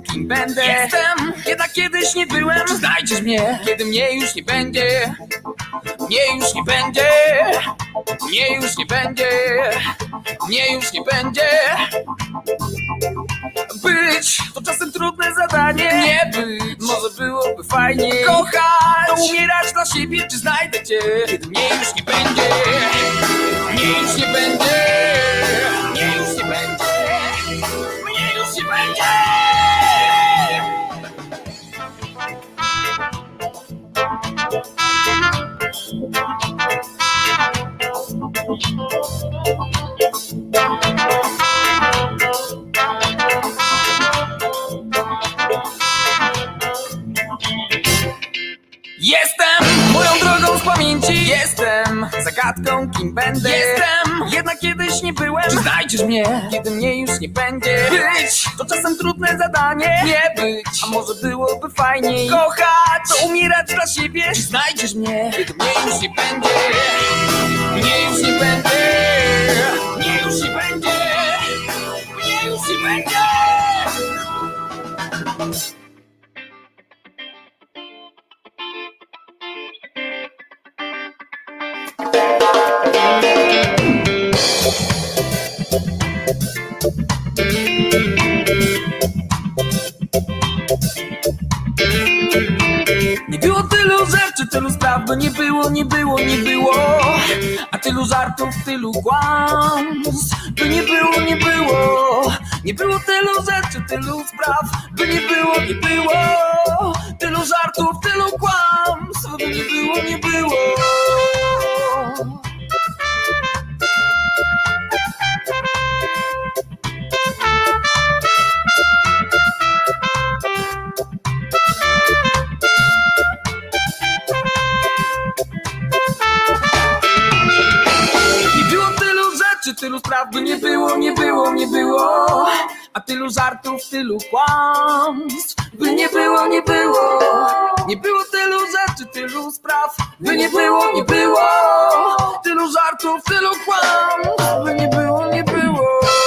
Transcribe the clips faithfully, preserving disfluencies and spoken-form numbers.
kim będę. Jestem, jednak kiedyś nie byłem. Znajdziesz mnie, kiedy mnie już nie będzie. Mnie już nie będzie. Mnie już nie będzie. Mnie już nie będzie. Być to czasem trudne zadanie. Nie być, może byłoby fajnie. Kochać, to umierać dla siebie. Czy znajdę cię, kiedy mnie już nie będzie. Mnie już nie będzie. Mnie już nie będzie. Mnie już nie będzie. Jestem moją drogą z pamięci. Jestem zagadką, kim będę. Jestem, jednak kiedyś nie byłem. Czy znajdziesz mnie, kiedy mnie już nie będzie. Być to czasem trudne zadanie. Nie być, a może byłoby fajniej. Kochać, to umierać dla siebie. Czy znajdziesz mnie, kiedy mnie już nie będzie. Mnie już nie będzie. Mnie już nie będzie. Mnie już nie będzie. Nie było tylu rzeczy, tylu spraw, bo nie było, nie było, nie było. A tylu żartów, tylu kłamstw, by nie było, nie było. Nie było tylu rzeczy, tylu spraw, by nie było, nie było. Tylu żartów, tylu kłamstw, by nie było, nie było. Tylu spraw by nie było, nie było, nie było. A tylu żartów, tylu kłamstw by nie było, nie było. Nie było tylu rzeczy, tylu spraw by nie było, nie było. Tylu żartów, tylu kłamstw by nie było, nie było.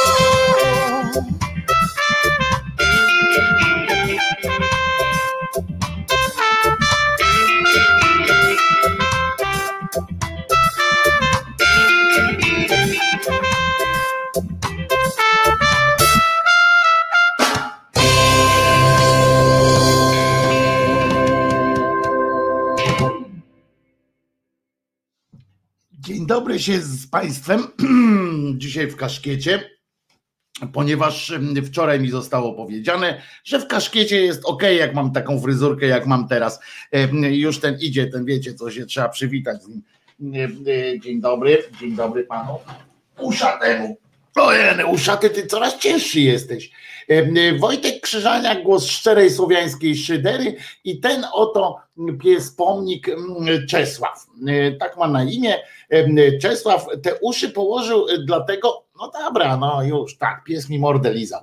Dzień dobry się z Państwem. Dzisiaj w kaszkiecie, ponieważ wczoraj mi zostało powiedziane, że w kaszkiecie jest ok, jak mam taką fryzurkę, jak mam teraz. Już ten idzie, ten wiecie, co się trzeba przywitać z nim. Dzień dobry, dzień dobry panu. Uszatemu. Ojej, uszaty, ty coraz cięższy jesteś. Wojtek Krzyżaniak, głos szczerej słowiańskiej szydery i ten oto pies pomnik Czesław. Tak ma na imię. Czesław te uszy położył dlatego, no dobra, no już tak, pies mi mordę lizał.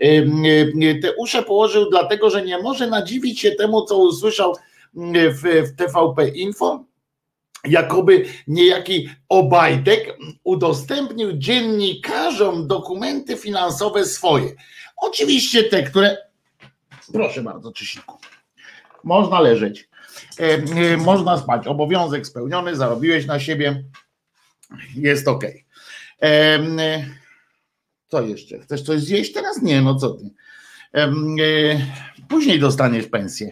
Te uszy położył dlatego, że nie może nadziwić się temu, co usłyszał w, w T V P Info. Jakoby niejaki Obajtek udostępnił dziennikarzom dokumenty finansowe swoje. Oczywiście te, które... Proszę bardzo, Czysiku. Można leżeć. E, e, można spać. Obowiązek spełniony, zarobiłeś na siebie. Jest okej. Okay. Co jeszcze? Chcesz coś zjeść teraz? Nie, no co ty. E, e, później dostaniesz pensję.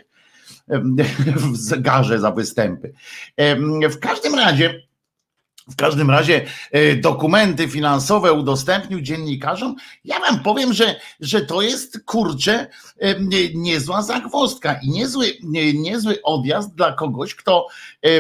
W zegarze za występy. W każdym razie, w każdym razie dokumenty finansowe udostępnił dziennikarzom. Ja wam powiem, że, że to jest kurczę niezła zagwozdka i niezły, niezły odjazd dla kogoś, kto,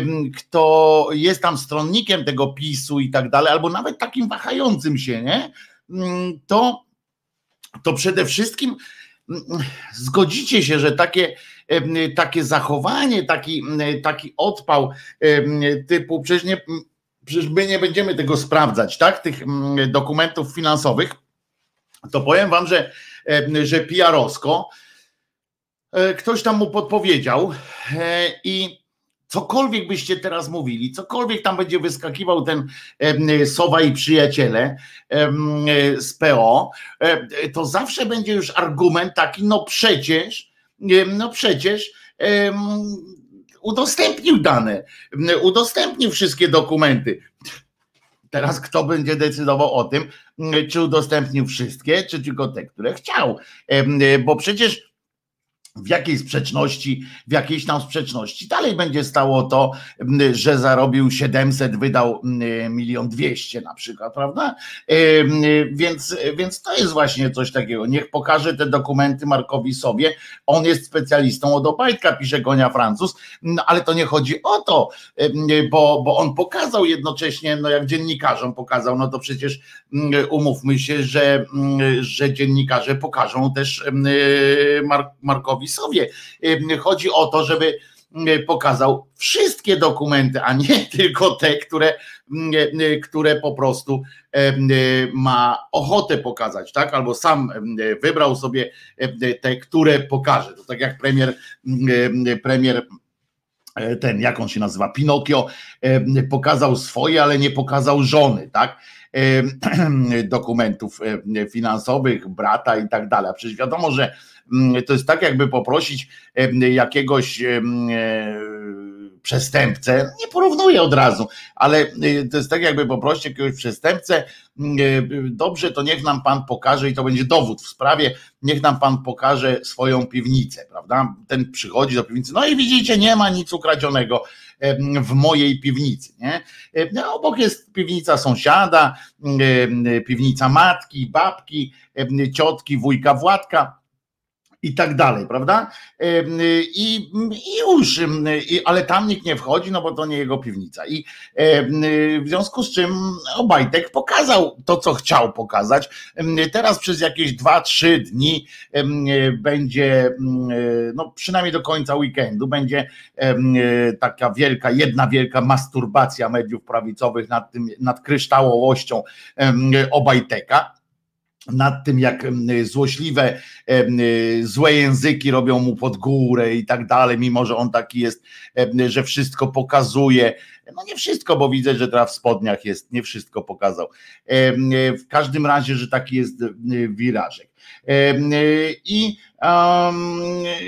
kto jest tam stronnikiem tego PiSu i tak dalej, albo nawet takim wahającym się, nie? To, to przede wszystkim zgodzicie się, że takie takie zachowanie, taki, taki odpał typu, przecież, nie, przecież my nie będziemy tego sprawdzać, tak, tych dokumentów finansowych, to powiem wam, że, że P R owsko ktoś tam mu podpowiedział i cokolwiek byście teraz mówili, cokolwiek tam będzie wyskakiwał ten Sowa i przyjaciele z P O, to zawsze będzie już argument taki, no przecież, no przecież udostępnił dane, udostępnił wszystkie dokumenty. Teraz kto będzie decydował o tym, czy udostępnił wszystkie, czy tylko te, które chciał, bo przecież w jakiej sprzeczności, w jakiejś tam sprzeczności dalej będzie stało to, że zarobił siedemset, wydał milion dwieście na przykład, prawda? Więc, więc to jest właśnie coś takiego. Niech pokaże te dokumenty Markowi Sowie. On jest specjalistą od Obajtka, pisze Gonia Francuz, no, ale to nie chodzi o to, bo, bo on pokazał jednocześnie, no jak dziennikarzom pokazał, no to przecież umówmy się, że, że dziennikarze pokażą też Mark, Markowi Sowie. Chodzi o to, żeby pokazał wszystkie dokumenty, a nie tylko te, które, które po prostu ma ochotę pokazać, tak? Albo sam wybrał sobie te, które pokaże. To tak jak premier, premier ten, jak on się nazywa, Pinokio, pokazał swoje, ale nie pokazał żony, tak? Dokumentów finansowych, brata i tak dalej. A przecież wiadomo, że to jest tak, jakby poprosić jakiegoś przestępcę, nie porównuję od razu, ale to jest tak, jakby poprosić jakiegoś przestępcę, dobrze, to niech nam pan pokaże, i to będzie dowód w sprawie, niech nam pan pokaże swoją piwnicę, prawda? Ten przychodzi do piwnicy, no i widzicie, nie ma nic ukradzionego w mojej piwnicy, nie? No, obok jest piwnica sąsiada, piwnica matki, babki, ciotki, wujka Władka i tak dalej, prawda? I, i już, i, ale tam nikt nie wchodzi, no bo to nie jego piwnica. I w związku z czym Obajtek pokazał to, co chciał pokazać. Teraz przez jakieś dwa, trzy dni będzie, no przynajmniej do końca weekendu, będzie taka wielka, jedna wielka masturbacja mediów prawicowych nad tym, nad kryształowością Obajteka. Nad tym, jak złośliwe, złe języki robią mu pod górę i tak dalej, mimo że on taki jest, że wszystko pokazuje. No nie wszystko, bo widzę, że teraz w spodniach jest, nie wszystko pokazał. W każdym razie, że taki jest wirażek. I um,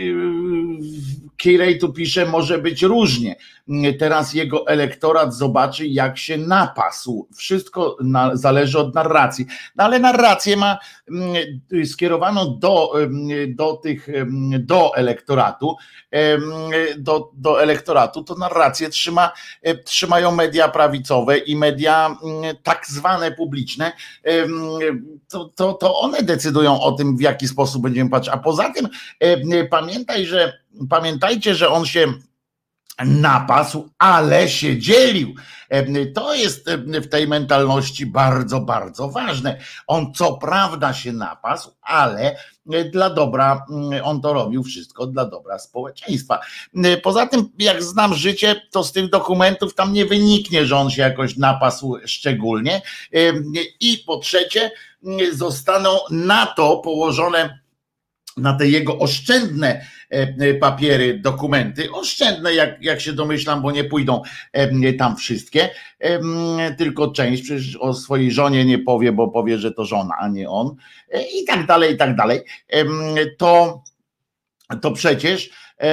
Kirej tu pisze, może być różnie. Teraz jego elektorat zobaczy, jak się napasł. Wszystko na, zależy od narracji. No ale narrację ma skierowaną do, do tych, do elektoratu, do, do elektoratu, to narrację trzyma, trzymają media prawicowe i media tak zwane publiczne. To, to, to one decydują o tym, w jaki sposób będziemy patrzeć. A poza tym pamiętaj, że pamiętajcie, że on się napasł, ale się dzielił. To jest w tej mentalności bardzo, bardzo ważne. On co prawda się napasł, ale dla dobra, on to robił wszystko dla dobra społeczeństwa. Poza tym, jak znam życie, to z tych dokumentów tam nie wyniknie, że on się jakoś napasł szczególnie. I po trzecie, zostaną na to położone, na te jego oszczędne papiery, dokumenty, oszczędne, jak, jak się domyślam, bo nie pójdą tam wszystkie, tylko część, przecież o swojej żonie nie powie, bo powie, że to żona, a nie on, i tak dalej, i tak dalej, to, to przecież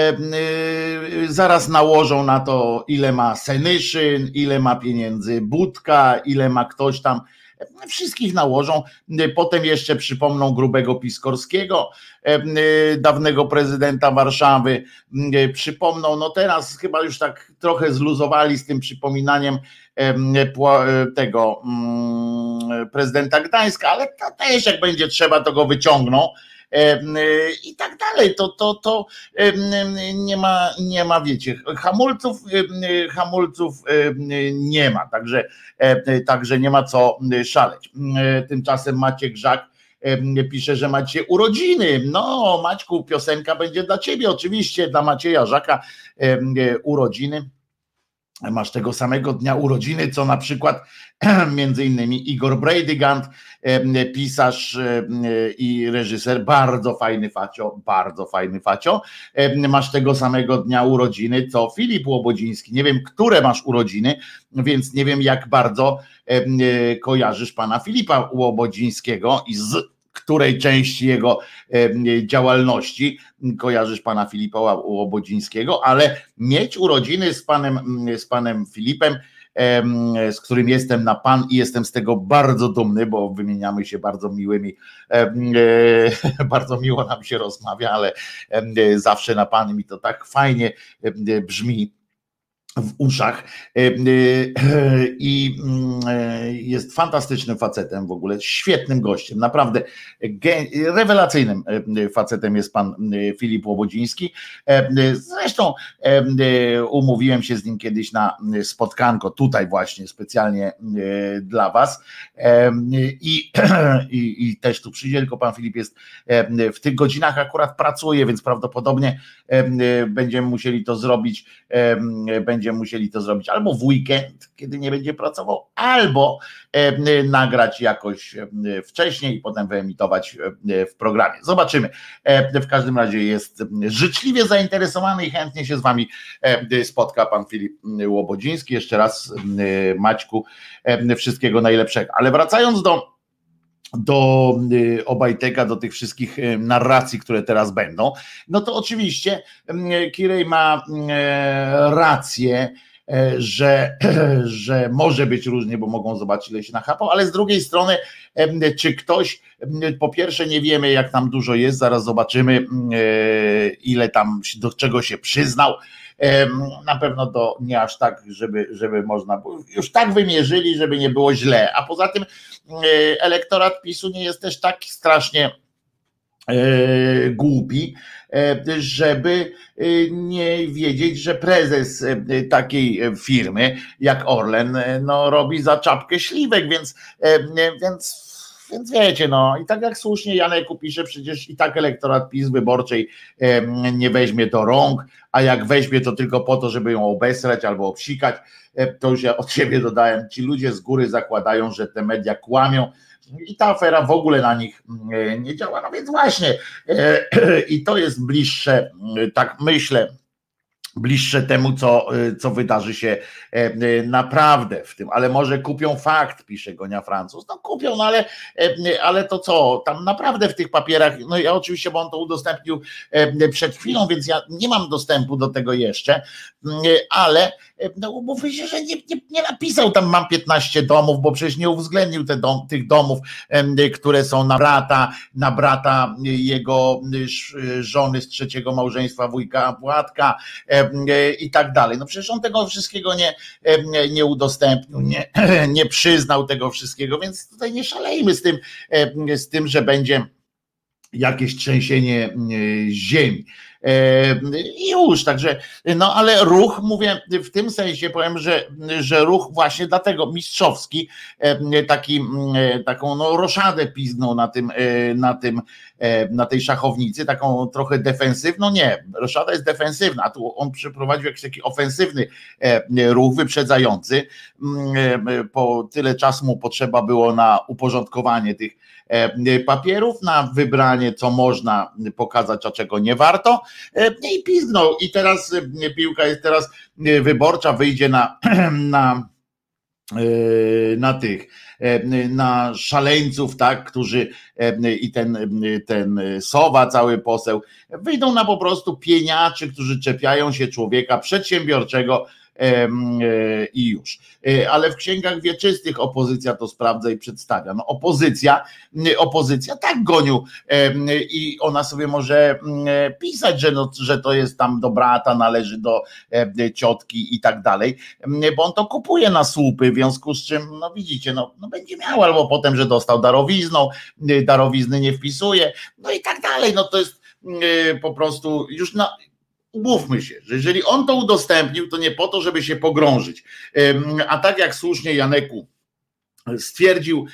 zaraz nałożą na to, ile ma Senyszyn, ile ma pieniędzy Budka, ile ma ktoś tam, wszystkich nałożą, potem jeszcze przypomną Grubego Piskorskiego, dawnego prezydenta Warszawy, przypomną, no teraz chyba już tak trochę zluzowali z tym przypominaniem tego prezydenta Gdańska, ale to też jak będzie trzeba, to go wyciągną i tak dalej, to, to, to nie ma, nie ma, wiecie, hamulców, hamulców nie ma, także, także nie ma co szaleć. Tymczasem Maciek Żak pisze, że macie urodziny. No Maćku, piosenka będzie dla ciebie, oczywiście dla Macieja Żaka urodziny. masz tego samego dnia urodziny, co na przykład między innymi Igor Breidygant, pisarz i reżyser, bardzo fajny facio, bardzo fajny facio. Masz tego samego dnia urodziny, co Filip Łobodziński. Nie wiem, które masz urodziny, więc nie wiem, jak bardzo kojarzysz pana Filipa Łobodzińskiego i z której części jego działalności kojarzysz pana Filipa Łobodzińskiego, ale mieć urodziny z panem, z panem Filipem, z którym jestem na pan i jestem z tego bardzo dumny, bo wymieniamy się bardzo miłymi, bardzo miło nam się rozmawia, ale zawsze na pan mi to tak fajnie brzmi w uszach i jest fantastycznym facetem w ogóle, świetnym gościem, naprawdę rewelacyjnym facetem jest pan Filip Łobodziński. Zresztą umówiłem się z nim kiedyś na spotkanko tutaj właśnie specjalnie dla was i, i, i też tu przyjdzie, tylko pan Filip jest w tych godzinach akurat pracuje, więc prawdopodobnie będziemy musieli to zrobić, będzie Będziemy musieli to zrobić albo w weekend, kiedy nie będzie pracował, albo nagrać jakoś wcześniej i potem wyemitować w programie. Zobaczymy. W każdym razie jest życzliwie zainteresowany i chętnie się z wami spotka pan Filip Łobodziński. Jeszcze raz, Maćku, wszystkiego najlepszego. Ale wracając do do Obajtka, do tych wszystkich narracji, które teraz będą, no to oczywiście Kirej ma rację, że, że może być różnie, bo mogą zobaczyć, ile się nachapał, ale z drugiej strony, czy ktoś, po pierwsze nie wiemy, jak tam dużo jest, zaraz zobaczymy, ile tam, do czego się przyznał. Na pewno to nie aż tak, żeby, żeby można było, już tak wymierzyli, żeby nie było źle, a poza tym elektorat PiSu nie jest też tak strasznie głupi, żeby nie wiedzieć, że prezes takiej firmy jak Orlen no, robi za czapkę śliwek, więc, więc Więc wiecie, no i tak jak słusznie Janeku pisze, przecież i tak elektorat PiS wyborczej nie weźmie do rąk, a jak weźmie, to tylko po to, żeby ją obesrać albo obsikać. To już ja od siebie dodałem, ci ludzie z góry zakładają, że te media kłamią i ta afera w ogóle na nich nie działa. No więc właśnie i to jest bliższe, tak myślę, bliższe temu, co, co wydarzy się naprawdę w tym, ale może kupią fakt, pisze Gonia Francuz, no kupią, no ale, ale to co, tam naprawdę w tych papierach, no ja oczywiście, bo on to udostępnił przed chwilą, więc ja nie mam dostępu do tego jeszcze, ale no umówmy się, że nie, nie, nie napisał tam mam piętnaście domów, bo przecież nie uwzględnił te dom, tych domów, które są na brata, na brata jego żony z trzeciego małżeństwa, wujka Władka i tak dalej. No przecież on tego wszystkiego nie, nie udostępnił, nie, nie przyznał tego wszystkiego, więc tutaj nie szalejmy z tym, z tym, że będzie jakieś trzęsienie ziemi. I już, także, no ale ruch, mówię, w tym sensie powiem, że, że ruch właśnie dlatego mistrzowski, taki, taką no roszadę piznął na tym, na tym, na tej szachownicy, taką trochę defensywną, nie, roszada jest defensywna, a tu on przeprowadził jakiś taki ofensywny ruch, wyprzedzający, po tyle czasu mu potrzeba było na uporządkowanie tych papierów, na wybranie, co można pokazać, a czego nie warto, i pizgnął. I teraz piłka jest teraz wyborcza, wyjdzie na, na, na tych, na szaleńców, tak, którzy i ten, ten Sowa, cały poseł, wyjdą na po prostu pieniaczy, którzy czepiają się człowieka przedsiębiorczego i już. Ale w księgach wieczystych opozycja to sprawdza i przedstawia. No opozycja, opozycja tak Goniu i ona sobie może pisać, że, no, że to jest tam do brata, należy do ciotki i tak dalej, bo on to kupuje na słupy, w związku z czym, no widzicie, no, no będzie miał, albo potem, że dostał darowizną, darowizny nie wpisuje, no i tak dalej, no to jest po prostu już na umówmy się, że jeżeli on to udostępnił, to nie po to, żeby się pogrążyć. A tak jak słusznie Janeku stwierdził,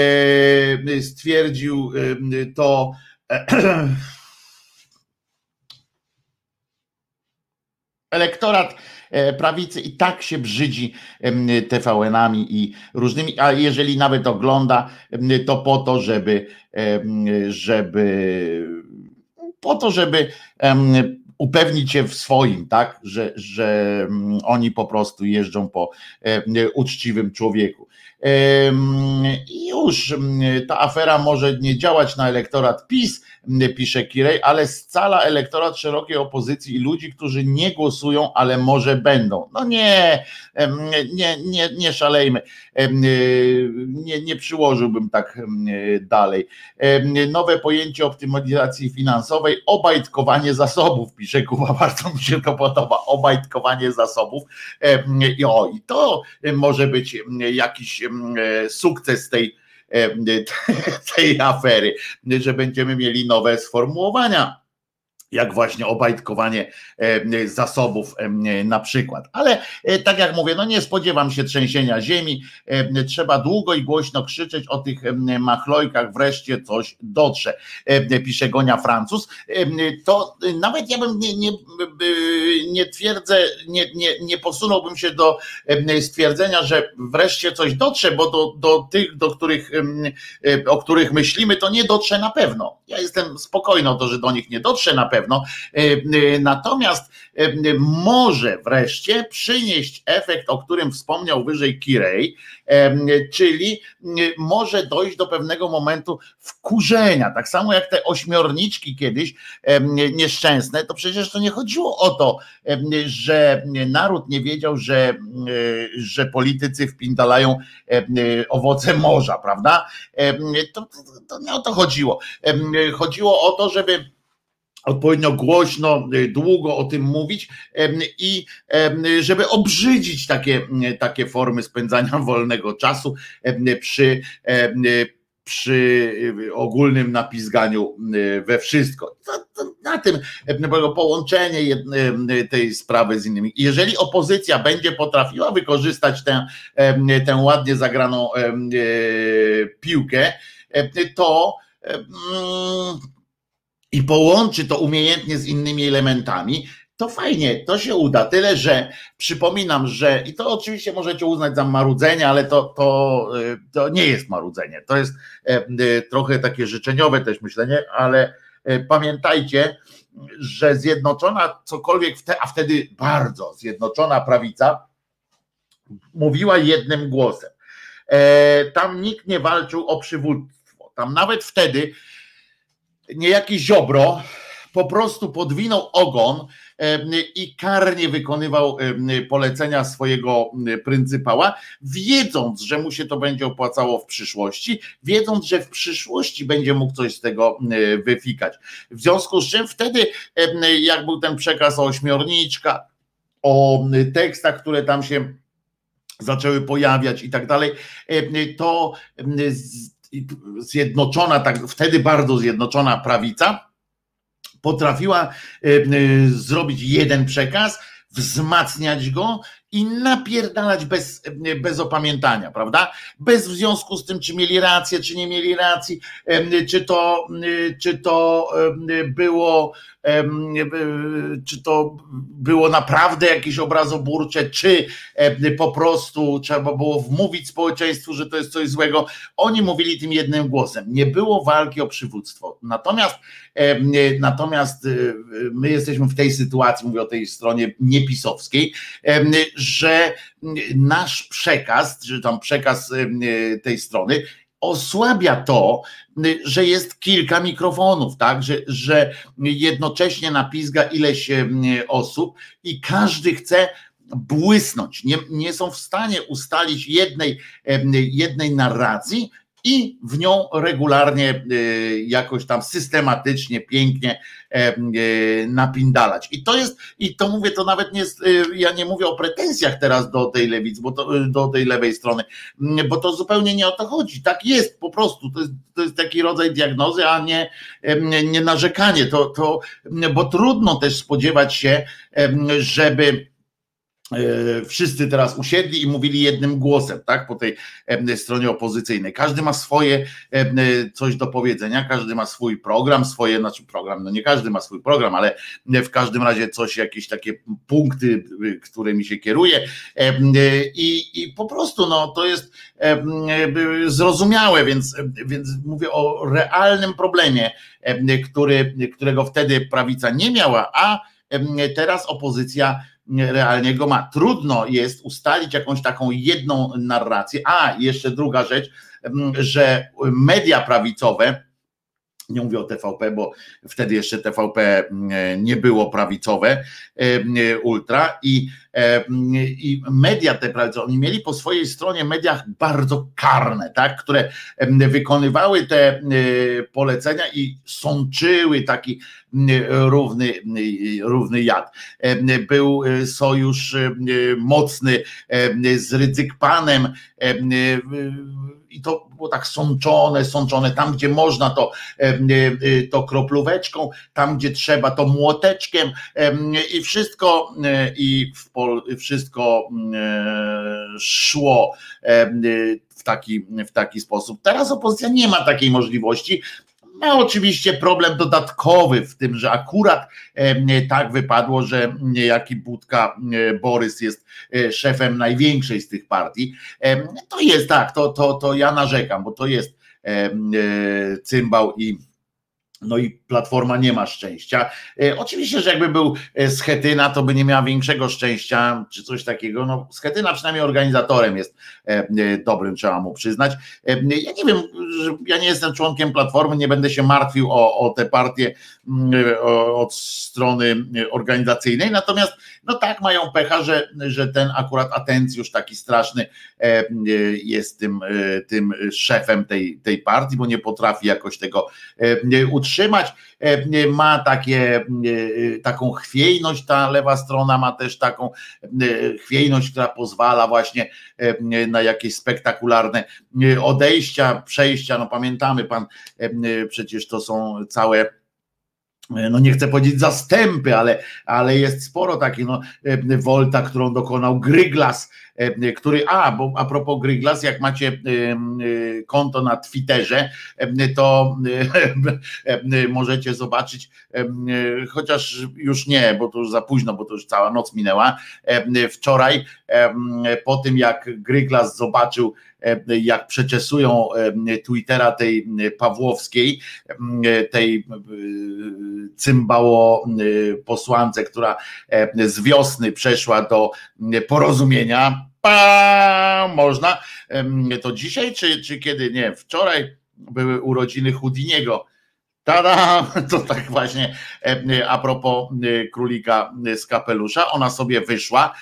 stwierdził to Elektorat prawicy i tak się brzydzi T V N-ami i różnymi, a jeżeli nawet ogląda, to po to, żeby, żeby po to, żeby upewnić się w swoim, tak, że, że oni po prostu jeżdżą po uczciwym człowieku. I już ta afera może nie działać na elektorat PiS, pisze Kirej, ale scala elektorat szerokiej opozycji i ludzi, którzy nie głosują, ale może będą. No nie, nie, nie, nie szalejmy. Nie, nie przyłożyłbym tak dalej. Nowe pojęcie optymalizacji finansowej, obajtkowanie zasobów, pisze Kuba, bardzo mi się to podoba, obajtkowanie zasobów. I o, i to może być jakiś sukces tej tej afery, że będziemy mieli nowe sformułowania, jak właśnie obajtkowanie zasobów na przykład. Ale tak jak mówię, no nie spodziewam się trzęsienia ziemi, trzeba długo i głośno krzyczeć o tych machlojkach, wreszcie coś dotrze, pisze Gonia Francuz. To nawet ja bym nie, nie, nie twierdzę, nie, nie, nie posunąłbym się do stwierdzenia, że wreszcie coś dotrze, bo do, do tych, do których, o których myślimy, to nie dotrze na pewno. Ja jestem spokojny o to, że do nich nie dotrze na pewno. Natomiast może wreszcie przynieść efekt, o którym wspomniał wyżej Kirej, czyli może dojść do pewnego momentu wkurzenia. Tak samo jak te ośmiorniczki kiedyś nieszczęsne, to przecież to nie chodziło o to, że naród nie wiedział, że, że politycy wpindalają owoce morza, prawda? To, to, to nie o to chodziło. Chodziło o to, żeby odpowiednio głośno, długo o tym mówić i żeby obrzydzić takie, takie formy spędzania wolnego czasu przy, przy ogólnym napizganiu we wszystko. Na tym połączenie tej sprawy z innymi. Jeżeli opozycja będzie potrafiła wykorzystać tę, tę ładnie zagraną piłkę, to i połączy to umiejętnie z innymi elementami, to fajnie, to się uda. Tyle, że przypominam, że i to oczywiście możecie uznać za marudzenie, ale to, to, to nie jest marudzenie. To jest trochę takie życzeniowe też myślenie, ale pamiętajcie, że zjednoczona cokolwiek, a wtedy bardzo zjednoczona prawica mówiła jednym głosem. Tam nikt nie walczył o przywództwo. Tam nawet wtedy niejaki Ziobro po prostu podwinął ogon i karnie wykonywał polecenia swojego pryncypała, wiedząc, że mu się to będzie opłacało w przyszłości, wiedząc, że w przyszłości będzie mógł coś z tego wyfikać. W związku z czym wtedy, jak był ten przekaz o ośmiorniczkach, o tekstach, które tam się zaczęły pojawiać i tak dalej, to zjednoczona, tak wtedy bardzo zjednoczona prawica potrafiła zrobić jeden przekaz, wzmacniać go i napierdalać bez, bez opamiętania, prawda? Bez w związku z tym, czy mieli rację, czy nie mieli racji, czy to, czy to było, czy to było naprawdę jakieś obrazoburcze, czy po prostu trzeba było wmówić społeczeństwu, że to jest coś złego. Oni mówili tym jednym głosem. Nie było walki o przywództwo. Natomiast, natomiast my jesteśmy w tej sytuacji, mówię o tej stronie niepisowskiej, że nasz przekaz, czy tam przekaz tej strony osłabia to, że jest kilka mikrofonów, tak, że, że jednocześnie napizga ileś osób i każdy chce błysnąć, nie, nie są w stanie ustalić jednej, jednej narracji i w nią regularnie jakoś tam systematycznie, pięknie napindalać. I to jest, i to mówię, to nawet nie jest, ja nie mówię o pretensjach teraz do tej lewicy, bo to, do tej lewej strony, bo to zupełnie nie o to chodzi. Tak jest po prostu, to jest, to jest taki rodzaj diagnozy, a nie, nie narzekanie, to, to, bo trudno też spodziewać się, żeby Wszyscy teraz usiedli i mówili jednym głosem, tak, po tej stronie opozycyjnej. Każdy ma swoje coś do powiedzenia, każdy ma swój program, swoje, znaczy program, no nie każdy ma swój program, ale w każdym razie coś, jakieś takie punkty, którymi się kieruje i, i po prostu no to jest zrozumiałe, więc, więc mówię o realnym problemie, który, którego wtedy prawica nie miała, a teraz opozycja realnie go ma. Trudno jest ustalić jakąś taką jedną narrację. A, jeszcze druga rzecz, że media prawicowe, nie mówię o T V P, bo wtedy jeszcze T V P nie było prawicowe, ultra i, i media te prawicowe, oni mieli po swojej stronie mediach bardzo karne, tak, które wykonywały te polecenia i sączyły taki równy, równy jad. Był sojusz mocny z Rydzyk-Panem i to było tak sączone, sączone, tam gdzie można to, to kroplóweczką, tam gdzie trzeba to młoteczkiem i wszystko i w Pol, wszystko szło w taki, w taki sposób. Teraz opozycja nie ma takiej możliwości. Ma oczywiście problem dodatkowy w tym, że akurat tak wypadło, że niejaki Budka Borys jest szefem największej z tych partii. To jest tak, to, to, to ja narzekam, bo to jest cymbał i no i Platforma nie ma szczęścia. Oczywiście, że jakby był Schetyna, to by nie miała większego szczęścia, czy coś takiego. No, Schetyna przynajmniej organizatorem jest dobrym, trzeba mu przyznać. Ja nie wiem, ja nie jestem członkiem Platformy, nie będę się martwił o, o tę partię od strony organizacyjnej, natomiast no tak mają pecha, że, że ten akurat Atencjusz taki straszny jest tym, tym szefem tej, tej partii, bo nie potrafi jakoś tego utrzymać. Ma takie, taką chwiejność, ta lewa strona ma też taką chwiejność, która pozwala właśnie na jakieś spektakularne odejścia, przejścia. No pamiętamy, pan, przecież to są całe, no nie chcę powiedzieć zastępy, ale, ale jest sporo takich, no Wolta, którą dokonał Gryglas, który, a, bo a propos Gryglas, jak macie konto na Twitterze, to możecie zobaczyć, chociaż już nie, bo to już za późno, bo to już cała noc minęła, wczoraj po tym jak Gryglas zobaczył, jak przeczesują Twittera tej Pawłowskiej, tej cymbało posłance, która z wiosny przeszła do Porozumienia. Pa, można. To dzisiaj, czy, czy kiedy? Nie, wczoraj były urodziny Houdiniego. Tada! To tak właśnie a propos królika z kapelusza, ona sobie wyszła,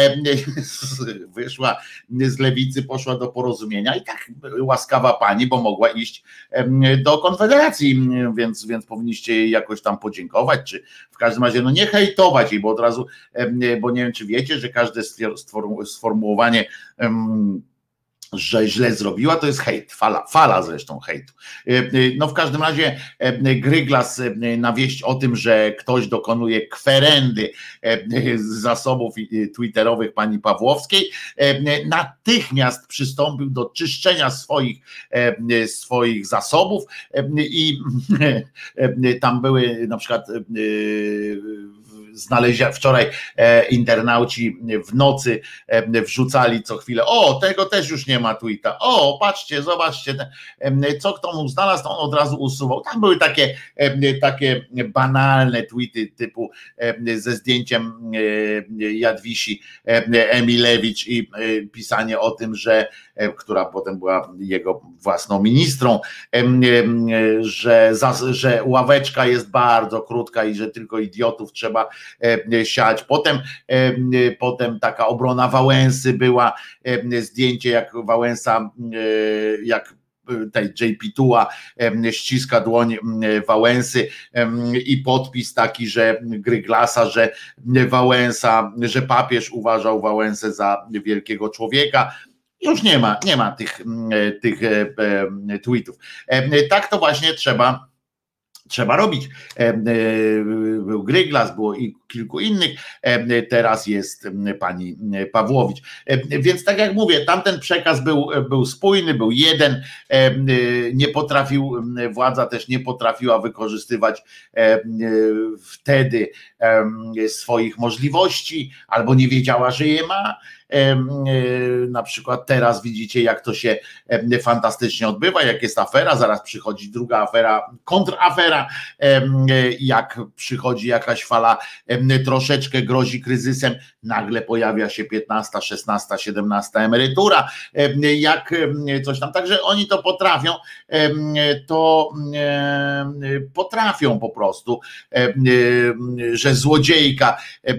wyszła z lewicy, poszła do Porozumienia i tak łaskawa pani, bo mogła iść do Konfederacji, więc, więc powinniście jej jakoś tam podziękować, czy w każdym razie no nie hejtować jej, bo od razu, bo nie wiem czy wiecie, że każde sformułowanie że źle zrobiła, to jest hejt, fala, fala zresztą hejtu. No w każdym razie Gryglas na wieść o tym, że ktoś dokonuje kwerendy z zasobów twitterowych pani Pawłowskiej, natychmiast przystąpił do czyszczenia swoich, swoich zasobów i tam były na przykład znaleźli wczoraj e, internauci w nocy e, wrzucali co chwilę, o tego też już nie ma tweeta, o patrzcie, zobaczcie e, co kto mu znalazł, to on od razu usuwał. Tam były takie, e, takie banalne tweety typu e, ze zdjęciem e, Jadwisi e, Emilewicz i e, pisanie o tym, że e, która potem była jego własną ministrą, e, e, że, za, że ławeczka jest bardzo krótka i że tylko idiotów trzeba siać. Potem, potem taka obrona Wałęsy była, zdjęcie jak Wałęsa, jak tej J P Tuła ściska dłoń Wałęsy i podpis taki, że Gryglasa, że Wałęsa, że papież uważał Wałęsę za wielkiego człowieka. Już nie ma, nie ma tych, tych tweetów. Tak to właśnie trzeba Trzeba robić. Był Gryglas, było i kilku innych, teraz jest pani Pawłowicz. Więc tak jak mówię, tamten przekaz był, był spójny, był jeden, nie potrafił, władza też nie potrafiła wykorzystywać wtedy swoich możliwości, albo nie wiedziała, że je ma. Na przykład teraz widzicie, jak to się fantastycznie odbywa, jak jest afera, zaraz przychodzi druga afera, kontrafera, jak przychodzi jakaś fala, troszeczkę grozi kryzysem, nagle pojawia się piętnasta, szesnasta, siedemnasta emerytura, jak coś tam, także oni to potrafią, to potrafią po prostu, że złodziejka,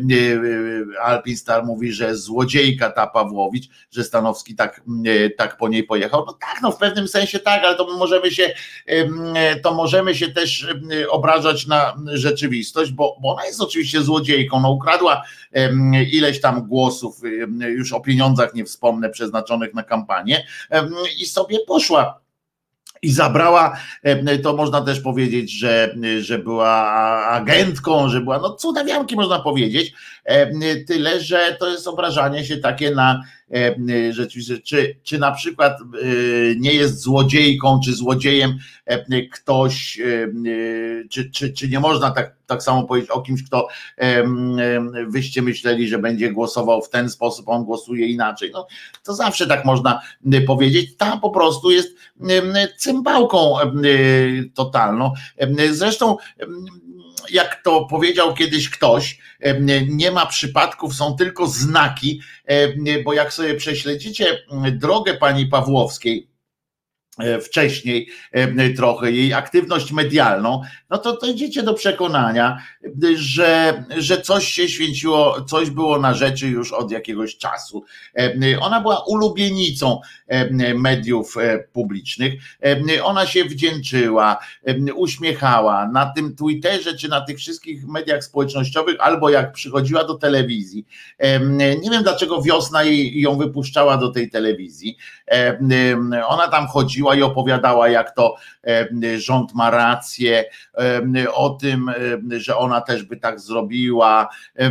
Alpinstar mówi, że złodziejka ta Pawłowicz, że Stanowski tak, tak po niej pojechał. No tak, no w pewnym sensie tak, ale to możemy się, to możemy się też obrażać na rzeczywistość, bo, bo ona jest oczywiście złodziejką, no ukradła ileś tam głosów, już o pieniądzach nie wspomnę, przeznaczonych na kampanię, i sobie poszła. I zabrała, to można też powiedzieć, że, że była agentką, że była, no cudawianki można powiedzieć, tyle, że to jest obrażanie się takie na rzeczywiście, czy, czy na przykład nie jest złodziejką, czy złodziejem ktoś, czy, czy, czy nie można tak, tak samo powiedzieć o kimś, kto wyście myśleli, że będzie głosował w ten sposób, on głosuje inaczej. No, to zawsze tak można powiedzieć. Ta po prostu jest cymbałką totalną. Zresztą jak to powiedział kiedyś ktoś, nie ma przypadków, są tylko znaki, bo jak sobie prześledzicie drogę pani Pawłowskiej, wcześniej trochę jej aktywność medialną, no to dojdziecie do przekonania, że, że coś się święciło, coś było na rzeczy już od jakiegoś czasu. Ona była ulubienicą mediów publicznych, ona się wdzięczyła, uśmiechała na tym Twitterze, czy na tych wszystkich mediach społecznościowych, albo jak przychodziła do telewizji. Nie wiem, dlaczego Wiosna jej, ją wypuszczała do tej telewizji. Ona tam chodziła i opowiadała, jak to rząd ma rację, o tym, że ona też by tak zrobiła,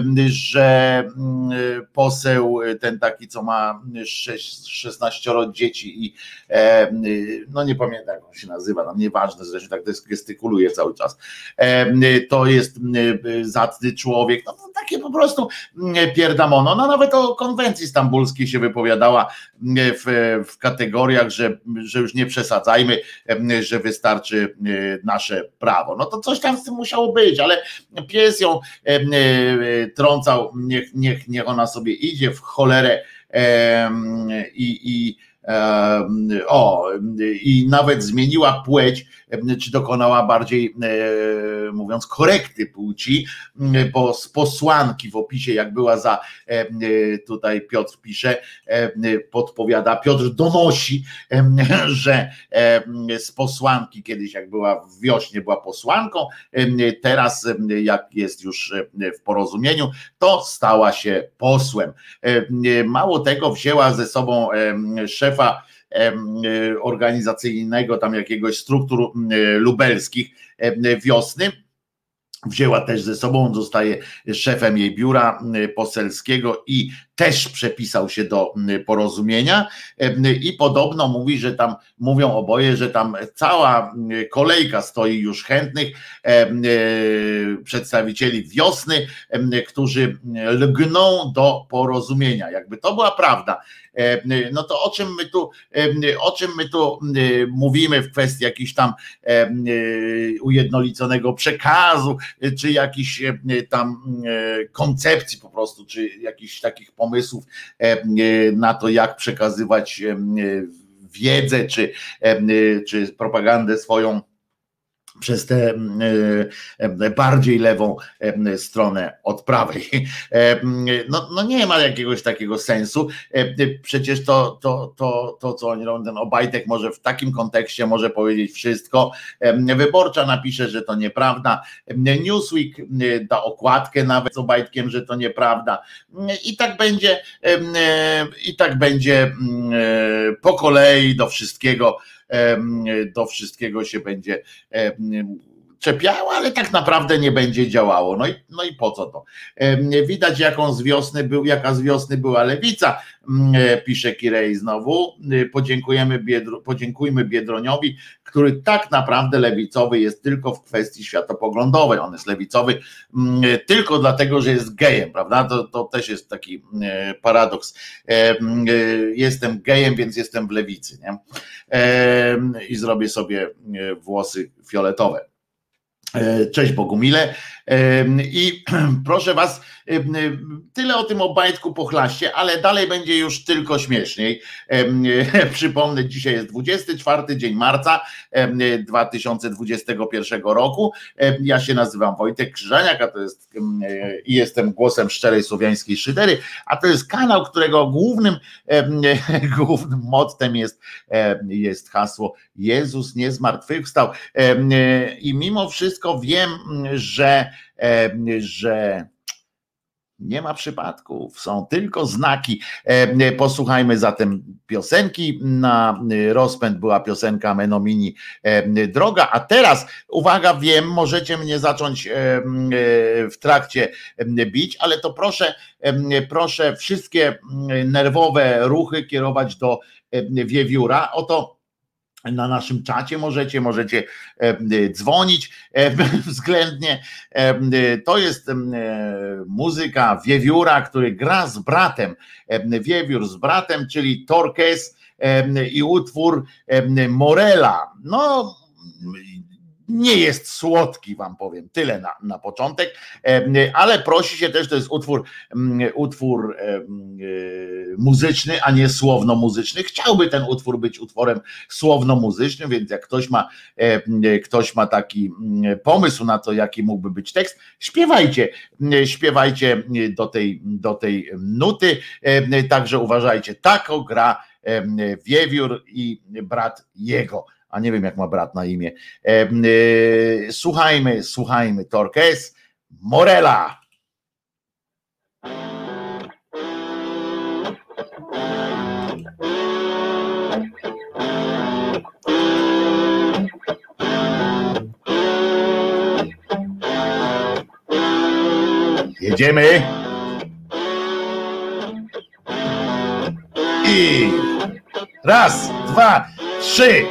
że poseł ten taki, co ma szesnaścioro dzieci i no nie pamiętam, jak on się nazywa, no nieważne, zresztą tak gestykuluje cały czas, to jest zacny człowiek, no takie po prostu pierdamono. No nawet o konwencji stambulskiej się wypowiadała w, w kategoriach, że, że już nie przesadzajmy, że wystarczy nasze prawo. No to coś tam z tym musiało być, ale pies ją trącał, niech, niech, niech ona sobie idzie w cholerę i, i o, i nawet zmieniła płeć, czy dokonała bardziej, mówiąc, korekty płci, bo z posłanki w opisie, jak była za, tutaj Piotr pisze, podpowiada, Piotr donosi, że z posłanki kiedyś, jak była w Wiośnie, była posłanką, teraz jak jest już w Porozumieniu, to stała się posłem. Mało tego, wzięła ze sobą szefa organizacyjnego tam jakiegoś struktur lubelskich Wiosny, wzięła też ze sobą, on zostaje szefem jej biura poselskiego i też przepisał się do Porozumienia i podobno mówi, że tam, mówią oboje, że tam cała kolejka stoi już chętnych przedstawicieli Wiosny, którzy lgną do Porozumienia. Jakby to była prawda, no to o czym my tu, o czym my tu mówimy w kwestii jakichś tam ujednoliconego przekazu, czy jakichś tam koncepcji po prostu, czy jakichś takich pomysłów na to, jak przekazywać wiedzę, czy, czy propagandę swoją przez tę bardziej lewą stronę od prawej. No, no nie ma jakiegoś takiego sensu. Przecież to, to, to, to co oni robią, ten Obajtek może w takim kontekście może powiedzieć wszystko. Wyborcza napisze, że to nieprawda. Newsweek da okładkę nawet z Obajtkiem, że to nieprawda. I tak będzie, i tak będzie po kolei do wszystkiego. Do wszystkiego się będzie czepiało, ale tak naprawdę nie będzie działało. No i, no i po co to? Widać, jaką z wiosny był, jaka z wiosny była lewica, pisze Kirej znowu. Podziękujemy Biedro, podziękujmy Biedroniowi, który tak naprawdę lewicowy jest tylko w kwestii światopoglądowej. On jest lewicowy tylko dlatego, że jest gejem, prawda? To, to też jest taki paradoks. Jestem gejem, więc jestem w lewicy, nie? I zrobię sobie włosy fioletowe. Cześć Bogumile i proszę was, tyle o tym Obajtku pochlaście, ale dalej będzie już tylko śmieszniej. Przypomnę, dzisiaj jest dwudziesty czwarty dzień marca dwa tysiące dwudziestego pierwszego roku. Ja się nazywam Wojtek Krzyżaniak, a to jest i jestem głosem szczerej słowiańskiej szydery, a to jest kanał, którego głównym głównym mottem jest, jest hasło Jezus nie zmartwychwstał. I mimo wszystko wiem, że, że nie ma przypadków, są tylko znaki. Posłuchajmy zatem piosenki. Na rozpęd była piosenka Menomini Droga, a teraz, uwaga, wiem, możecie mnie zacząć w trakcie bić, ale to proszę, proszę wszystkie nerwowe ruchy kierować do Wiewióra. Oto na naszym czacie możecie, możecie dzwonić względnie. To jest muzyka Wiewióra, który gra z bratem. Wiewiór z bratem, czyli Torques i utwór Morela. No, nie jest słodki, wam powiem, tyle na, na początek, ale prosi się też, to jest utwór, utwór muzyczny, a nie słowno-muzyczny. Chciałby ten utwór być utworem słowno-muzycznym, więc jak ktoś ma, ktoś ma taki pomysł na to, jaki mógłby być tekst, śpiewajcie, śpiewajcie do tej, do tej nuty, także uważajcie, tako gra Wiewiór i brat jego. A nie wiem, jak ma brat na imię. E, e, słuchajmy, słuchajmy Torques Morela. Jedziemy. I raz, dwa, trzy.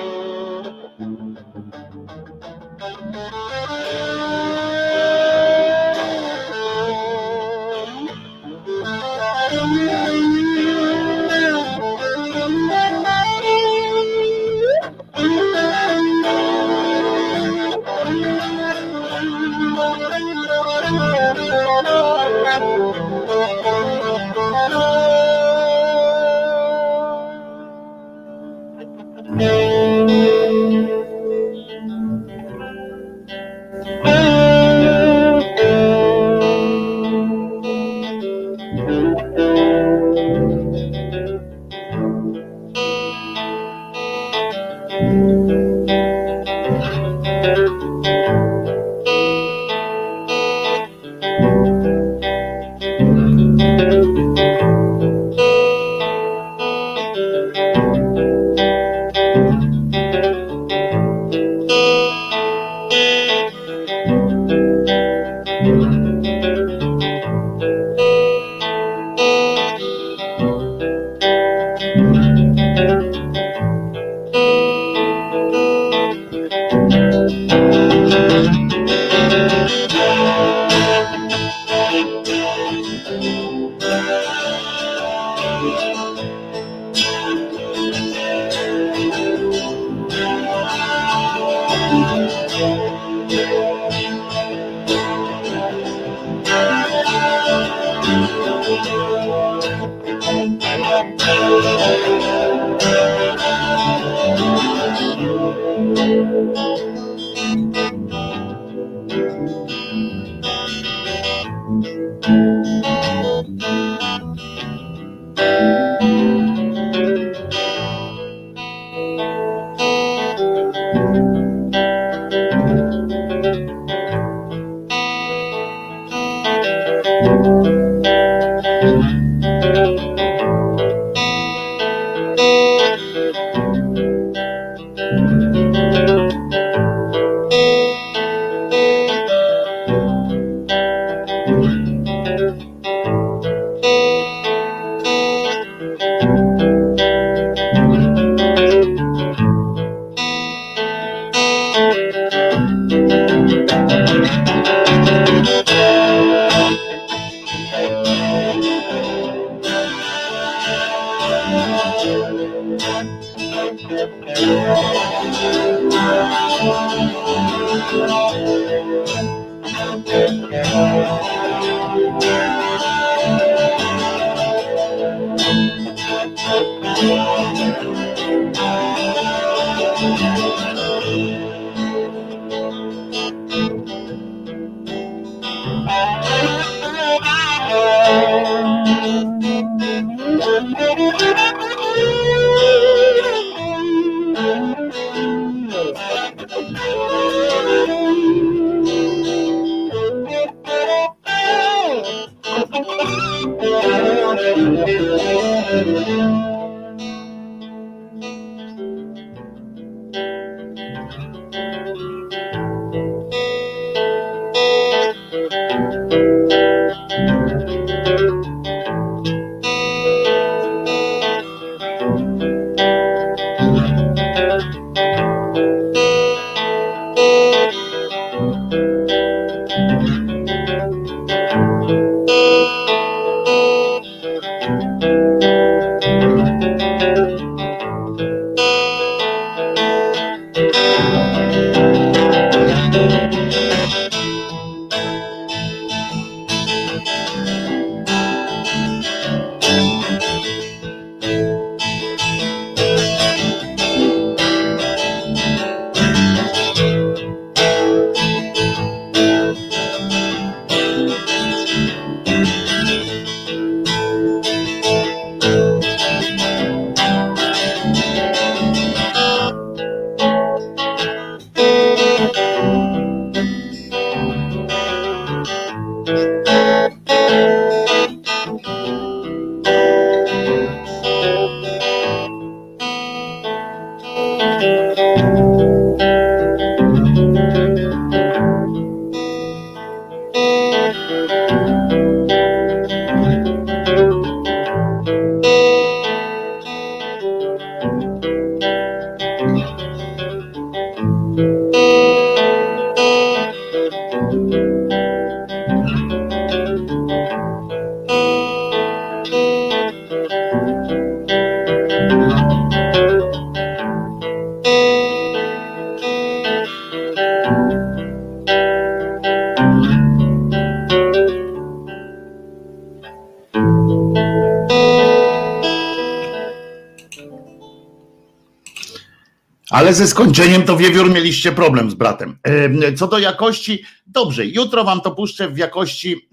Ale ze skończeniem to Wiewiór mieliście problem z bratem. Co do jakości, dobrze, jutro wam to puszczę w jakości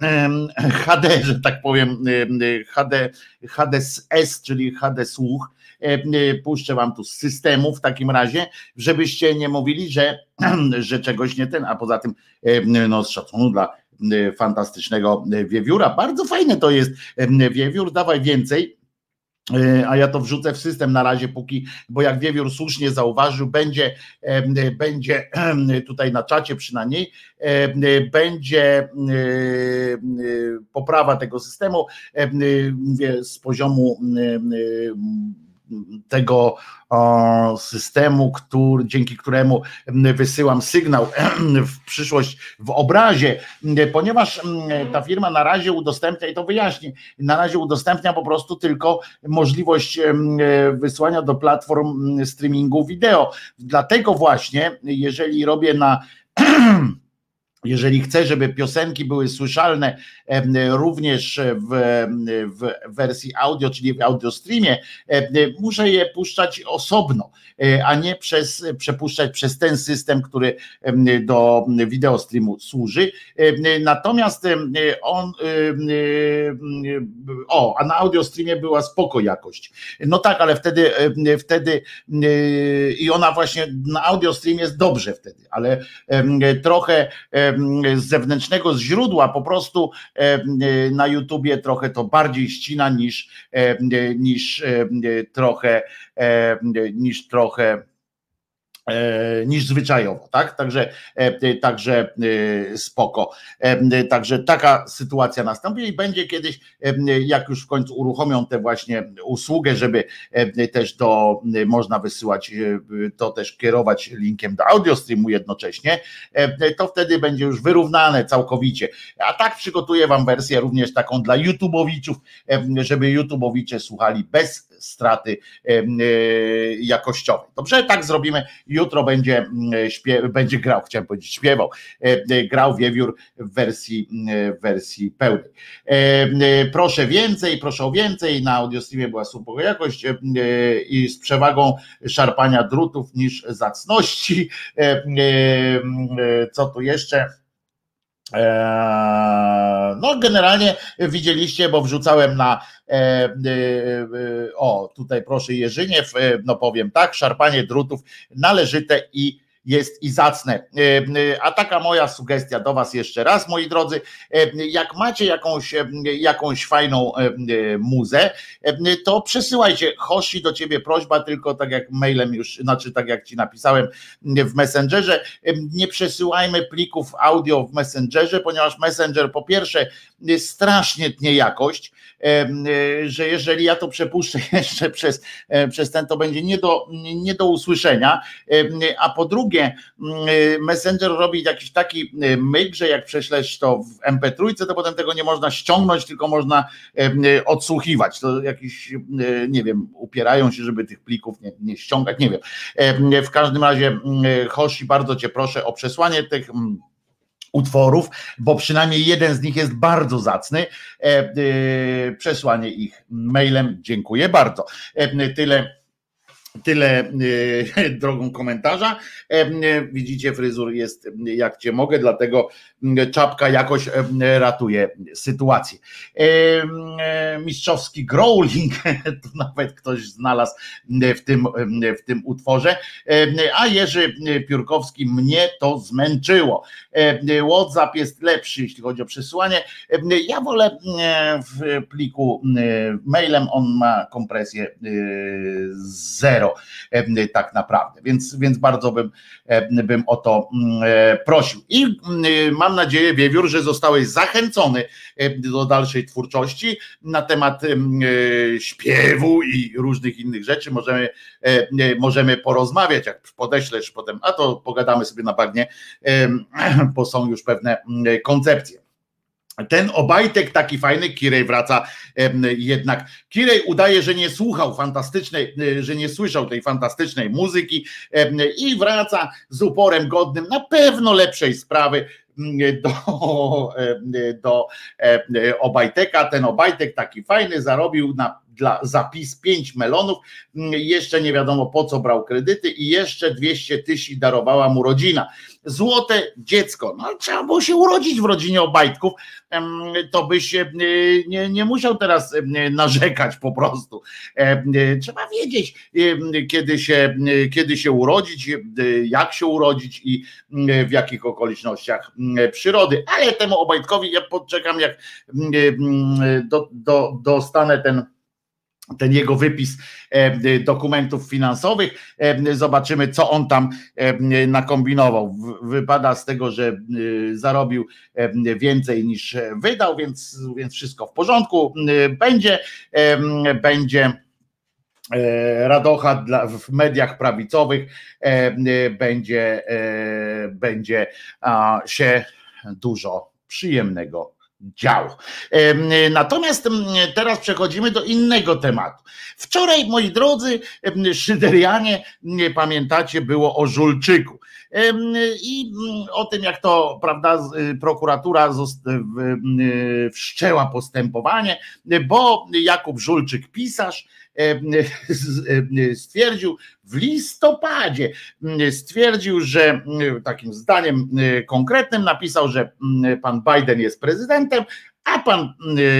H D, że tak powiem, H D, H D S, czyli H D słuch. Puszczę wam tu z systemu w takim razie, żebyście nie mówili, że, że czegoś nie ten, a poza tym no z szacunku dla fantastycznego Wiewióra, bardzo fajne to jest. Wiewiór, dawaj więcej. A ja to wrzucę w system na razie, póki, bo jak Wiewiór słusznie zauważył, będzie, będzie tutaj na czacie przynajmniej, będzie poprawa tego systemu, mówię, z poziomu tego systemu, który, dzięki któremu wysyłam sygnał w przyszłość w obrazie, ponieważ ta firma na razie udostępnia, i to wyjaśnię, na razie udostępnia po prostu tylko możliwość wysłania do platform streamingu wideo. Dlatego właśnie, jeżeli robię na jeżeli chcę, żeby piosenki były słyszalne również w, w wersji audio, czyli w audiostreamie, muszę je puszczać osobno, a nie przez, przepuszczać przez ten system, który do wideostreamu służy. Natomiast on, o, a na audiostreamie była spoko jakość. No tak, ale wtedy, wtedy i ona właśnie na audiostreamie jest dobrze wtedy, ale trochę z zewnętrznego źródła po prostu na YouTubie trochę to bardziej ścina niż, niż trochę niż trochę niż zwyczajowo, tak? Także, także spoko. Także taka sytuacja nastąpi i będzie kiedyś, jak już w końcu uruchomią tę właśnie usługę, żeby też do, można wysyłać, to też kierować linkiem do audiostreamu jednocześnie, to wtedy będzie już wyrównane całkowicie. A tak przygotuję wam wersję również taką dla YouTubeowiczów, żeby YouTubeowicze słuchali bez straty jakościowej. Dobrze, tak zrobimy. Jutro będzie, śpiew, będzie grał, chciałem powiedzieć śpiewał, grał Wiewiór w wersji, w wersji pełnej. Proszę więcej, proszę o więcej. Na audiostreamie była super jakość i z przewagą szarpania drutów niż zacności. Co tu jeszcze? No generalnie widzieliście, bo wrzucałem na o tutaj proszę Jerzyniew, no powiem tak, szarpanie drutów należyte i jest i zacne. A taka moja sugestia do was jeszcze raz, moi drodzy, jak macie jakąś, jakąś fajną muzę, to przesyłajcie. Hoshi, do ciebie prośba, tylko tak jak mailem już, znaczy tak jak ci napisałem w Messengerze, nie przesyłajmy plików audio w Messengerze, ponieważ Messenger po pierwsze strasznie tnie jakość, że jeżeli ja to przepuszczę jeszcze przez, przez ten, to będzie nie do, nie do usłyszenia, a po drugie Messenger robi jakiś taki myk, że jak prześlesz to w em pe trzy, to potem tego nie można ściągnąć, tylko można odsłuchiwać. To jakiś, nie wiem, upierają się, żeby tych plików nie, nie ściągać, nie wiem. W każdym razie, Hoshi, bardzo cię proszę o przesłanie tych utworów, bo przynajmniej jeden z nich jest bardzo zacny. Przesłanie ich mailem, dziękuję bardzo. Tyle Tyle e, drogą komentarza. E, widzicie, fryzur jest jak cię mogę, dlatego czapka jakoś e, ratuje sytuację. E, e, mistrzowski growling, to nawet ktoś znalazł w tym, w tym utworze. E, a Jerzy Piórkowski, mnie to zmęczyło. E, WhatsApp jest lepszy, jeśli chodzi o przesłanie. E, ja wolę e, w pliku e, mailem, on ma kompresję e, zero. Tak naprawdę, więc, więc bardzo bym, bym o to prosił. I mam nadzieję, Wiewiór, że zostałeś zachęcony do dalszej twórczości na temat śpiewu i różnych innych rzeczy. Możemy, możemy porozmawiać, jak podeślesz potem, a to pogadamy sobie na bagnie, bo są już pewne koncepcje. Ten Obajtek taki fajny, Kirej wraca jednak. Kirej udaje, że nie słuchał fantastycznej, że nie słyszał tej fantastycznej muzyki i wraca z uporem godnym na pewno lepszej sprawy do, do Obajteka. Ten Obajtek taki fajny zarobił na dla zapis pięć melonów, jeszcze nie wiadomo po co brał kredyty i jeszcze dwieście tysięcy darowała mu rodzina. Złote dziecko, no trzeba było się urodzić w rodzinie Obajtków, to byś nie, nie musiał teraz narzekać po prostu. Trzeba wiedzieć, kiedy się, kiedy się urodzić, jak się urodzić i w jakich okolicznościach przyrody, ale temu Obajtkowi ja podczekam, jak do, do, dostanę ten ten jego wypis dokumentów finansowych, zobaczymy, co on tam nakombinował. Wypada z tego, że zarobił więcej niż wydał, więc, więc wszystko w porządku. Będzie, będzie radocha dla, w mediach prawicowych, będzie, będzie się dużo przyjemnego działo. Natomiast teraz przechodzimy do innego tematu. Wczoraj, moi drodzy szyderianie, pamiętacie, było o Żulczyku i o tym, jak to, prawda, prokuratura wszczęła postępowanie, bo Jakub Żulczyk, pisarz, stwierdził w listopadzie, stwierdził, że takim zdaniem konkretnym napisał, że pan Biden jest prezydentem, a pan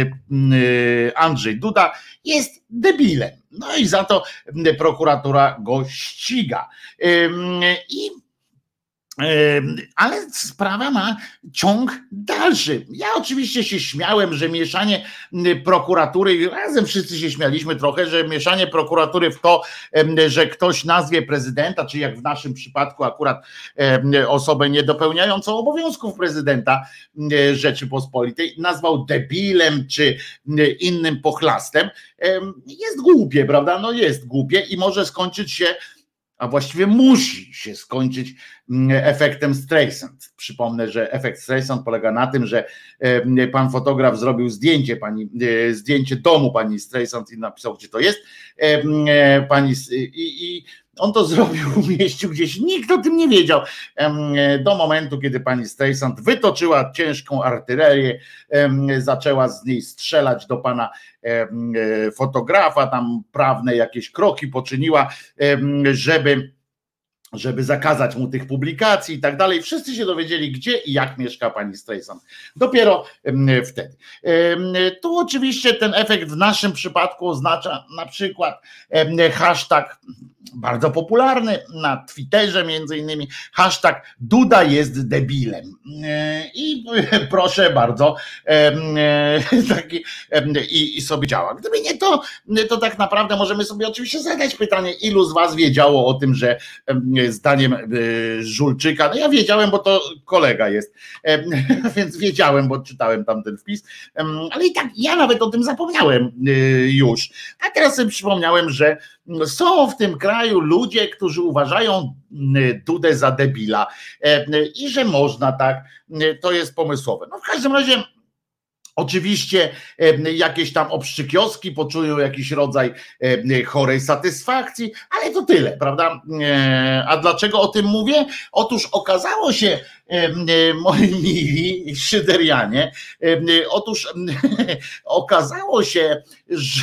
Andrzej Duda jest debilem. No i za to prokuratura go ściga. I Ale sprawa ma ciąg dalszy. Ja oczywiście się śmiałem, że mieszanie prokuratury, razem wszyscy się śmialiśmy trochę, że mieszanie prokuratury w to, że ktoś nazwie prezydenta, czy jak w naszym przypadku akurat osobę niedopełniającą obowiązków prezydenta Rzeczypospolitej, nazwał debilem czy innym pochlastem, jest głupie, prawda? No jest głupie i może skończyć się, a właściwie musi się skończyć efektem Streisand. Przypomnę, że efekt Streisand polega na tym, że pan fotograf zrobił zdjęcie pani, zdjęcie domu pani Streisand i napisał, gdzie to jest. Pani, i, i on to zrobił, umieścił gdzieś, nikt o tym nie wiedział, do momentu, kiedy pani Streisand wytoczyła ciężką artylerię, zaczęła z niej strzelać do pana fotografa, tam prawne jakieś kroki poczyniła, żeby żeby zakazać mu tych publikacji i tak dalej. Wszyscy się dowiedzieli, gdzie i jak mieszka pani Streisand. Dopiero wtedy. Tu oczywiście ten efekt w naszym przypadku oznacza na przykład hashtag bardzo popularny na Twitterze między innymi, hashtag Duda jest debilem. I proszę bardzo, taki, i, i sobie działa. Gdyby nie to, to tak naprawdę możemy sobie oczywiście zadać pytanie, ilu z was wiedziało o tym, że zdaniem Żulczyka, no ja wiedziałem, bo to kolega jest, więc wiedziałem, bo czytałem tam ten wpis, ale i tak ja nawet o tym zapomniałem już, a teraz sobie przypomniałem, że są w tym kraju ludzie, którzy uważają Dudę za debila i że można tak, to jest pomysłowe. No w każdym razie oczywiście jakieś tam obszczykioski poczują jakiś rodzaj chorej satysfakcji, ale to tyle, prawda? A dlaczego o tym mówię? Otóż okazało się, moi mili szyderianie, otóż okazało się, że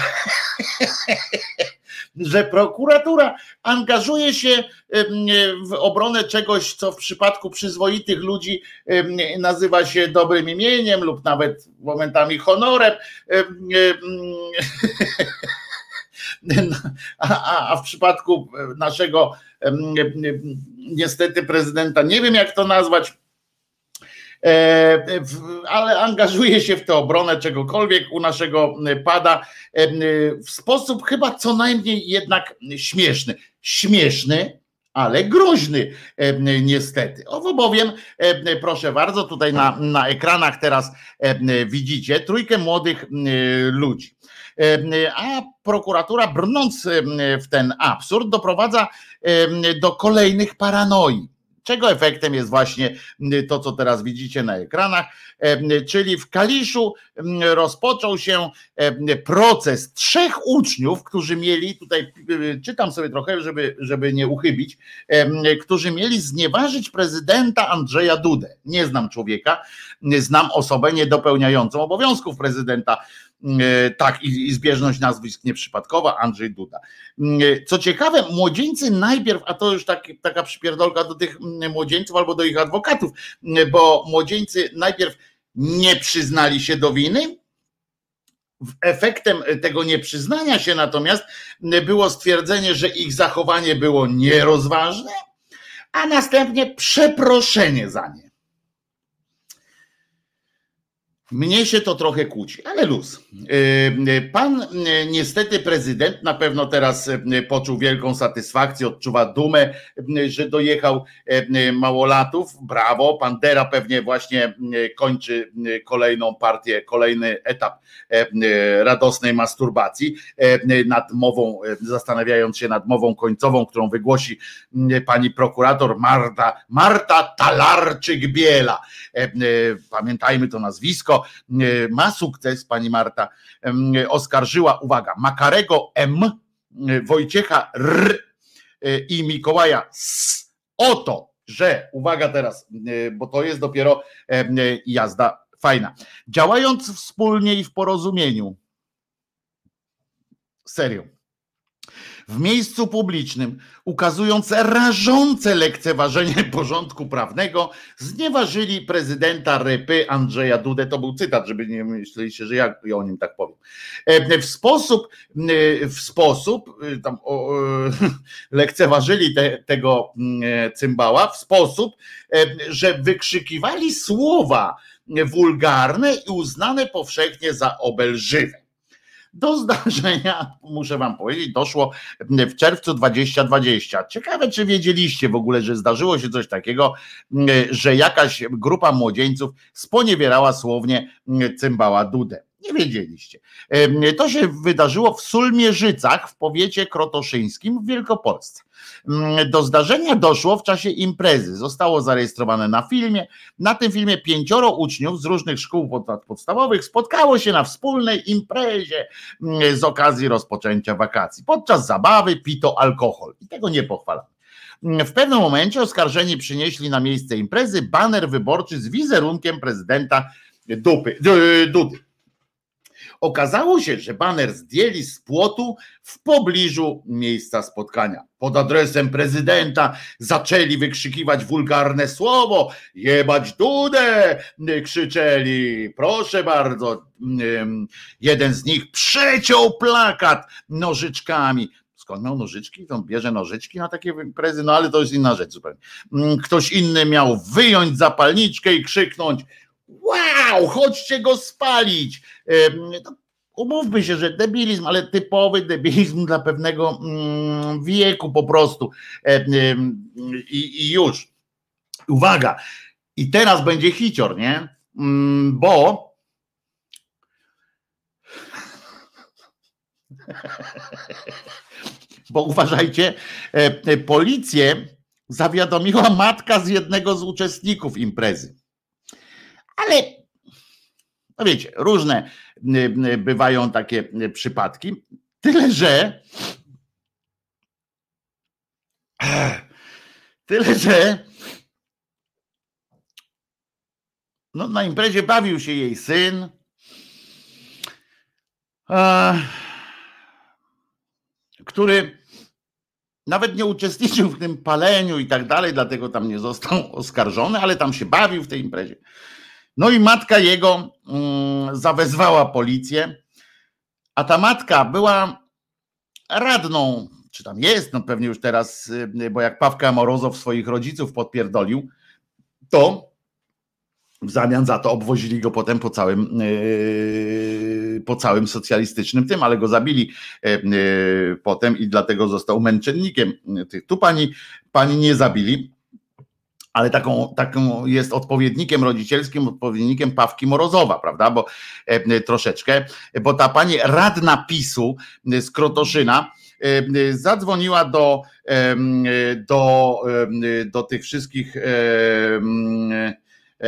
że prokuratura angażuje się w obronę czegoś, co w przypadku przyzwoitych ludzi nazywa się dobrym imieniem lub nawet momentami honorem, a, a w przypadku naszego niestety prezydenta, nie wiem jak to nazwać, ale angażuje się w tę obronę czegokolwiek u naszego pada w sposób chyba co najmniej jednak śmieszny. Śmieszny, ale groźny niestety. Owo bowiem, proszę bardzo, tutaj na, na ekranach teraz widzicie trójkę młodych ludzi. A prokuratura, brnąc w ten absurd, doprowadza do kolejnych paranoi. Czego efektem jest właśnie to, co teraz widzicie na ekranach, czyli w Kaliszu rozpoczął się proces trzech uczniów, którzy mieli, tutaj czytam sobie trochę, żeby, żeby nie uchybić, którzy mieli znieważyć prezydenta Andrzeja Dudę. Nie znam człowieka, znam osobę niedopełniającą obowiązków prezydenta. Tak, i, i zbieżność nazwisk nieprzypadkowa, Andrzej Duda. Co ciekawe, młodzieńcy najpierw, a to już tak, taka przypierdolka do tych młodzieńców albo do ich adwokatów, bo młodzieńcy najpierw nie przyznali się do winy. Efektem tego nieprzyznania się natomiast było stwierdzenie, że ich zachowanie było nierozważne, a następnie przeproszenie za nie. Mnie się to trochę kłóci, ale luz. Pan niestety prezydent na pewno teraz poczuł wielką satysfakcję, odczuwa dumę, że dojechał małolatów. Brawo, pan Dera pewnie właśnie kończy kolejną partię, kolejny etap radosnej masturbacji nad mową, zastanawiając się nad mową końcową, którą wygłosi pani prokurator Marta, Marta Talarczyk-Biela. Pamiętajmy to nazwisko. Ma sukces pani Marta, oskarżyła, uwaga, Makarego M, Wojciecha R i Mikołaja S o to, że, uwaga teraz, bo to jest dopiero jazda fajna, działając wspólnie i w porozumieniu, serio, w miejscu publicznym, ukazując rażące lekceważenie porządku prawnego, znieważyli prezydenta R P Andrzeja Dudę. To był cytat, żeby nie myśleliście, że ja o nim tak powiem. W sposób, w sposób tam o, lekceważyli te, tego cymbała w sposób, że wykrzykiwali słowa wulgarne i uznane powszechnie za obelżywe. Do zdarzenia, muszę wam powiedzieć, doszło w czerwcu dwa tysiące dwudziestym. Ciekawe, czy wiedzieliście w ogóle, że zdarzyło się coś takiego, że jakaś grupa młodzieńców sponiewierała słownie cymbała Dudę. Nie wiedzieliście. To się wydarzyło w Sulmierzycach w powiecie krotoszyńskim w Wielkopolsce. Do zdarzenia doszło w czasie imprezy. Zostało zarejestrowane na filmie. Na tym filmie pięcioro uczniów z różnych szkół podstawowych spotkało się na wspólnej imprezie z okazji rozpoczęcia wakacji. Podczas zabawy pito alkohol. I tego nie pochwalamy. W pewnym momencie oskarżeni przynieśli na miejsce imprezy baner wyborczy z wizerunkiem prezydenta Dupy, Dudy. Okazało się, że baner zdjęli z płotu w pobliżu miejsca spotkania. Pod adresem prezydenta zaczęli wykrzykiwać wulgarne słowo. Jebać Dudę! Krzyczeli. Proszę bardzo. Jeden z nich przeciął plakat nożyczkami. Skąd miał nożyczki? To bierze nożyczki na takie imprezy, no ale to jest inna rzecz zupełnie. Ktoś inny miał wyjąć zapalniczkę i krzyknąć: wow, chodźcie go spalić. Umówmy się, że debilizm, ale typowy debilizm dla pewnego wieku po prostu. I, i już. Uwaga. I teraz będzie hicior, nie? Bo bo uważajcie, policję zawiadomiła matka z jednego z uczestników imprezy. Ale, no wiecie, różne bywają takie przypadki. Tyle, że tyle, że no, na imprezie bawił się jej syn, który nawet nie uczestniczył w tym paleniu i tak dalej, dlatego tam nie został oskarżony, ale tam się bawił w tej imprezie. No i matka jego mm, zawezwała policję, a ta matka była radną, czy tam jest, no pewnie już teraz, bo jak Pawka Morozow swoich rodziców podpierdolił, to w zamian za to obwozili go potem po całym, yy, po całym socjalistycznym tym, ale go zabili yy, potem i dlatego został męczennikiem. Tu pani, pani nie zabili, ale taką, taką jest odpowiednikiem rodzicielskim, odpowiednikiem Pawki Morozowa, prawda, bo e, troszeczkę, bo ta pani radna PiSu z Krotoszyna e, zadzwoniła do, e, do, e, do tych wszystkich e,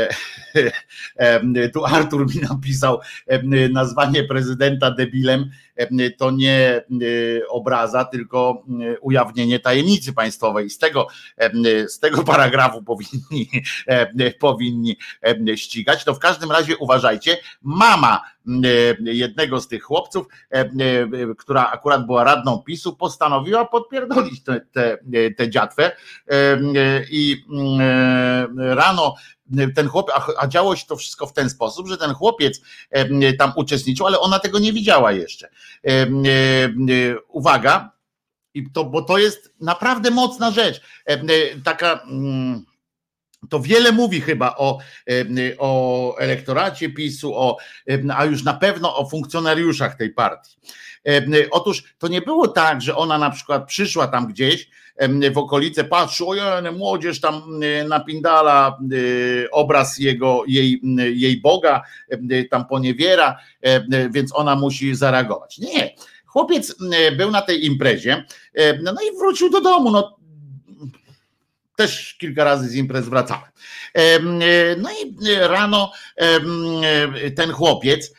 tu Artur mi napisał, nazwanie prezydenta debilem to nie obraza, tylko ujawnienie tajemnicy państwowej. Z tego, z tego paragrafu powinni, powinni ścigać. To w każdym razie uważajcie, mama jednego z tych chłopców, która akurat była radną PiSu, postanowiła podpierdolić tę dziatwę i rano ten chłopiec, a, a działo się to wszystko w ten sposób, że ten chłopiec e, tam uczestniczył, ale ona tego nie widziała jeszcze. E, e, uwaga, i to, bo to jest naprawdę mocna rzecz. E, e, taka, mm, to wiele mówi chyba o, e, o elektoracie PiSu, o, e, a już na pewno o funkcjonariuszach tej partii. E, otóż to nie było tak, że ona na przykład przyszła tam gdzieś w okolice, patrzy, ojej, młodzież tam napindala obraz jego, jej, jej Boga, tam poniewiera, więc ona musi zareagować. Nie, chłopiec był na tej imprezie, no i wrócił do domu, no też kilka razy z imprez wracałem. No i rano ten chłopiec,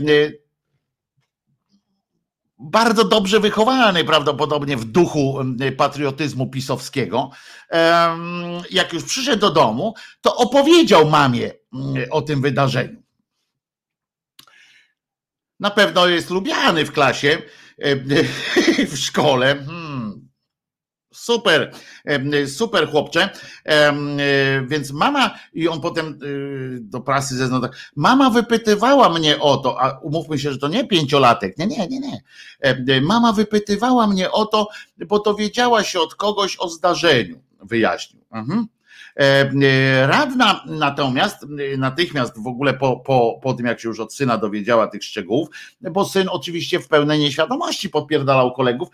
bardzo dobrze wychowany prawdopodobnie w duchu patriotyzmu pisowskiego, jak już przyszedł do domu, to opowiedział mamie o tym wydarzeniu. Na pewno jest lubiany w klasie, w szkole. Super, super chłopcze. Więc mama, i on potem do prasy zeznał tak, mama wypytywała mnie o to, a umówmy się, że to nie pięciolatek, nie, nie, nie, nie. Mama wypytywała mnie o to, bo dowiedziała się od kogoś o zdarzeniu, wyjaśnił. Mhm. Radna natomiast natychmiast w ogóle po, po, po tym, jak się już od syna dowiedziała tych szczegółów, bo syn oczywiście w pełnej nieświadomości podpierdalał kolegów,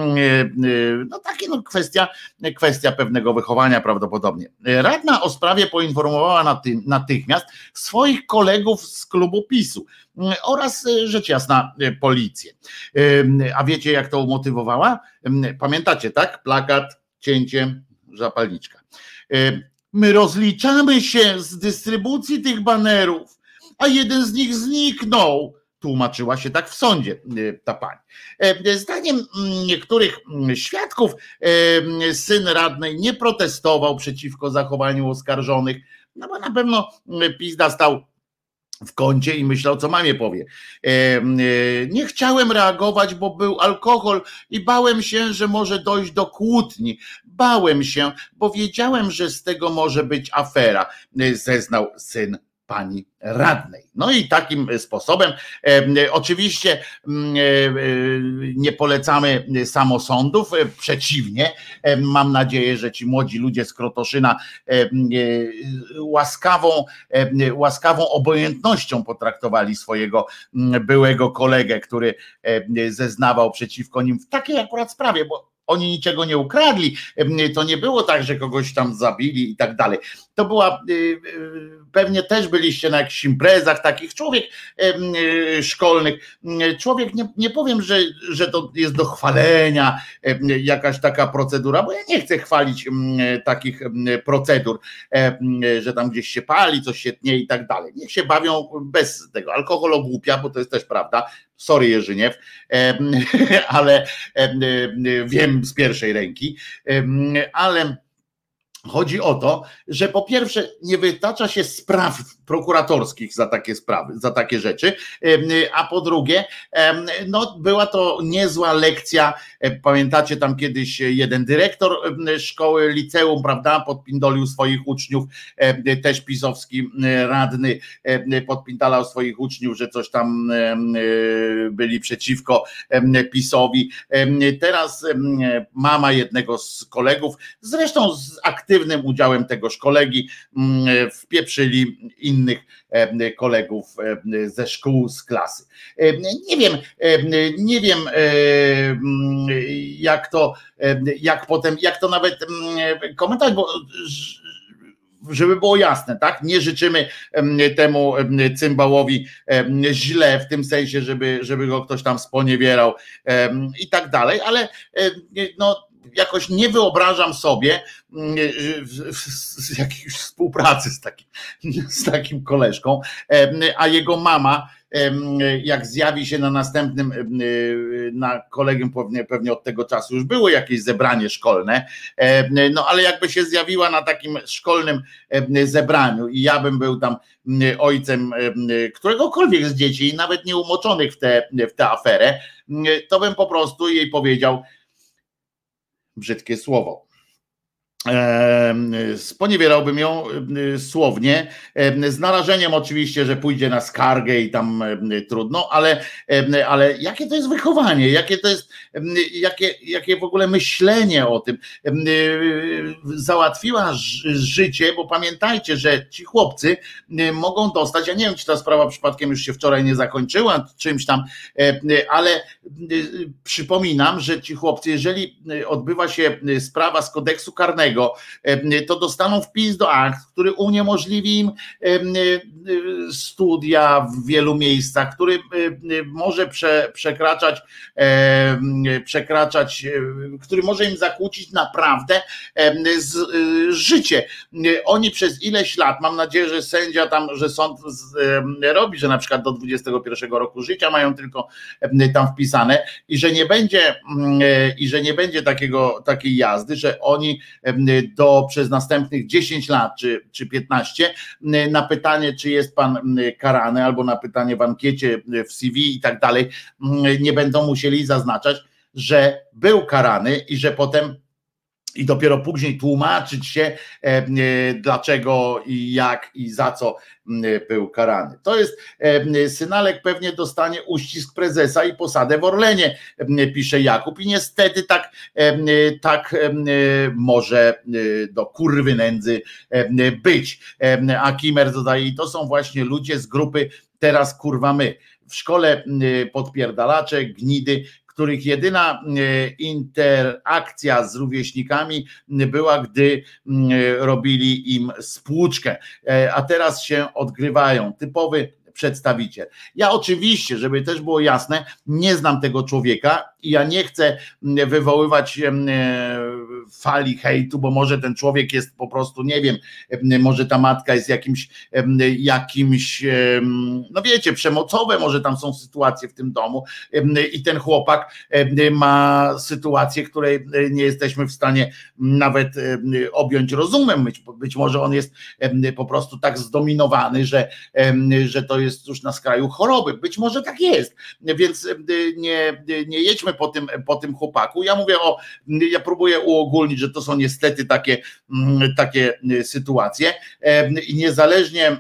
no takie no kwestia, kwestia pewnego wychowania prawdopodobnie. Radna o sprawie poinformowała naty, natychmiast swoich kolegów z klubu PiSu oraz rzecz jasna policję. A wiecie, jak to umotywowała? Pamiętacie, tak? Plakat, cięcie, zapalniczka. My rozliczamy się z dystrybucji tych banerów, a jeden z nich zniknął. Tłumaczyła się tak w sądzie ta pani. Zdaniem niektórych świadków syn radnej nie protestował przeciwko zachowaniu oskarżonych, no bo na pewno pizda stał w kącie i myślał, co mamie powie. Nie chciałem reagować, bo był alkohol i bałem się, że może dojść do kłótni. Bałem się, bo wiedziałem, że z tego może być afera, zeznał syn pani radnej. No i takim sposobem e, oczywiście e, nie polecamy samosądów, e, przeciwnie, e, mam nadzieję, że ci młodzi ludzie z Krotoszyna e, e, łaskawą, e, łaskawą obojętnością potraktowali swojego byłego kolegę, który e, zeznawał przeciwko nim w takiej akurat sprawie, bo oni niczego nie ukradli, to nie było tak, że kogoś tam zabili i tak dalej. To była, pewnie też byliście na jakichś imprezach takich, człowiek szkolnych, człowiek, nie, nie powiem, że, że to jest do chwalenia jakaś taka procedura, bo ja nie chcę chwalić takich procedur, że tam gdzieś się pali, coś się tnie i tak dalej. Niech się bawią bez tego. Alkohol ogłupia, bo to jest też prawda. Sorry Jerzyniew, ale wiem z pierwszej ręki, ale chodzi o to, że po pierwsze nie wytacza się spraw prokuratorskich za takie sprawy, za takie rzeczy, a po drugie, no była to niezła lekcja, pamiętacie tam kiedyś jeden dyrektor szkoły, liceum, prawda, podpindolił swoich uczniów, też pisowski radny podpindalał swoich uczniów, że coś tam byli przeciwko PiS-owi. Teraz mama jednego z kolegów, zresztą z aktywnym udziałem tegoż kolegi, wpieprzyli innych kolegów ze szkół, z klasy. Nie wiem, nie wiem jak to, jak potem, jak to nawet komentować, bo żeby było jasne, tak? Nie życzymy temu cymbałowi źle w tym sensie, żeby, żeby go ktoś tam sponiewierał i tak dalej, ale no jakoś nie wyobrażam sobie z jakiejś współpracy z takim, z takim koleżką, a jego mama, jak zjawi się na następnym, na kolegium, pewnie, pewnie od tego czasu już było jakieś zebranie szkolne, no ale jakby się zjawiła na takim szkolnym zebraniu i ja bym był tam ojcem któregokolwiek z dzieci, nawet nie umoczonych w tę w tę aferę, to bym po prostu jej powiedział brzydkie słowo. Sponiewierałbym ją słownie, z narażeniem oczywiście, że pójdzie na skargę i tam trudno, ale, ale jakie to jest wychowanie, jakie to jest, jakie, jakie w ogóle myślenie o tym. Załatwiła życie, bo pamiętajcie, że ci chłopcy mogą dostać, ja nie wiem, czy ta sprawa przypadkiem już się wczoraj nie zakończyła czymś tam, ale przypominam, że ci chłopcy, jeżeli odbywa się sprawa z kodeksu karnego, to dostaną wpis do akt, który uniemożliwi im studia w wielu miejscach, który może prze, przekraczać, przekraczać, który może im zakłócić naprawdę z, życie. Oni przez ileś lat, mam nadzieję, że sędzia tam, że sąd robi, że na przykład do dwudziestego pierwszego roku życia mają tylko tam wpisane i że nie będzie i że nie będzie takiego, takiej jazdy, że oni do przez następnych dziesięć lat czy, czy piętnaście na pytanie, czy jest pan karany, albo na pytanie w ankiecie w C V i tak dalej, nie będą musieli zaznaczać, że był karany i że potem i dopiero później tłumaczyć się, dlaczego i jak i za co był karany. To jest, Synalek pewnie dostanie uścisk prezesa i posadę w Orlenie, pisze Jakub, i niestety tak, tak może do kurwy nędzy być. A Kimer dodaje, i to są właśnie ludzie z grupy Teraz kurwa my. W szkole podpierdalacze, gnidy, których jedyna interakcja z rówieśnikami była, gdy robili im spłuczkę, a teraz się odgrywają. Typowy przedstawiciel. Ja oczywiście, żeby też było jasne, nie znam tego człowieka i ja nie chcę wywoływać fali hejtu, bo może ten człowiek jest po prostu, nie wiem, może ta matka jest jakimś, jakimś, no wiecie, przemocowe, może tam są sytuacje w tym domu i ten chłopak ma sytuację, której nie jesteśmy w stanie nawet objąć rozumem. Być, być może on jest po prostu tak zdominowany, że, że to jest już na skraju choroby. Być może tak jest, więc nie, nie jedźmy po tym, po tym chłopaku. Ja mówię o, ja próbuję uogólnić, że to są niestety takie, takie sytuacje i niezależnie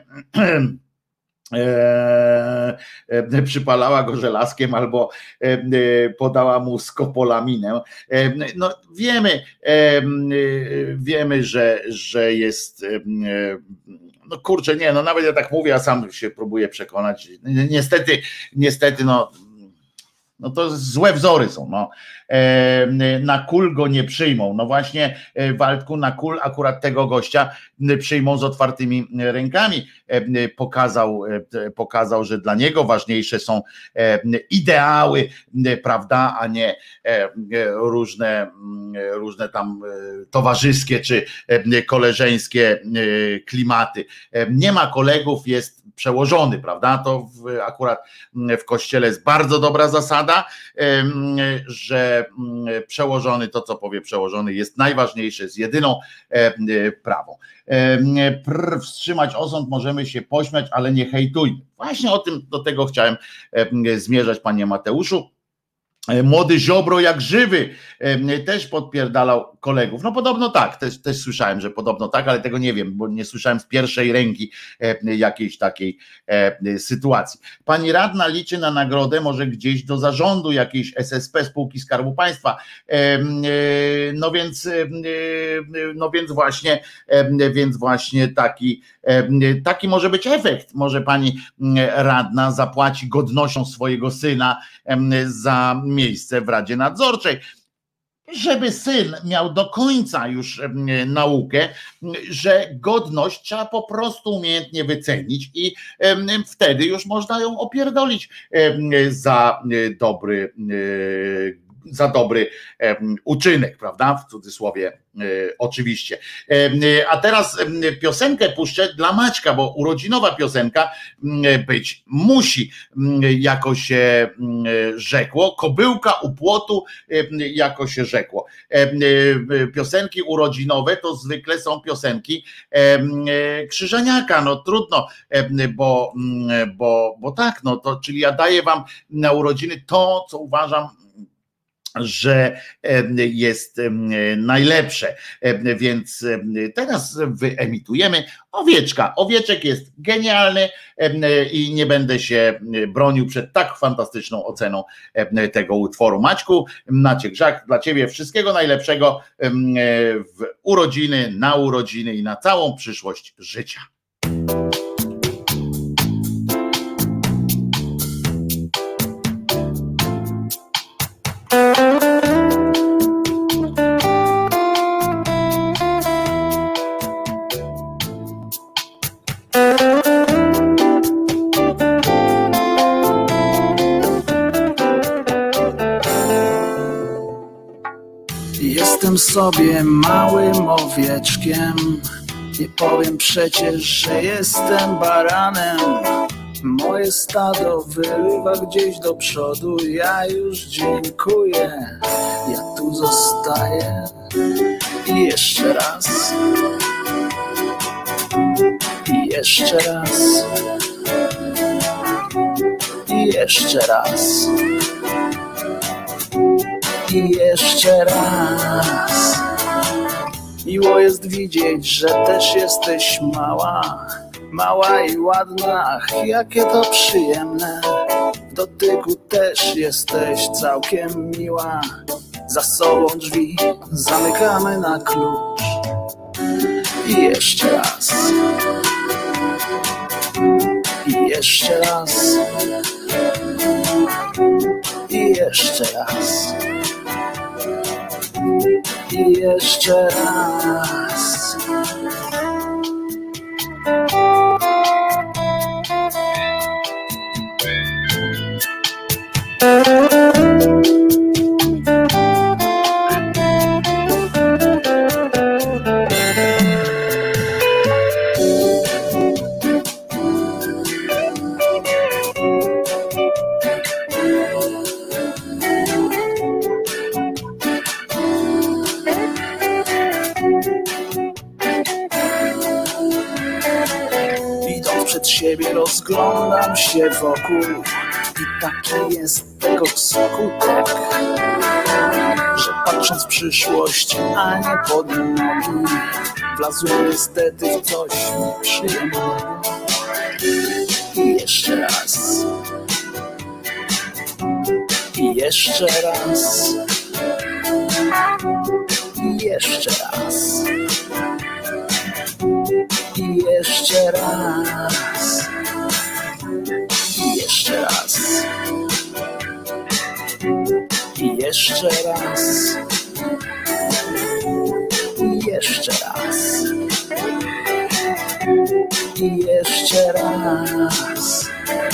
E, przypalała go żelazkiem albo e, podała mu skopolaminę. E, no wiemy, e, wiemy, że, że jest e, no kurczę, nie, no nawet ja tak mówię, a sam się próbuję przekonać. Niestety, niestety, no no to złe wzory są, no. E, na kul go nie przyjmą, no właśnie, Waldku, na kul akurat tego gościa przyjmą z otwartymi rękami. E, pokazał, e, pokazał, że dla niego ważniejsze są e, ideały, e, prawda, a nie e, różne, różne tam e, towarzyskie czy e, koleżeńskie e, klimaty. E, nie ma kolegów, jest przełożony, prawda, to w, akurat w kościele jest bardzo dobra zasada, że przełożony, to co powie przełożony jest najważniejsze, jest jedyną prawą. Wstrzymać osąd możemy się pośmiać, ale nie hejtujmy. Właśnie o tym, do tego chciałem zmierzać, panie Mateuszu. Młody Ziobro jak żywy też podpierdalał kolegów. No podobno tak, też, też słyszałem, że podobno tak, ale tego nie wiem, bo nie słyszałem z pierwszej ręki jakiejś takiej sytuacji. Pani radna liczy na nagrodę, może gdzieś do zarządu jakiejś S S P, spółki Skarbu Państwa. No więc, no więc właśnie, więc właśnie taki, taki może być efekt. Może pani radna zapłaci godnością swojego syna za miejsce w Radzie Nadzorczej, żeby syn miał do końca już naukę, że godność trzeba po prostu umiejętnie wycenić i wtedy już można ją opierdolić za dobry za dobry uczynek, prawda? W cudzysłowie oczywiście. A teraz piosenkę puszczę dla Maćka, bo urodzinowa piosenka być musi, jako się rzekło. Kobyłka u płotu, jako się rzekło. Piosenki urodzinowe to zwykle są piosenki Krzyżaniaka. No trudno, bo, bo, bo tak, no to, czyli ja daję wam na urodziny to, co uważam, że jest najlepsze, więc teraz wyemitujemy Owieczka. Owieczek jest genialny i nie będę się bronił przed tak fantastyczną oceną tego utworu. Maćku, Maciek Żak, dla ciebie wszystkiego najlepszego w urodziny, na urodziny i na całą przyszłość życia. Jestem sobie małym owieczkiem, nie powiem przecież, że jestem baranem. Moje stado wyrywa gdzieś do przodu, ja już dziękuję, ja tu zostaję. I jeszcze raz, i jeszcze raz, i jeszcze raz, i jeszcze raz. Miło jest widzieć, że też jesteś mała, mała i ładna, ach, jakie to przyjemne. W dotyku też jesteś całkiem miła. Za sobą drzwi zamykamy na klucz. I jeszcze raz. I jeszcze raz. I jeszcze raz. I jeszcze raz. Przed siebie rozglądam się wokół i taki jest tego skutek, że patrząc w przyszłość, a nie pod nogi, wlazłem niestety w coś nieprzyjemnego. I jeszcze raz. I jeszcze raz. I jeszcze raz. I jeszcze raz. I jeszcze raz. I jeszcze raz. I jeszcze raz. I jeszcze raz.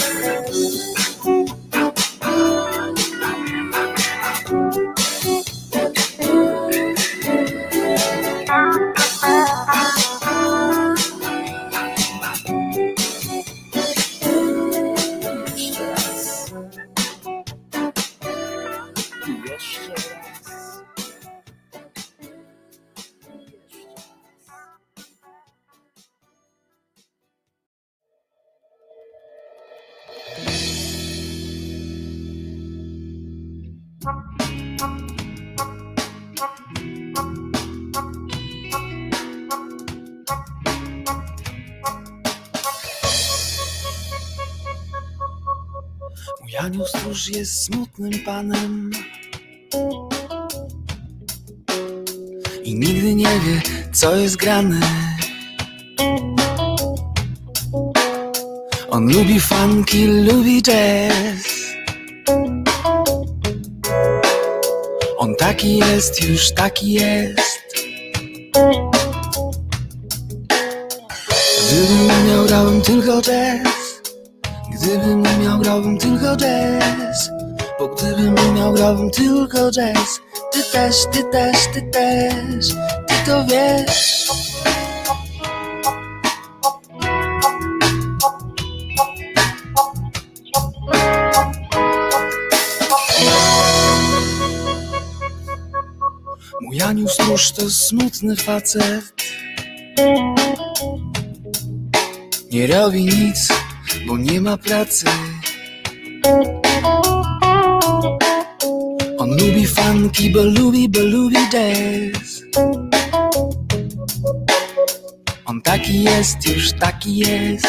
Mój anioł stróż jest smutnym panem i nigdy nie wie, co jest grane. On lubi funky, lubi jazz. On taki jest, już taki jest. Gdybym miał, grałbym tylko jazz. Gdybym nie miał, grałbym tylko jazz. Bo gdybym nie miał, grałbym tylko jazz. Ty też, ty też, ty też, ty to wiesz. Mój anioł stróż to smutny facet. Nie robi nic, bo nie ma pracy. On lubi funky, bo lubi, bo lubi jazz. On taki jest, już taki jest.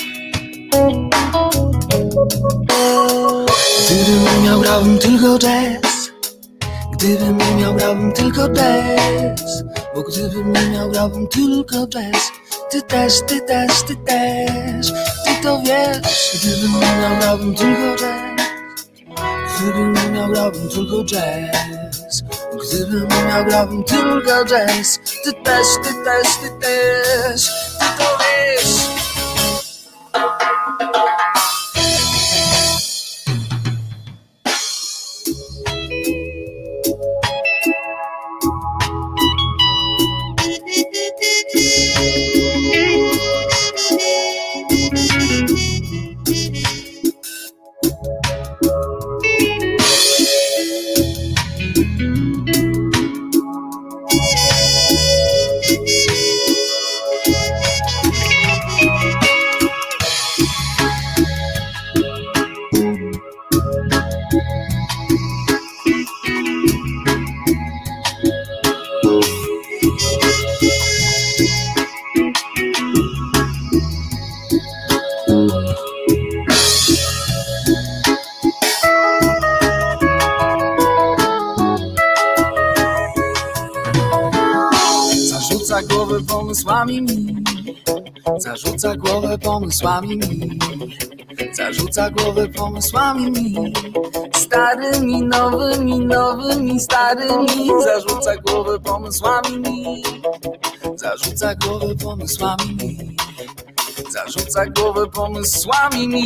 Gdybym nie miał, grałbym tylko jazz. Gdybym nie miał, grałbym tylko jazz. Bo gdybym nie miał, grałbym tylko jazz. Ty też, ty też, ty też, ty to wiesz. Gdybym nie miał, grałbym tylko jazz. Gdybym nie miał, grałbym tylko jazz. Gdybym nie miał, grałbym tylko jazz. Ty też, ty też, ty też, ty to wiesz. zarzuca głowę pomysłami mi, zarzuca głowę pomysłami mi, zarzuca głowę pomysłami mi, starymi, nowymi, nowymi, starymi, zarzuca głowę pomysłami mi, zarzuca głowę pomysłami mi, zarzuca głowę pomysłami mi,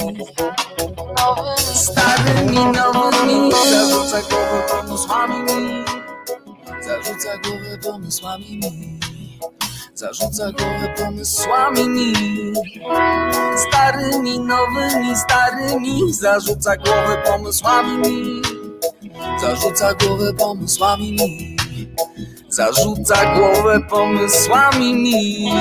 starymi, nowymi, zarzuca głowę pomysłami mi, zarzuca głowę pomysłami mi, zarzuca głowę pomysłami mi, starymi, nowymi, starymi, zarzuca głowę pomysłami mi, zarzuca głowę pomysłami mi, zarzuca głowę pomysłami mi.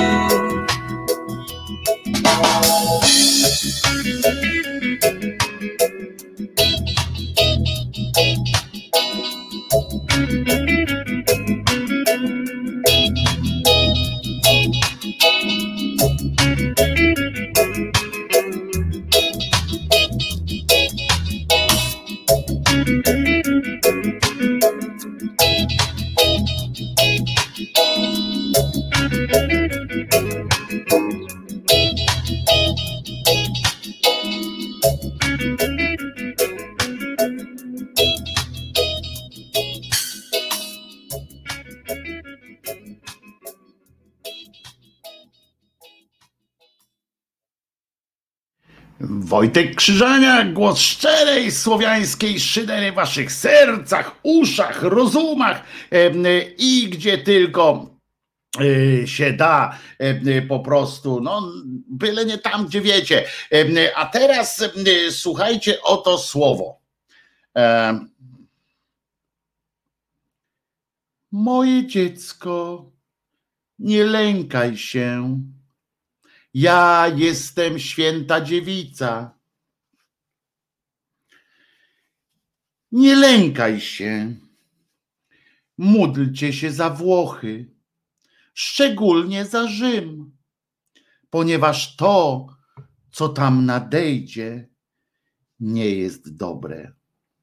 Wojtek Krzyżaniak, głos szczerej słowiańskiej szydery w waszych sercach, uszach, rozumach i gdzie tylko się da, po prostu, no byle nie tam, gdzie wiecie. A teraz słuchajcie oto słowo. Moje dziecko, nie lękaj się. Ja jestem święta dziewica. Nie lękaj się. Módlcie się za Włochy, szczególnie za Rzym, ponieważ to, co tam nadejdzie, nie jest dobre.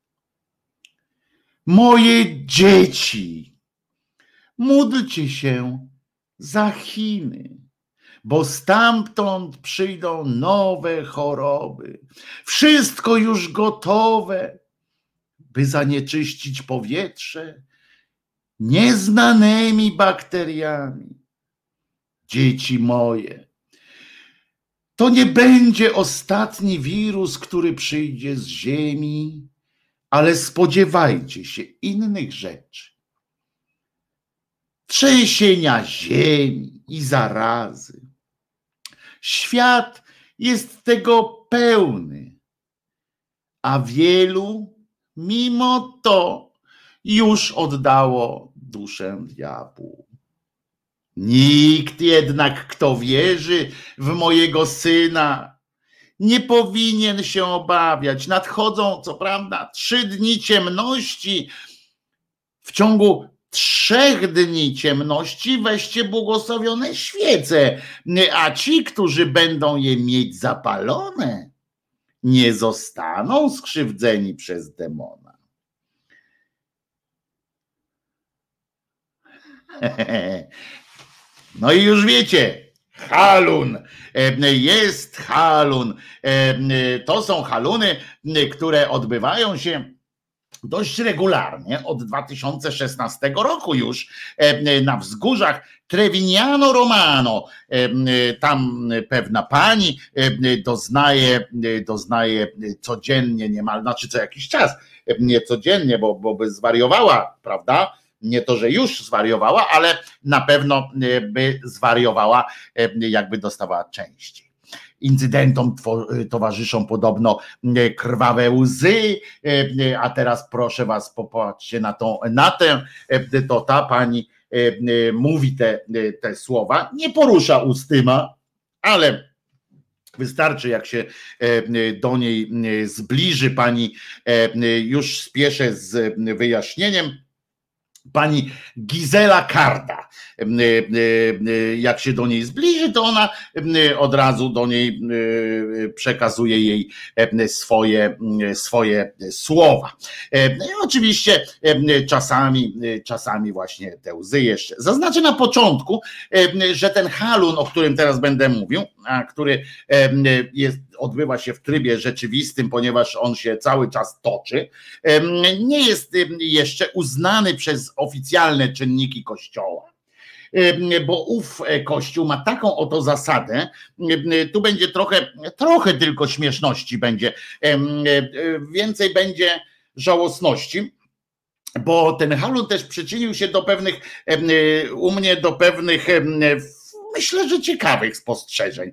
Moje dzieci, módlcie się za Chiny, bo stamtąd przyjdą nowe choroby. Wszystko już gotowe, by zanieczyścić powietrze nieznanymi bakteriami. Dzieci moje, to nie będzie ostatni wirus, który przyjdzie z Ziemi, ale spodziewajcie się innych rzeczy. Trzęsienia ziemi i zarazy. Świat jest tego pełny, a wielu mimo to już oddało duszę diabłu. Nikt jednak, kto wierzy w mojego Syna, nie powinien się obawiać. Nadchodzą, co prawda, trzy dni ciemności. W ciągu trzech dni ciemności weźcie błogosławione świece, a ci, którzy będą je mieć zapalone, nie zostaną skrzywdzeni przez demona. No i już wiecie, halun, jest halun. To są haluny, które odbywają się dość regularnie od dwa tysiące szesnastego roku już na wzgórzach Trevignano Romano. Tam pewna pani doznaje, doznaje codziennie niemal, znaczy co jakiś czas, nie codziennie, bo, bo by zwariowała, prawda? Nie to, że już zwariowała, ale na pewno by zwariowała, jakby dostawała częściej. Incydentom towarzyszą podobno krwawe łzy, a teraz proszę was, popatrzcie na, tą, na tę, to ta pani mówi te, te słowa, nie porusza ustyma, ale wystarczy, jak się do niej zbliży pani, już spieszę z wyjaśnieniem. pani Gizela Karda. Jak się do niej zbliży, to ona od razu do niej przekazuje jej swoje, swoje słowa. I oczywiście czasami, czasami właśnie te łzy jeszcze. Zaznaczę na początku, że ten halun, o którym teraz będę mówił, a który jest, odbywa się w trybie rzeczywistym, ponieważ on się cały czas toczy, nie jest jeszcze uznany przez oficjalne czynniki Kościoła, bo ów Kościół ma taką oto zasadę, tu będzie trochę, trochę tylko śmieszności będzie, więcej będzie żałosności, bo ten halun też przyczynił się do pewnych, u mnie do pewnych, myślę, że ciekawych spostrzeżeń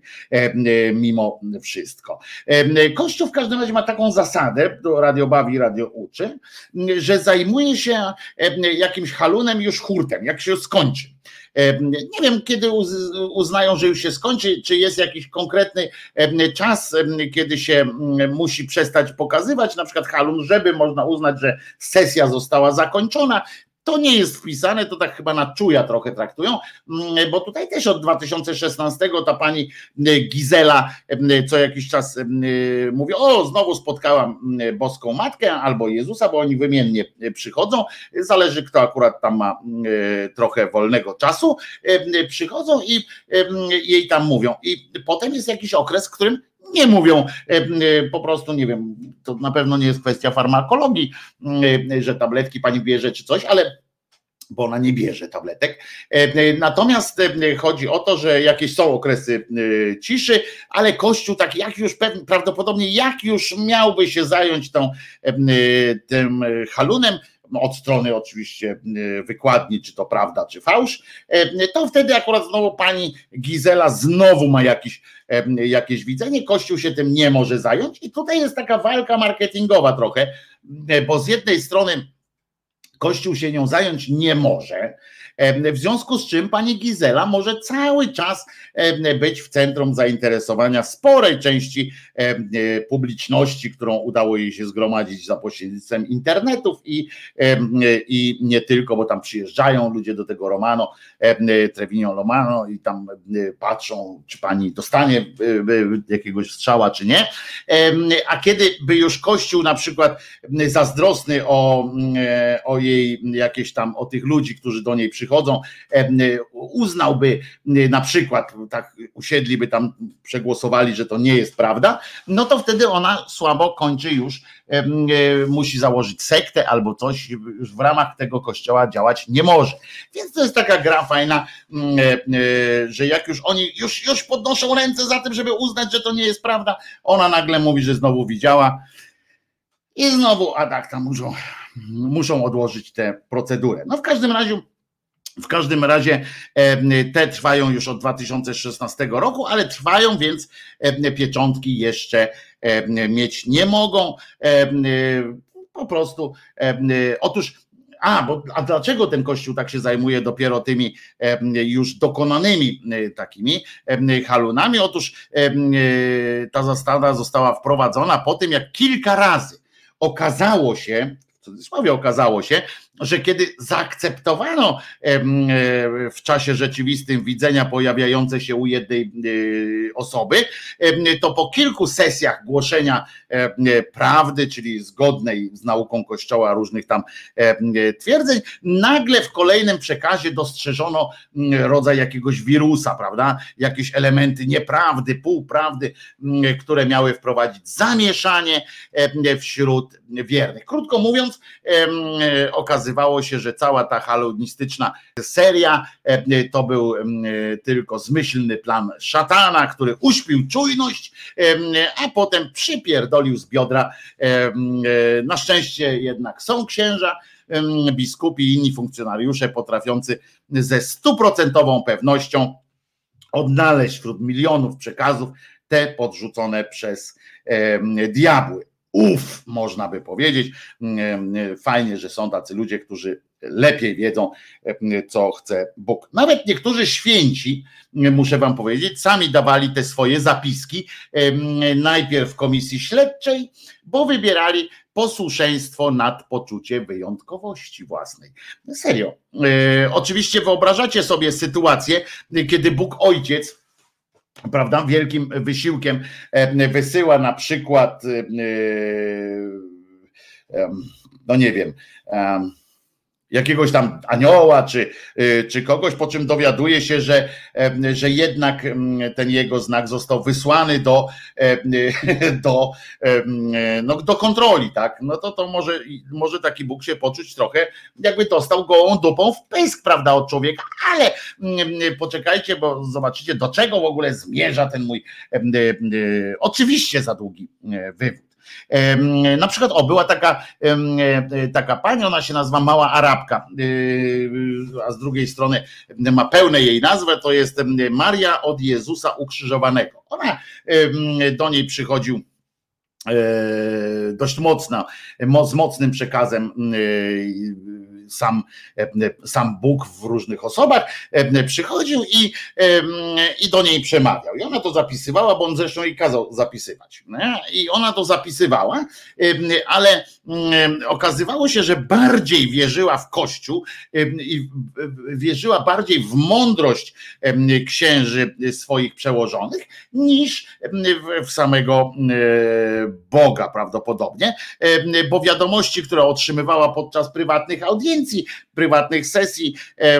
mimo wszystko. Kościół w każdym razie ma taką zasadę, to radio bawi, radio uczy, że zajmuje się jakimś halunem już hurtem, jak się skończy. Nie wiem, kiedy uznają, że już się skończy, czy jest jakiś konkretny czas, kiedy się musi przestać pokazywać na przykład halun, żeby można uznać, że sesja została zakończona. To nie jest wpisane, to tak chyba na czuja trochę traktują, bo tutaj też od dwa tysiące szesnastego ta pani Gizela co jakiś czas mówi, o znowu spotkałam Boską Matkę albo Jezusa, bo oni wymiennie przychodzą, zależy kto akurat tam ma trochę wolnego czasu, przychodzą i jej tam mówią i potem jest jakiś okres, w którym nie mówią, po prostu nie wiem, to na pewno nie jest kwestia farmakologii, że tabletki pani bierze czy coś, ale bo ona nie bierze tabletek. Natomiast chodzi o to, że jakieś są okresy ciszy, ale Kościół tak jak już pewnie, prawdopodobnie jak już miałby się zająć tą, tym halunem, od strony oczywiście wykładni, czy to prawda, czy fałsz, to wtedy akurat znowu pani Gizela znowu ma jakiś, jakieś widzenie, Kościół się tym nie może zająć i tutaj jest taka walka marketingowa trochę, bo z jednej strony Kościół się nią zająć nie może, w związku z czym pani Gizela może cały czas być w centrum zainteresowania sporej części publiczności, którą udało jej się zgromadzić za pośrednictwem internetów i, i nie tylko, bo tam przyjeżdżają ludzie do tego Romano, Trevino Romano i tam patrzą, czy pani dostanie jakiegoś strzała, czy nie. A kiedy by już Kościół na przykład zazdrosny o, o jej jakieś tam, o tych ludzi, którzy do niej przychodzą, przychodzą, uznałby na przykład, tak usiedliby tam, przegłosowali, że to nie jest prawda, no to wtedy ona słabo kończy już, musi założyć sektę albo coś, już w ramach tego kościoła działać nie może. Więc to jest taka gra fajna, że jak już oni już, już podnoszą ręce za tym, żeby uznać, że to nie jest prawda, ona nagle mówi, że znowu widziała i znowu, a tak tam muszą, muszą odłożyć tę procedurę. No w każdym razie W każdym razie te trwają już od dwa tysiące szesnastego roku, ale trwają, więc pieczątki jeszcze mieć nie mogą. Po prostu, otóż, a, bo, a dlaczego ten Kościół tak się zajmuje dopiero tymi już dokonanymi takimi halunami? Otóż ta zasada została wprowadzona po tym, jak kilka razy okazało się, w cudzysłowie okazało się, że kiedy zaakceptowano w czasie rzeczywistym widzenia pojawiające się u jednej osoby, to po kilku sesjach głoszenia prawdy, czyli zgodnej z nauką Kościoła różnych tam twierdzeń, nagle w kolejnym przekazie dostrzeżono rodzaj jakiegoś wirusa, prawda? Jakieś elementy nieprawdy, półprawdy, które miały wprowadzić zamieszanie wśród wiernych. Krótko mówiąc, okazało Okazywało się, że cała ta halunistyczna seria to był tylko zmyślny plan szatana, który uśpił czujność, a potem przypierdolił z biodra. Na szczęście jednak są księża, biskupi i inni funkcjonariusze potrafiący ze stuprocentową pewnością odnaleźć wśród milionów przekazów te podrzucone przez diabły. Uf, można by powiedzieć, fajnie, że są tacy ludzie, którzy lepiej wiedzą, co chce Bóg. Nawet niektórzy święci, muszę wam powiedzieć, sami dawali te swoje zapiski najpierw w komisji śledczej, bo wybierali posłuszeństwo nad poczucie wyjątkowości własnej. Serio. E, oczywiście wyobrażacie sobie sytuację, kiedy Bóg Ojciec, prawda, wielkim wysiłkiem e, wysyła na przykład e, e, no nie wiem, e, jakiegoś tam anioła, czy, czy kogoś, po czym dowiaduje się, że, że jednak ten jego znak został wysłany do, do, no, do kontroli, tak? No to, to może, może taki Bóg się poczuć trochę, jakby dostał gołą dupą w pysk, prawda, od człowieka, ale poczekajcie, bo zobaczycie, do czego w ogóle zmierza ten mój oczywiście za długi wywód. Na przykład, o, była taka, taka pani, ona się nazywa Mała Arabka, a z drugiej strony ma pełne jej nazwę, to jest Maria od Jezusa Ukrzyżowanego. Ona, do niej przychodził dość mocno, z mocnym przekazem sam, sam Bóg w różnych osobach przychodził i, i do niej przemawiał. I ona to zapisywała, bo on zresztą jej kazał zapisywać. I ona to zapisywała, ale okazywało się, że bardziej wierzyła w Kościół i wierzyła bardziej w mądrość księży swoich przełożonych niż w samego Boga prawdopodobnie, bo wiadomości, które otrzymywała podczas prywatnych audiencji, prywatnych sesji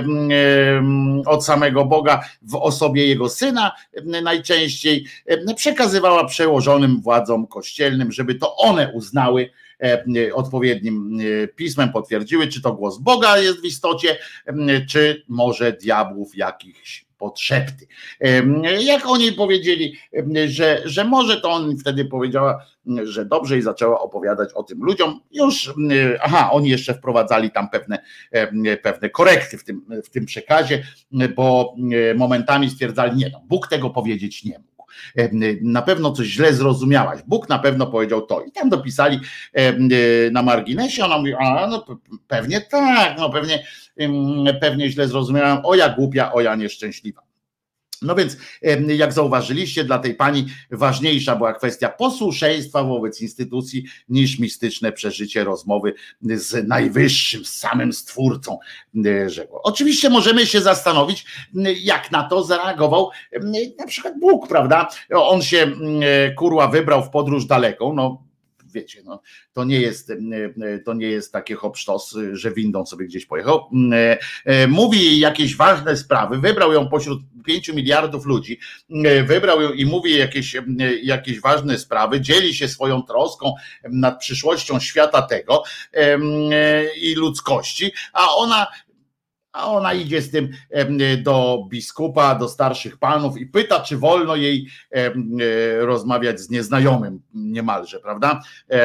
od samego Boga w osobie jego syna najczęściej przekazywała przełożonym władzom kościelnym, żeby to one uznały odpowiednim pismem, potwierdziły, czy to głos Boga jest w istocie, czy może diabłów jakichś podszepty. Jak oni powiedzieli, że, że może, to on wtedy powiedziała, że dobrze, i zaczęła opowiadać o tym ludziom. Już, aha, oni jeszcze wprowadzali tam pewne, pewne korekty w tym, w tym przekazie, bo momentami stwierdzali, nie no, Bóg tego powiedzieć nie mógł. Na pewno coś źle zrozumiałaś. Bóg na pewno powiedział to. I tam dopisali na marginesie, ona mówi, a no pewnie tak, no pewnie, pewnie źle zrozumiałam, o ja głupia, o ja nieszczęśliwa. No więc, jak zauważyliście, dla tej pani ważniejsza była kwestia posłuszeństwa wobec instytucji niż mistyczne przeżycie rozmowy z najwyższym, z samym Stwórcą, rzekła. Oczywiście możemy się zastanowić, jak na to zareagował na przykład Bóg, prawda? On się, kurwa, wybrał w podróż daleką, no wiecie, no, to nie jest, to nie jest takie hopsztos, że windą sobie gdzieś pojechał. Mówi jakieś ważne sprawy, wybrał ją pośród pięciu miliardów ludzi, wybrał ją i mówi jakieś, jakieś ważne sprawy, dzieli się swoją troską nad przyszłością świata tego i ludzkości, a ona A ona idzie z tym do biskupa, do starszych panów i pyta, czy wolno jej rozmawiać z nieznajomym niemalże, prawda?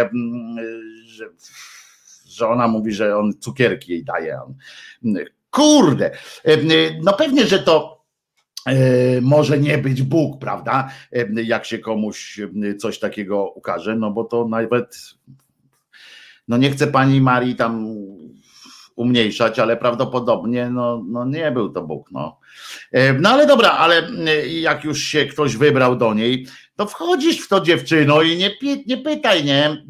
Że, że ona mówi, że on cukierki jej daje. Kurde, no pewnie, że to może nie być Bóg, prawda? Jak się komuś coś takiego ukaże, no bo to nawet, no nie chcę pani Marii tam umniejszać, ale prawdopodobnie no, no nie był to Bóg. No. no ale dobra, ale jak już się ktoś wybrał do niej, to wchodzisz w to, dziewczyno, i nie, nie pytaj, nie?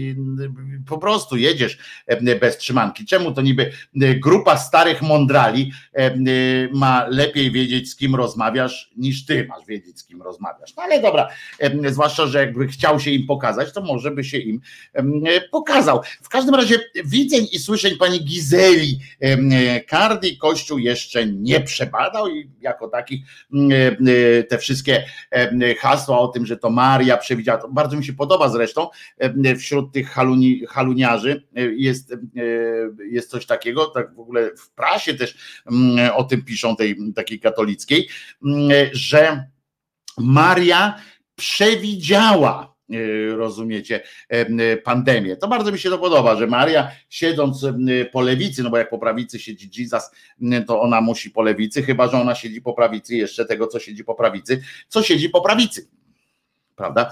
Po prostu jedziesz bez trzymanki. Czemu to niby grupa starych mądrali ma lepiej wiedzieć, z kim rozmawiasz, niż ty masz wiedzieć, z kim rozmawiasz. No ale dobra, zwłaszcza, że jakby chciał się im pokazać, to może by się im pokazał. W każdym razie widzeń i słyszeń pani Gizeli Kardi Kościół jeszcze nie przebadał i jako takich te wszystkie hasła o tym, że to Maria przewidziała, to bardzo mi się podoba zresztą, wśród tych haluni, haluniarzy jest, jest coś takiego, tak w ogóle w prasie też o tym piszą, tej takiej katolickiej, że Maria przewidziała, rozumiecie, pandemię. To bardzo mi się to podoba, że Maria, siedząc po lewicy, no bo jak po prawicy siedzi Jesus, to ona musi po lewicy, chyba że ona siedzi po prawicy jeszcze tego, co siedzi po prawicy, co siedzi po prawicy. prawda?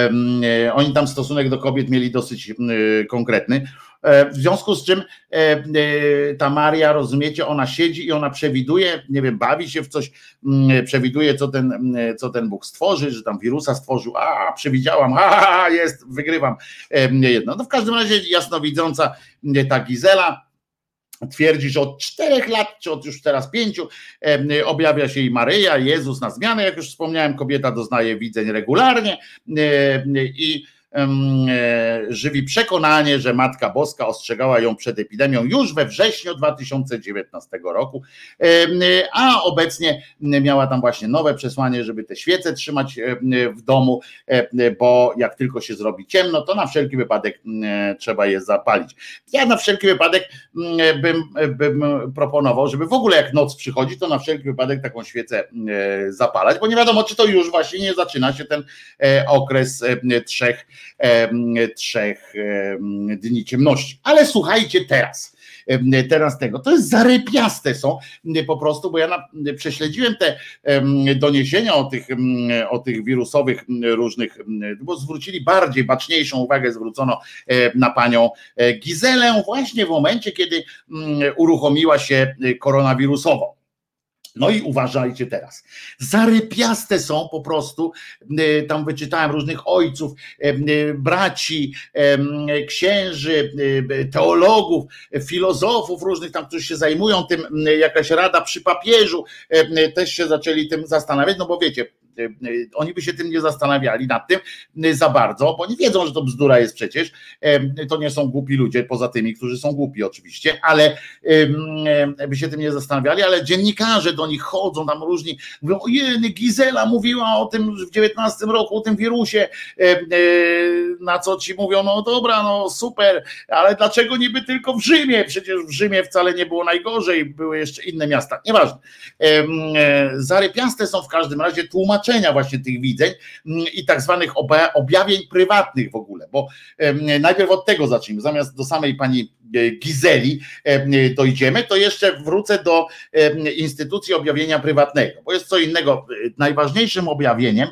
Oni tam stosunek do kobiet mieli dosyć konkretny. W związku z czym ta Maria, rozumiecie, ona siedzi i ona przewiduje, nie wiem, bawi się w coś, przewiduje, co ten, co ten Bóg stworzy, że tam wirusa stworzył, a przewidziałam, a jest, wygrywam jedno. No w każdym razie jasnowidząca ta Gizela twierdzi, że od czterech lat, czy od już teraz pięciu, e, objawia się jej Maryja, Jezus na zmianę, jak już wspomniałem, kobieta doznaje widzeń regularnie e, i e, żywi przekonanie, że Matka Boska ostrzegała ją przed epidemią już we wrześniu dwa tysiące dziewiętnastego roku, e, a obecnie miała tam właśnie nowe przesłanie, żeby te świece trzymać w domu, e, bo jak tylko się zrobi ciemno, to na wszelki wypadek e, trzeba je zapalić. Ja na wszelki wypadek bym, bym proponował, żeby w ogóle jak noc przychodzi, to na wszelki wypadek taką świecę zapalać, bo nie wiadomo, czy to już właśnie nie zaczyna się ten okres trzech, trzech dni ciemności. Ale słuchajcie teraz, teraz tego, to jest zarypiaste są po prostu, bo ja na, prześledziłem te doniesienia o tych, o tych wirusowych różnych, bo zwrócili bardziej, baczniejszą uwagę zwrócono na panią Gizelę właśnie w momencie, kiedy uruchomiła się koronawirusowo. No i uważajcie teraz, zarypiaste są po prostu, tam wyczytałem różnych ojców, braci, księży, teologów, filozofów różnych tam, którzy się zajmują tym, jakaś rada przy papieżu, też się zaczęli tym zastanawiać, no bo wiecie, oni by się tym nie zastanawiali nad tym za bardzo, bo nie wiedzą, że to bzdura jest przecież, to nie są głupi ludzie, poza tymi, którzy są głupi oczywiście, ale by się tym nie zastanawiali, ale dziennikarze do nich chodzą, tam różni, mówią, ojej, Gizela mówiła o tym w dziewiętnastym roku, o tym wirusie, na co ci mówią, no dobra, no super, ale dlaczego niby tylko w Rzymie, przecież w Rzymie wcale nie było najgorzej, były jeszcze inne miasta, nieważne. Zarypiaste są w każdym razie tłumaczenia właśnie tych widzeń i tak zwanych objawień prywatnych w ogóle, bo najpierw od tego zacznijmy, zamiast do samej pani Gizeli dojdziemy, to jeszcze wrócę do instytucji objawienia prywatnego, bo jest co innego. Najważniejszym objawieniem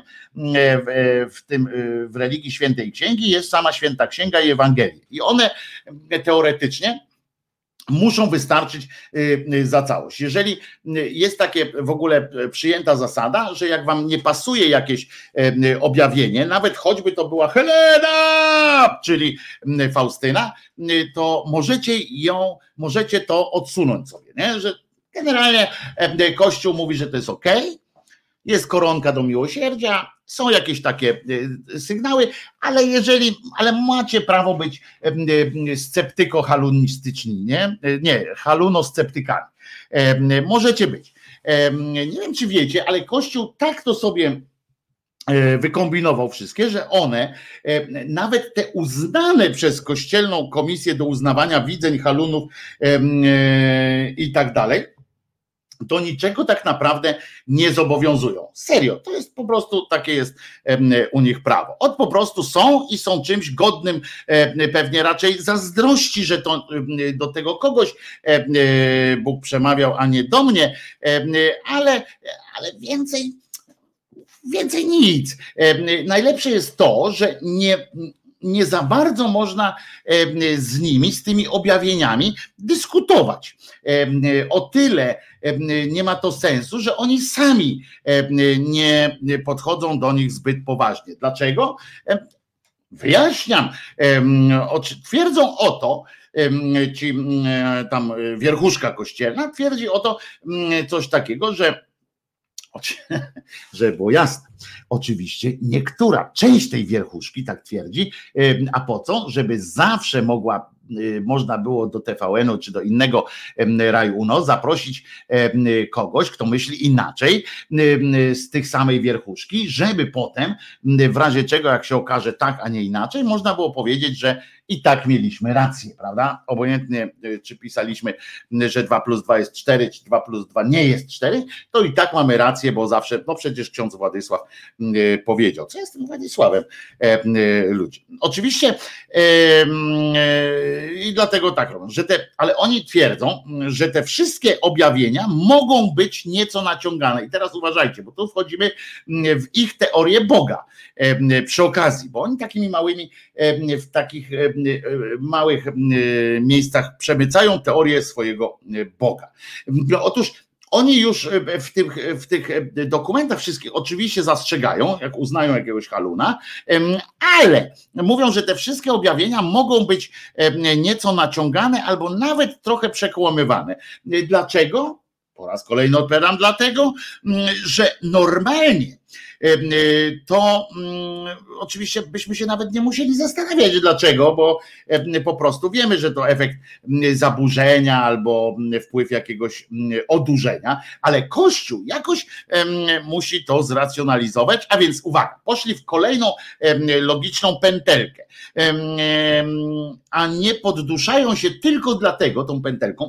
w tym, w religii Świętej Księgi jest sama Święta Księga i Ewangelie i one teoretycznie muszą wystarczyć za całość. Jeżeli jest takie w ogóle przyjęta zasada, że jak wam nie pasuje jakieś objawienie, nawet choćby to była Helena, czyli Faustyna, to możecie ją, możecie to odsunąć sobie, nie? Że generalnie Kościół mówi, że to jest okej, jest koronka do miłosierdzia, są jakieś takie sygnały, ale jeżeli, ale macie prawo być sceptyko-halunistyczni, nie? Nie, halunosceptykami. Możecie być. Nie wiem, czy wiecie, ale Kościół tak to sobie wykombinował wszystkie, że one, nawet te uznane przez Kościelną Komisję do uznawania widzeń, halunów i tak dalej, do niczego tak naprawdę nie zobowiązują. Serio, to jest po prostu, takie jest u nich prawo. Od po prostu są i są czymś godnym pewnie raczej zazdrości, że to do tego kogoś Bóg przemawiał, a nie do mnie, ale, ale więcej, więcej nic. Najlepsze jest to, że nie nie za bardzo można z nimi, z tymi objawieniami dyskutować. O tyle nie ma to sensu, że oni sami nie podchodzą do nich zbyt poważnie. Dlaczego? Wyjaśniam. Twierdzą o to, ci tam wierchuszka kościelna twierdzi o to coś takiego, że żeby było jasne, oczywiście niektóra część tej wierchuszki tak twierdzi, a po co? Żeby zawsze mogła, można było do T V N-u czy do innego Raju Uno zaprosić kogoś, kto myśli inaczej z tych samej wierchuszki, żeby potem w razie czego, jak się okaże tak, a nie inaczej, można było powiedzieć, że i tak mieliśmy rację, prawda? Obojętnie czy pisaliśmy, że dwa plus dwa jest cztery, czy dwa plus dwa nie jest cztery, to i tak mamy rację, bo zawsze, no przecież ksiądz Władysław powiedział, co jest tym Władysławem, ludzie. Oczywiście i dlatego tak robią, że te, ale oni twierdzą, że te wszystkie objawienia mogą być nieco naciągane. I teraz uważajcie, bo tu wchodzimy w ich teorię Boga przy okazji, bo oni takimi małymi, w takich małych miejscach przemycają teorię swojego Boga. Otóż oni już w tych, w tych dokumentach wszystkich oczywiście zastrzegają, jak uznają jakiegoś haluna, ale mówią, że te wszystkie objawienia mogą być nieco naciągane albo nawet trochę przekłamywane. Dlaczego? Po raz kolejny odpowiadam, dlatego, że normalnie to oczywiście byśmy się nawet nie musieli zastanawiać dlaczego, bo po prostu wiemy, że to efekt zaburzenia albo wpływ jakiegoś odurzenia, ale Kościół jakoś musi to zracjonalizować, a więc uwaga, poszli w kolejną logiczną pętelkę, a nie podduszają się tylko dlatego tą pętelką,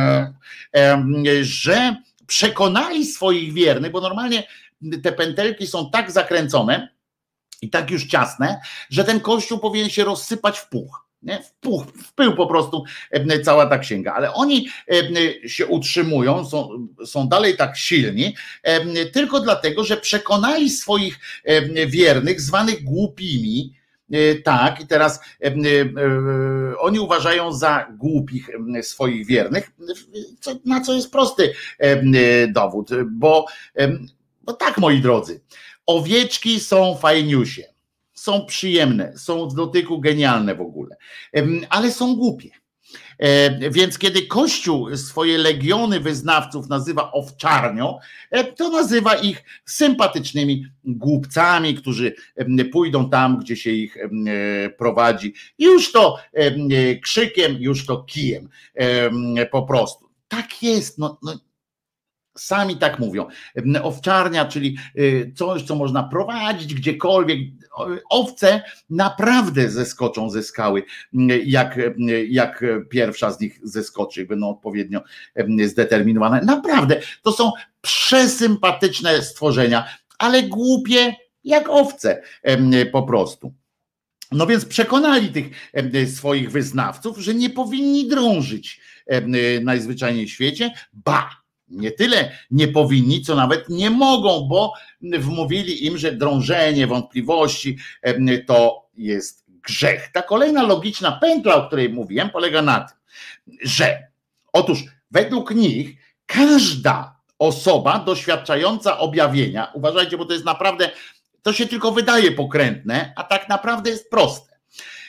że przekonali swoich wiernych, bo normalnie te pętelki są tak zakręcone i tak już ciasne, że ten kościół powinien się rozsypać w puch. Nie? W puch, w pył po prostu cała ta księga, ale oni się utrzymują, są, są dalej tak silni, tylko dlatego, że przekonali swoich wiernych, zwanych głupimi. Tak, i teraz e, e, oni uważają za głupich swoich wiernych, co, na co jest prosty e, dowód, bo, e, bo tak, moi drodzy, owieczki są fajniusie, są przyjemne, są w dotyku genialne w ogóle, e, ale są głupie. Więc kiedy Kościół swoje legiony wyznawców nazywa owczarnią, to nazywa ich sympatycznymi głupcami, którzy pójdą tam, gdzie się ich prowadzi. Już to krzykiem, już to kijem po prostu. Tak jest, no, no. Sami tak mówią. Owczarnia, czyli coś, co można prowadzić gdziekolwiek. Owce naprawdę zeskoczą ze skały, jak, jak pierwsza z nich zeskoczy, będą odpowiednio zdeterminowane. Naprawdę, to są przesympatyczne stworzenia, ale głupie jak owce po prostu. No więc przekonali tych swoich wyznawców, że nie powinni drążyć najzwyczajniej w świecie, ba, nie tyle nie powinni, co nawet nie mogą, bo wmówili im, że drążenie wątpliwości to jest grzech. Ta kolejna logiczna pętla, o której mówiłem, polega na tym, że otóż według nich każda osoba doświadczająca objawienia, uważajcie, bo to jest naprawdę, to się tylko wydaje pokrętne, a tak naprawdę jest proste.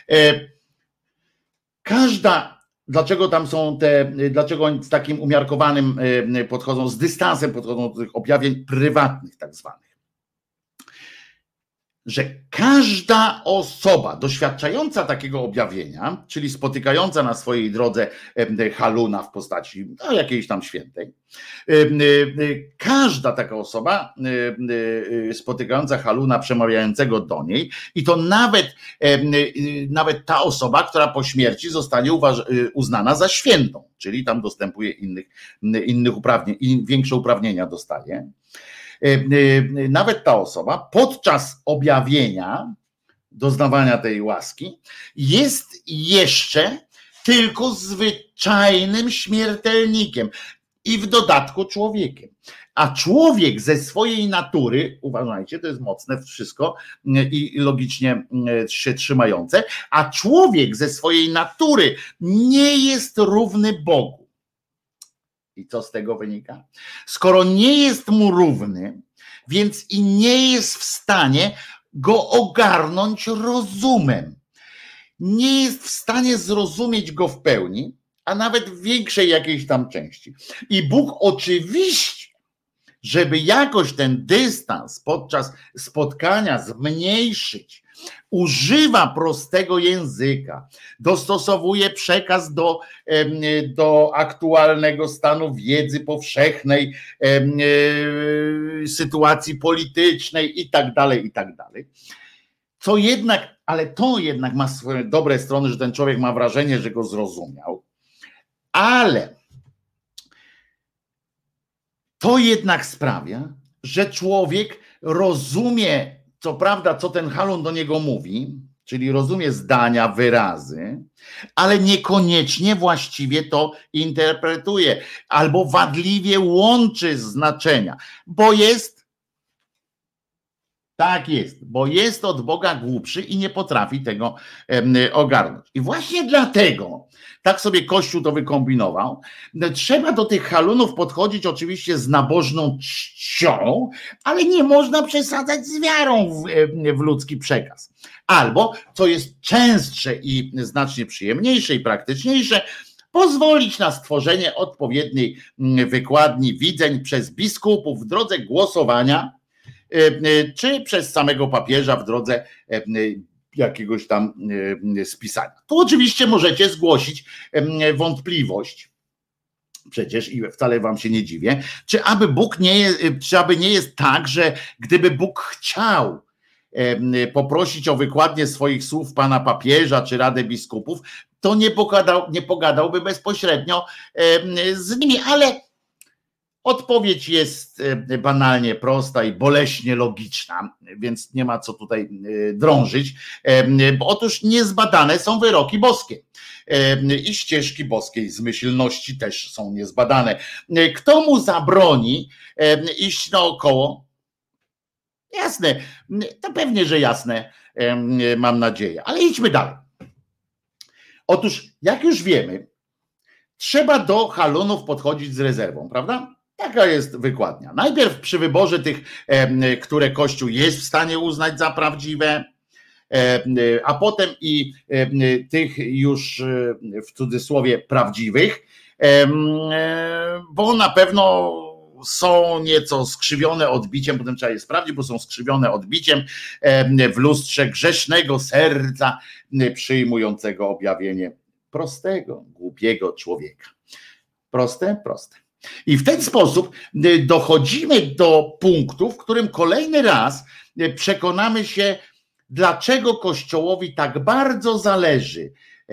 Każda Dlaczego tam są te, dlaczego oni z takim umiarkowanym podchodzą, z dystansem podchodzą do tych objawień prywatnych tak zwanych? Że każda osoba doświadczająca takiego objawienia, czyli spotykająca na swojej drodze haluna w postaci no, jakiejś tam świętej, każda taka osoba spotykająca haluna przemawiającego do niej i to nawet, nawet ta osoba, która po śmierci zostanie uznana za świętą, czyli tam dostępuje innych, innych uprawnień, i większe uprawnienia dostaje. Nawet ta osoba podczas objawienia, doznawania tej łaski, jest jeszcze tylko zwyczajnym śmiertelnikiem i w dodatku człowiekiem. A człowiek ze swojej natury, uważajcie, to jest mocne wszystko i logicznie się trzymające, a człowiek ze swojej natury nie jest równy Bogu. I co z tego wynika? Skoro nie jest mu równy, więc i nie jest w stanie go ogarnąć rozumem. Nie jest w stanie zrozumieć go w pełni, a nawet w większej jakiejś tam części. I Bóg oczywiście, żeby jakoś ten dystans podczas spotkania zmniejszyć, używa prostego języka, dostosowuje przekaz do, do aktualnego stanu wiedzy powszechnej, sytuacji politycznej i tak dalej, i tak dalej. Co jednak ale to jednak ma swoje dobre strony, że ten człowiek ma wrażenie, że go zrozumiał, ale to jednak sprawia, że człowiek rozumie, co prawda, co ten Halun do niego mówi, czyli rozumie zdania, wyrazy, ale niekoniecznie właściwie to interpretuje, albo wadliwie łączy znaczenia, bo jest, tak jest, bo jest od Boga głupszy i nie potrafi tego ogarnąć. I właśnie dlatego, tak sobie Kościół to wykombinował, trzeba do tych halunów podchodzić oczywiście z nabożną czcią, ale nie można przesadzać z wiarą w, w ludzki przekaz. Albo, co jest częstsze i znacznie przyjemniejsze i praktyczniejsze, pozwolić na stworzenie odpowiedniej wykładni widzeń przez biskupów w drodze głosowania, czy przez samego papieża w drodze jakiegoś tam spisania. Tu oczywiście możecie zgłosić wątpliwość, przecież i wcale wam się nie dziwię, czy aby Bóg nie jest, czy aby nie jest tak, że gdyby Bóg chciał poprosić o wykładnię swoich słów pana papieża czy Radę Biskupów, to nie pogadał, nie pogadałby bezpośrednio z nimi, ale odpowiedź jest banalnie prosta i boleśnie logiczna, więc nie ma co tutaj drążyć. Otóż niezbadane są wyroki boskie i ścieżki boskiej zmyślności też są niezbadane. Kto mu zabroni iść naokoło? Jasne, to pewnie, że jasne, mam nadzieję, ale idźmy dalej. Otóż, jak już wiemy, trzeba do halunów podchodzić z rezerwą, prawda? Taka jest wykładnia. Najpierw przy wyborze tych, które Kościół jest w stanie uznać za prawdziwe, a potem i tych już w cudzysłowie prawdziwych, bo na pewno są nieco skrzywione odbiciem, potem trzeba je sprawdzić, bo są skrzywione odbiciem w lustrze grzesznego serca przyjmującego objawienie prostego, głupiego człowieka. Proste? Proste. I w ten sposób dochodzimy do punktu, w którym kolejny raz przekonamy się, dlaczego Kościołowi tak bardzo zależy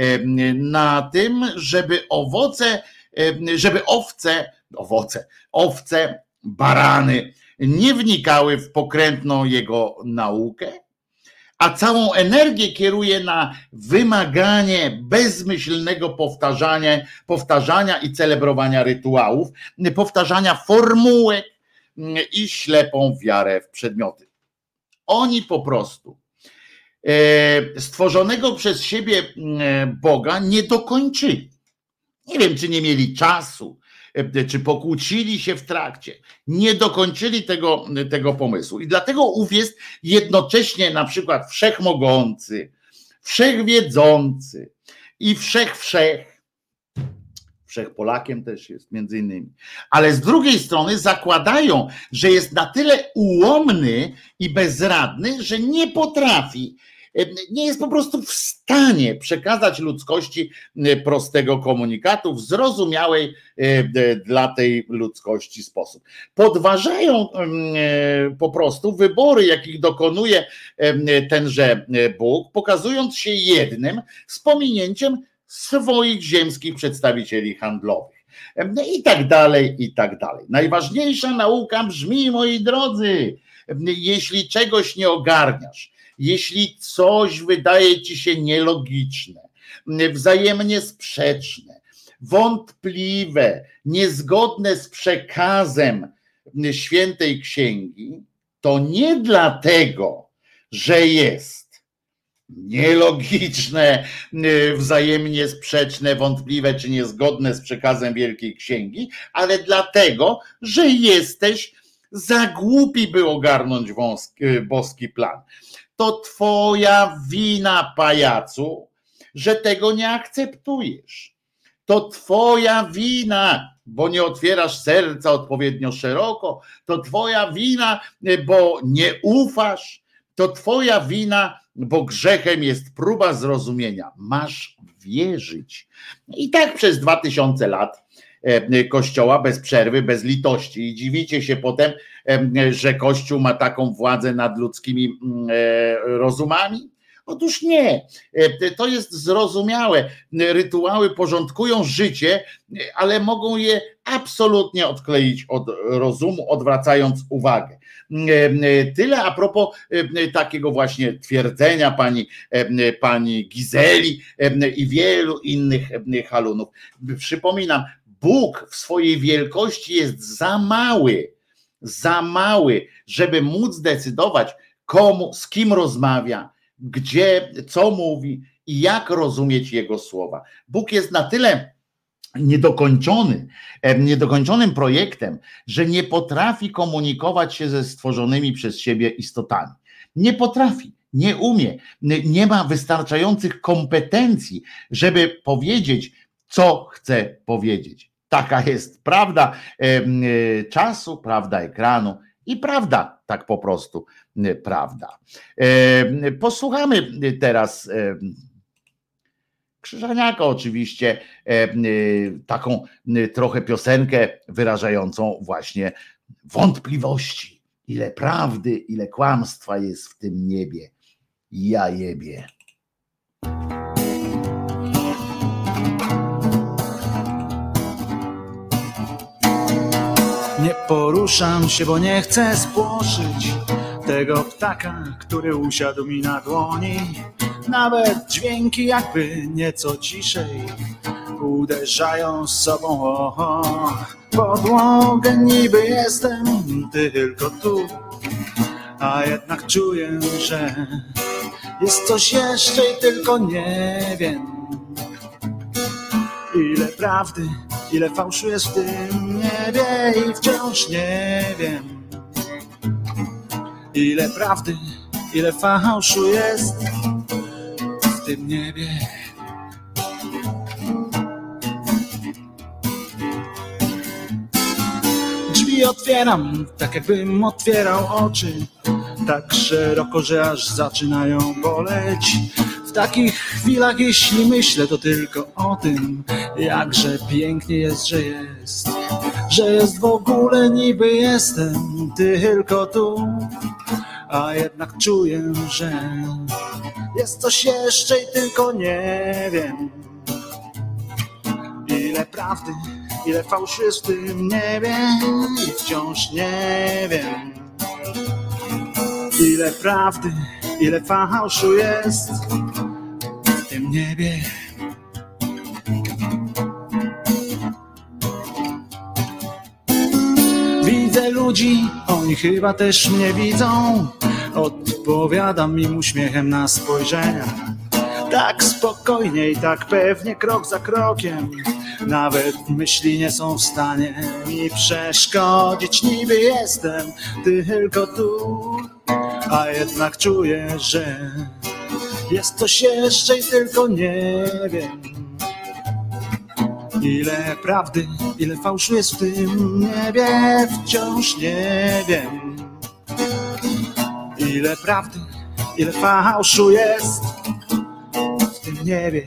na tym, żeby owoce, żeby owce, owoce, owce, barany nie wnikały w pokrętną jego naukę, a całą energię kieruje na wymaganie bezmyślnego powtarzania, powtarzania i celebrowania rytuałów, powtarzania formułek i ślepą wiarę w przedmioty. Oni po prostu stworzonego przez siebie Boga nie dokończyli. Nie wiem, czy nie mieli czasu, czy pokłócili się w trakcie. Nie dokończyli tego, tego pomysłu. I dlatego ów jest jednocześnie na przykład wszechmogący, wszechwiedzący i wszech wszech. Wszechpolakiem też jest między innymi. Ale z drugiej strony zakładają, że jest na tyle ułomny i bezradny, że nie potrafi, nie jest po prostu w stanie przekazać ludzkości prostego komunikatu w zrozumiałej dla tej ludzkości sposób. Podważają po prostu wybory, jakich dokonuje tenże Bóg, pokazując się jednym z pominięciem swoich ziemskich przedstawicieli handlowych. I tak dalej, i tak dalej. Najważniejsza nauka brzmi, moi drodzy, jeśli czegoś nie ogarniasz, jeśli coś wydaje ci się nielogiczne, wzajemnie sprzeczne, wątpliwe, niezgodne z przekazem Świętej Księgi, to nie dlatego, że jest nielogiczne, wzajemnie sprzeczne, wątpliwe czy niezgodne z przekazem Wielkiej Księgi, ale dlatego, że jesteś za głupi, by ogarnąć wąski, boski plan. To twoja wina, pajacu, że tego nie akceptujesz. To twoja wina, bo nie otwierasz serca odpowiednio szeroko. To twoja wina, bo nie ufasz. To twoja wina, bo grzechem jest próba zrozumienia. Masz wierzyć. I tak przez dwa tysiące lat Kościoła bez przerwy, bez litości. I dziwicie się potem, że Kościół ma taką władzę nad ludzkimi rozumami? Otóż nie, to jest zrozumiałe. Rytuały porządkują życie, ale mogą je absolutnie odkleić od rozumu, odwracając uwagę. Tyle a propos takiego właśnie twierdzenia pani, pani Gizeli i wielu innych halunów. Przypominam, Bóg w swojej wielkości jest za mały, za mały, żeby móc decydować, komu, z kim rozmawia, gdzie, co mówi i jak rozumieć jego słowa. Bóg jest na tyle niedokończony, niedokończonym projektem, że nie potrafi komunikować się ze stworzonymi przez siebie istotami. Nie potrafi, nie umie, nie ma wystarczających kompetencji, żeby powiedzieć, co chce powiedzieć. Taka jest prawda czasu, prawda ekranu i prawda, tak po prostu prawda. Posłuchamy teraz Krzyżaniaka oczywiście, taką trochę piosenkę wyrażającą właśnie wątpliwości. Ile prawdy, ile kłamstwa jest w tym niebie. Ja jebie. Nie poruszam się, bo nie chcę spłoszyć tego ptaka, który usiadł mi na dłoni. Nawet dźwięki jakby nieco ciszej uderzają z sobą o podłogę. Niby jestem tylko tu, a jednak czuję, że jest coś jeszcze i tylko nie wiem. Ile prawdy, ile fałszu jest w tym niebie i wciąż nie wiem. Ile prawdy, ile fałszu jest w tym niebie. Drzwi otwieram, tak jakbym otwierał oczy, tak szeroko, że aż zaczynają boleć. W takich chwilach, jeśli myślę, to tylko o tym, jakże pięknie jest, że jest, że jest w ogóle, niby jestem tylko tu, a jednak czuję, że jest coś jeszcze i tylko nie wiem. Ile prawdy, ile fałszu jest w tym niebie i wciąż nie wiem. Ile prawdy, ile fałszu jest w tym niebie. Widzę ludzi, oni chyba też mnie widzą. Odpowiadam im uśmiechem na spojrzenia. Tak spokojnie i tak pewnie, krok za krokiem. Nawet myśli nie są w stanie mi przeszkodzić. Niby jestem tylko tu, a jednak czuję, że jest coś jeszcze i tylko nie wiem. Ile prawdy, ile fałszu jest w tym niebie, wciąż nie wiem. Ile prawdy, ile fałszu jest w tym niebie.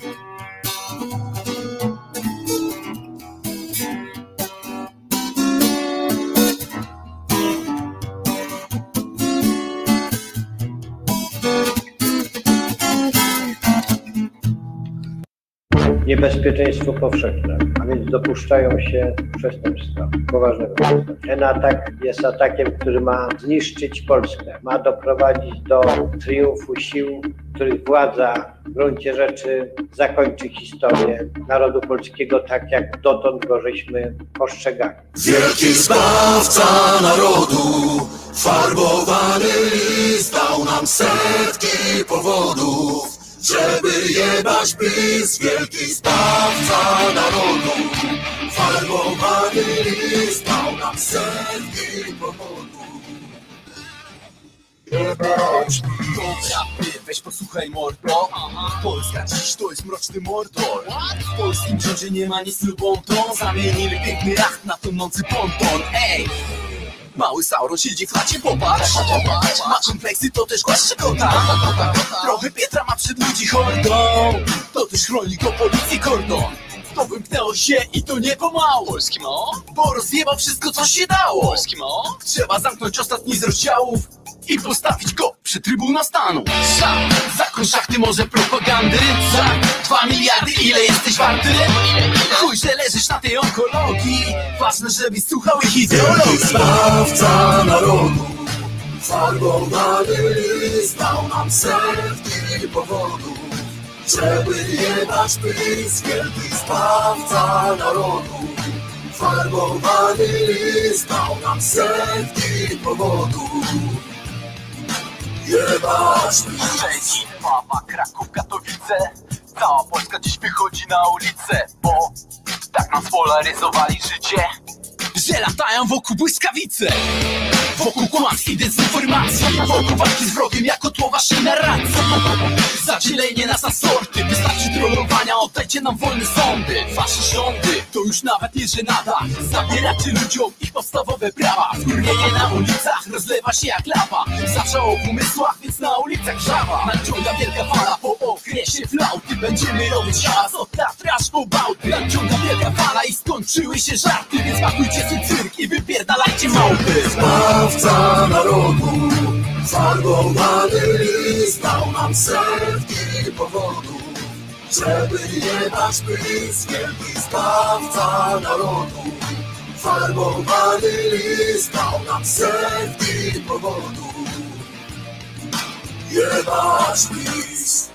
Niebezpieczeństwo powszechne, a więc dopuszczają się przestępstwa, poważnego przestępstwa. Ten atak jest atakiem, który ma zniszczyć Polskę, ma doprowadzić do triumfu sił, których władza w gruncie rzeczy zakończy historię narodu polskiego tak, jak dotąd go żeśmy postrzegali. Wielki zbawca narodu, farbowany list dał nam setki powodów, żeby jebać PiS. Wielki zbawca narodu, farbowany list dał nam setki powodów. Dobra, weź posłuchaj mordo. Polska dziś to jest mroczny mordor. W polskim rządzie nie ma nic lub bonton. Zamienili piękny jacht na tonący ponton. Ej! Mały Sauron siedzi w chacie, popatrz. Ma kompleksy, to też głaszcze kota. Trochę Pietra ma przed ludzi hordą. To też chroni go policji kordon. To wymknęło się i to nie pomału. Polski mo? Bo rozjebał wszystko, co się dało. Polski mo? Trzeba zamknąć ostatni z rozdziałów i postawić go przy przed Trybunał Stanu. Za, zakon szachty, może propagandy. Za dwa miliardy, ile jesteś warty? Chuj, że leżysz na tej onkologii. Ważne, żebyś słuchał ich ideologii. Zbawca narodu, farbowany list dał nam setki powodów, żeby jebać PiS. Wielki zbawca narodu, farbowany list dał nam setki powodów, jebać PiS. Szczecin, Wawa, Kraków, Katowice. Cała Polska dziś wychodzi na ulicę, bo tak nam spolaryzowali życie, że latają wokół błyskawice, wokół kłamstw i dezinformacji, wokół walki z wrogiem jako tło waszej narracji. Zadzielenie nas na sorty, wystarczy trollowania, oddajcie nam wolne sądy. Wasze rządy to już nawet nie żenada, zabieracie ludziom ich podstawowe prawa. Wkurwienie na ulicach rozlewa się jak lawa, zaczęło w umysłach, więc na ulicach żawa. Nadciąga wielka fala po okresie flauty, będziemy robić hałas od Tatra aż po Bałty. Nadciąga wielka fala i skończyły się żarty, więc pakujcie swój cyrk i wypierdalajcie małpy. Zbawca narodu, farbowany list dał nam setki powodów, żeby jebać PiS. Wielki zbawca narodu, farbowany list dał nam setki powodów, jebać PiS.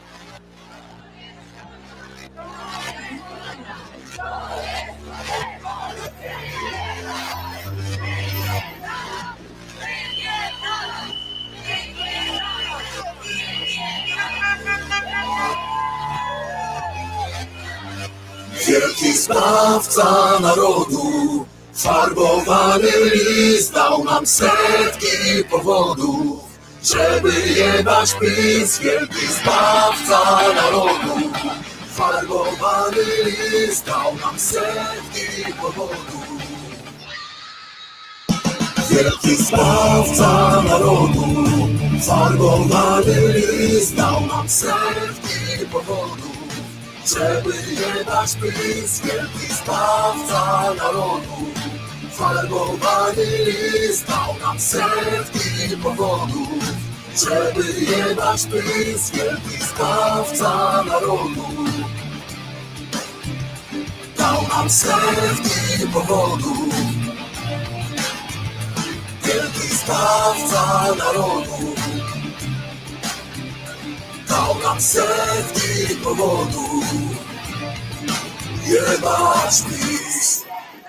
Wielki zbawca narodu, farbowany list dał nam setki powodów, żeby jebać PiS. Wielki zbawca narodu, farbowany list dał nam setki powodów. Wielki zbawca narodu, farbowany list dał nam setki powodów, żeby jebać PiS. Wielki zbawca narodu, farbowany list dał nam setki powodów, żeby jebać PiS. Wielki zbawca narodu, dał nam setki powodów. Wielki zbawca narodu, dał nam setki powodów, jebać PiS.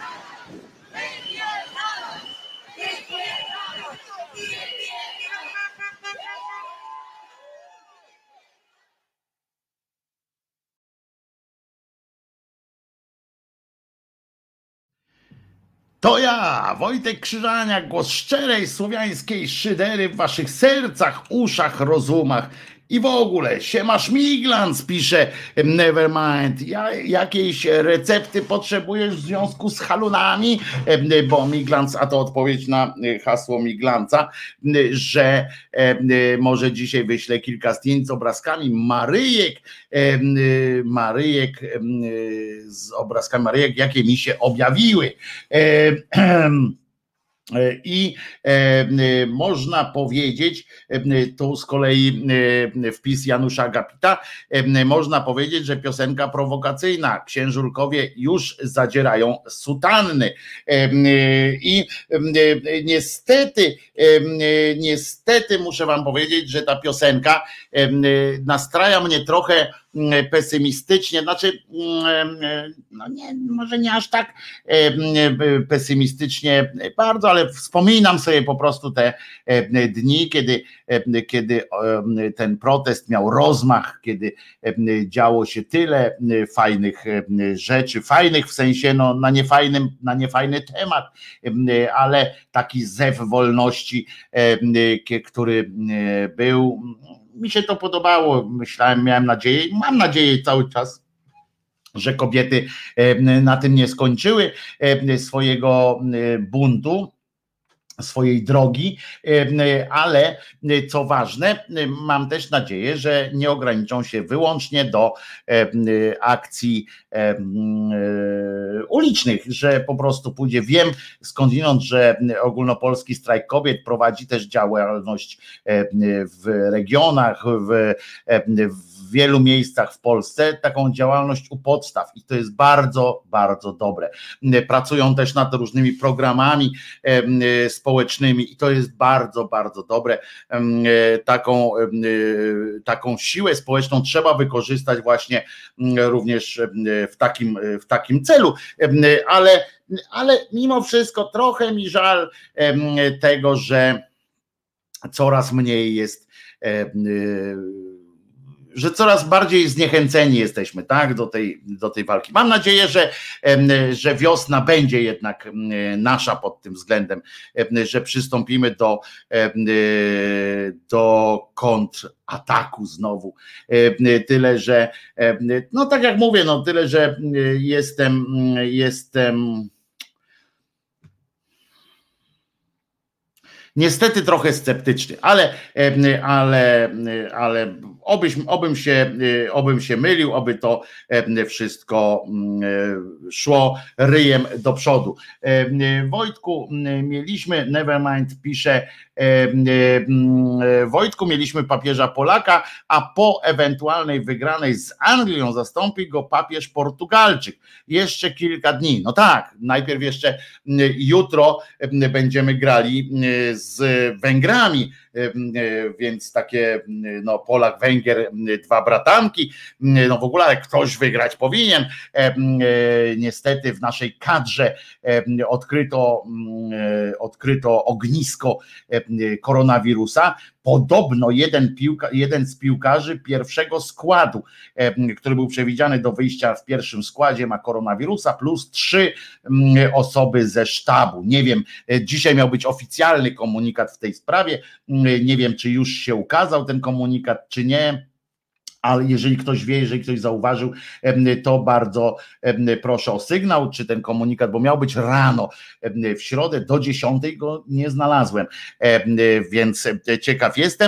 To ja, Wojtek Krzyżaniak, głos szczerej słowiańskiej szydery w waszych sercach, uszach, rozumach i w ogóle. Siemasz Miglans, pisze Nevermind. Ja, jakiejś recepty potrzebujesz w związku z halunami? Bo Miglans, a to odpowiedź na hasło Miglanca, że może dzisiaj wyślę kilka zdjęć z obrazkami Maryjek, Maryjek z obrazkami Maryjek, jakie mi się objawiły. I e, można powiedzieć, e, tu z kolei e, wpis Janusza Agapita, e, można powiedzieć, że piosenka prowokacyjna, księżurkowie już zadzierają sutanny. E, I e, niestety, e, niestety muszę wam powiedzieć, że ta piosenka e, nastraja mnie trochę pesymistycznie, znaczy no nie, może nie aż tak pesymistycznie bardzo, ale wspominam sobie po prostu te dni, kiedy, kiedy ten protest miał rozmach, kiedy działo się tyle fajnych rzeczy, fajnych w sensie no, na niefajnym, na niefajny temat, ale taki zew wolności, który był. Mi się to podobało, myślałem, miałem nadzieję, mam nadzieję cały czas, że kobiety na tym nie skończyły swojego buntu, swojej drogi, ale co ważne, mam też nadzieję, że nie ograniczą się wyłącznie do akcji ulicznych, że po prostu pójdzie, wiem skądinąd, że ogólnopolski strajk kobiet prowadzi też działalność w regionach, w, w wielu miejscach w Polsce, taką działalność u podstaw i to jest bardzo, bardzo dobre. Pracują też nad różnymi programami społecznymi i to jest bardzo, bardzo dobre. Taką, taką siłę społeczną trzeba wykorzystać właśnie również w takim, w takim celu, ale, ale mimo wszystko trochę mi żal tego, że coraz mniej jest, że coraz bardziej zniechęceni jesteśmy, tak, do tej, do tej walki. Mam nadzieję, że, że wiosna będzie jednak nasza pod tym względem, że przystąpimy do, do kontrataku znowu. Tyle, że no tak jak mówię, no tyle, że jestem, jestem niestety trochę sceptyczny, ale, ale, ale obyś, obym, się, obym się mylił, oby to wszystko szło ryjem do przodu. Wojtku, mieliśmy, Nevermind pisze, Wojtku, mieliśmy papieża Polaka, a po ewentualnej wygranej z Anglią zastąpi go papież Portugalczyk. Jeszcze kilka dni. No tak, najpierw jeszcze jutro będziemy grali z Węgrami, więc takie no Polak, Węgier, dwa bratanki, no w ogóle ktoś wygrać powinien. Niestety w naszej kadrze odkryto, odkryto ognisko koronawirusa. Podobno jeden, piłka, jeden z piłkarzy pierwszego składu, który był przewidziany do wyjścia w pierwszym składzie, ma koronawirusa, plus trzy osoby ze sztabu. Nie wiem, dzisiaj miał być oficjalny komunikat w tej sprawie. Nie wiem, czy już się ukazał ten komunikat, czy nie. Ale jeżeli ktoś wie, jeżeli ktoś zauważył, to bardzo proszę o sygnał, czy ten komunikat, bo miał być rano w środę, do dziesiątej go nie znalazłem, więc ciekaw jestem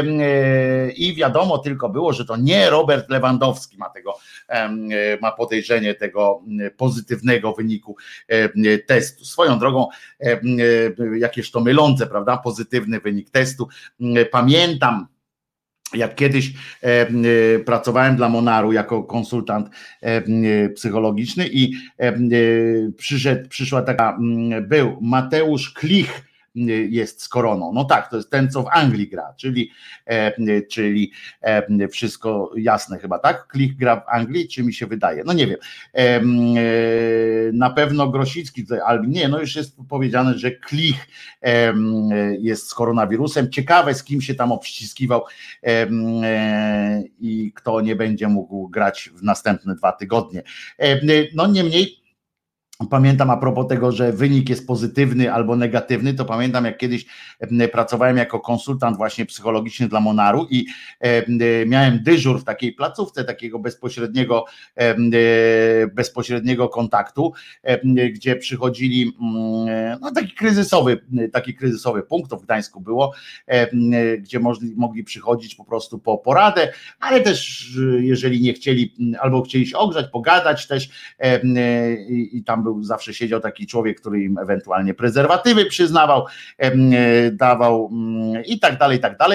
i wiadomo tylko było, że to nie Robert Lewandowski ma tego, ma podejrzenie tego pozytywnego wyniku testu. Swoją drogą, jakież to mylące, prawda, pozytywny wynik testu. Pamiętam, jak kiedyś e, e, pracowałem dla Monaru jako konsultant e, psychologiczny i e, przyszedł, przyszła taka, był Mateusz Klich, jest z koroną. No tak, to jest ten, co w Anglii gra, czyli, e, czyli e, wszystko jasne chyba, tak? Klich gra w Anglii, czy mi się wydaje? No nie wiem. E, e, na pewno Grosicki tutaj, ale nie, no już jest powiedziane, że Klich e, jest z koronawirusem. Ciekawe, z kim się tam obściskiwał e, e, i kto nie będzie mógł grać w następne dwa tygodnie. E, no niemniej pamiętam a propos tego, że wynik jest pozytywny albo negatywny, to pamiętam jak kiedyś pracowałem jako konsultant właśnie psychologiczny dla Monaru i miałem dyżur w takiej placówce takiego bezpośredniego bezpośredniego kontaktu, gdzie przychodzili, no taki kryzysowy, taki kryzysowy punkt, to w Gdańsku było, gdzie mogli, mogli przychodzić po prostu po poradę, ale też jeżeli nie chcieli, albo chcieli się ogrzać, pogadać też i, i tam był zawsze siedział taki człowiek, który im ewentualnie prezerwatywy przyznawał, dawał i tak dalej, i tak dalej.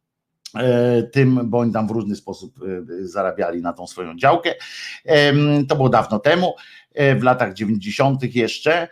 Tym, bo oni tam w różny sposób zarabiali na tą swoją działkę. To było dawno temu, w latach dziewięćdziesiątych jeszcze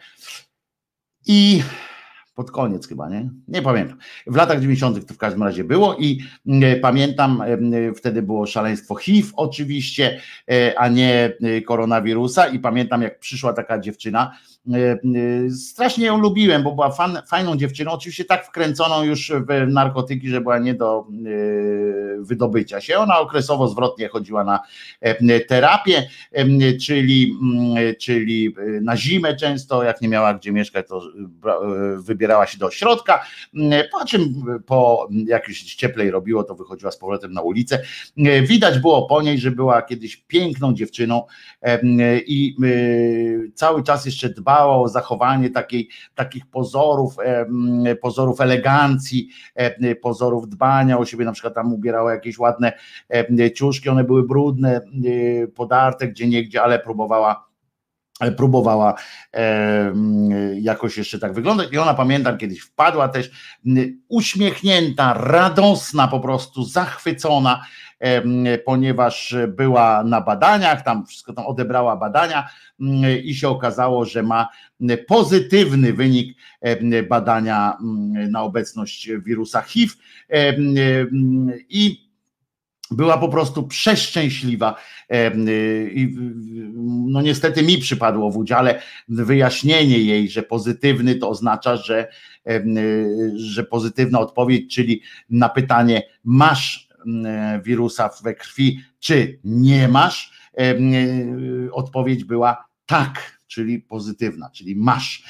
i pod koniec chyba, nie? Nie pamiętam. W latach dziewięćdziesiątych to w każdym razie było i e, pamiętam, e, wtedy było szaleństwo H I V oczywiście, e, a nie koronawirusa i pamiętam jak przyszła taka dziewczyna, e, e, strasznie ją lubiłem, bo była fan, fajną dziewczyną, oczywiście tak wkręconą już w narkotyki, że była nie do e, wydobycia się. Ona okresowo zwrotnie chodziła na e, terapię, e, czyli, m, czyli na zimę często, jak nie miała gdzie mieszkać, to e, wybierała wybierała się do ośrodka, po czym po jak już się cieplej robiło, to wychodziła z powrotem na ulicę. Widać było po niej, że była kiedyś piękną dziewczyną i cały czas jeszcze dbała o zachowanie takiej, takich pozorów, pozorów elegancji, pozorów dbania o siebie, na przykład tam ubierała jakieś ładne ciuszki, one były brudne, podarte gdzie niegdzie, ale próbowała próbowała e, jakoś jeszcze tak wyglądać i ona, pamiętam, kiedyś wpadła też uśmiechnięta, radosna, po prostu zachwycona, e, ponieważ była na badaniach, tam wszystko tam odebrała badania e, i się okazało, że ma pozytywny wynik e, badania na obecność wirusa H I V e, e, i była po prostu przeszczęśliwa i no niestety mi przypadło w udziale wyjaśnienie jej, że pozytywny to oznacza, że, że pozytywna odpowiedź, czyli na pytanie masz wirusa we krwi, czy nie masz, odpowiedź była tak, czyli pozytywna, czyli masz.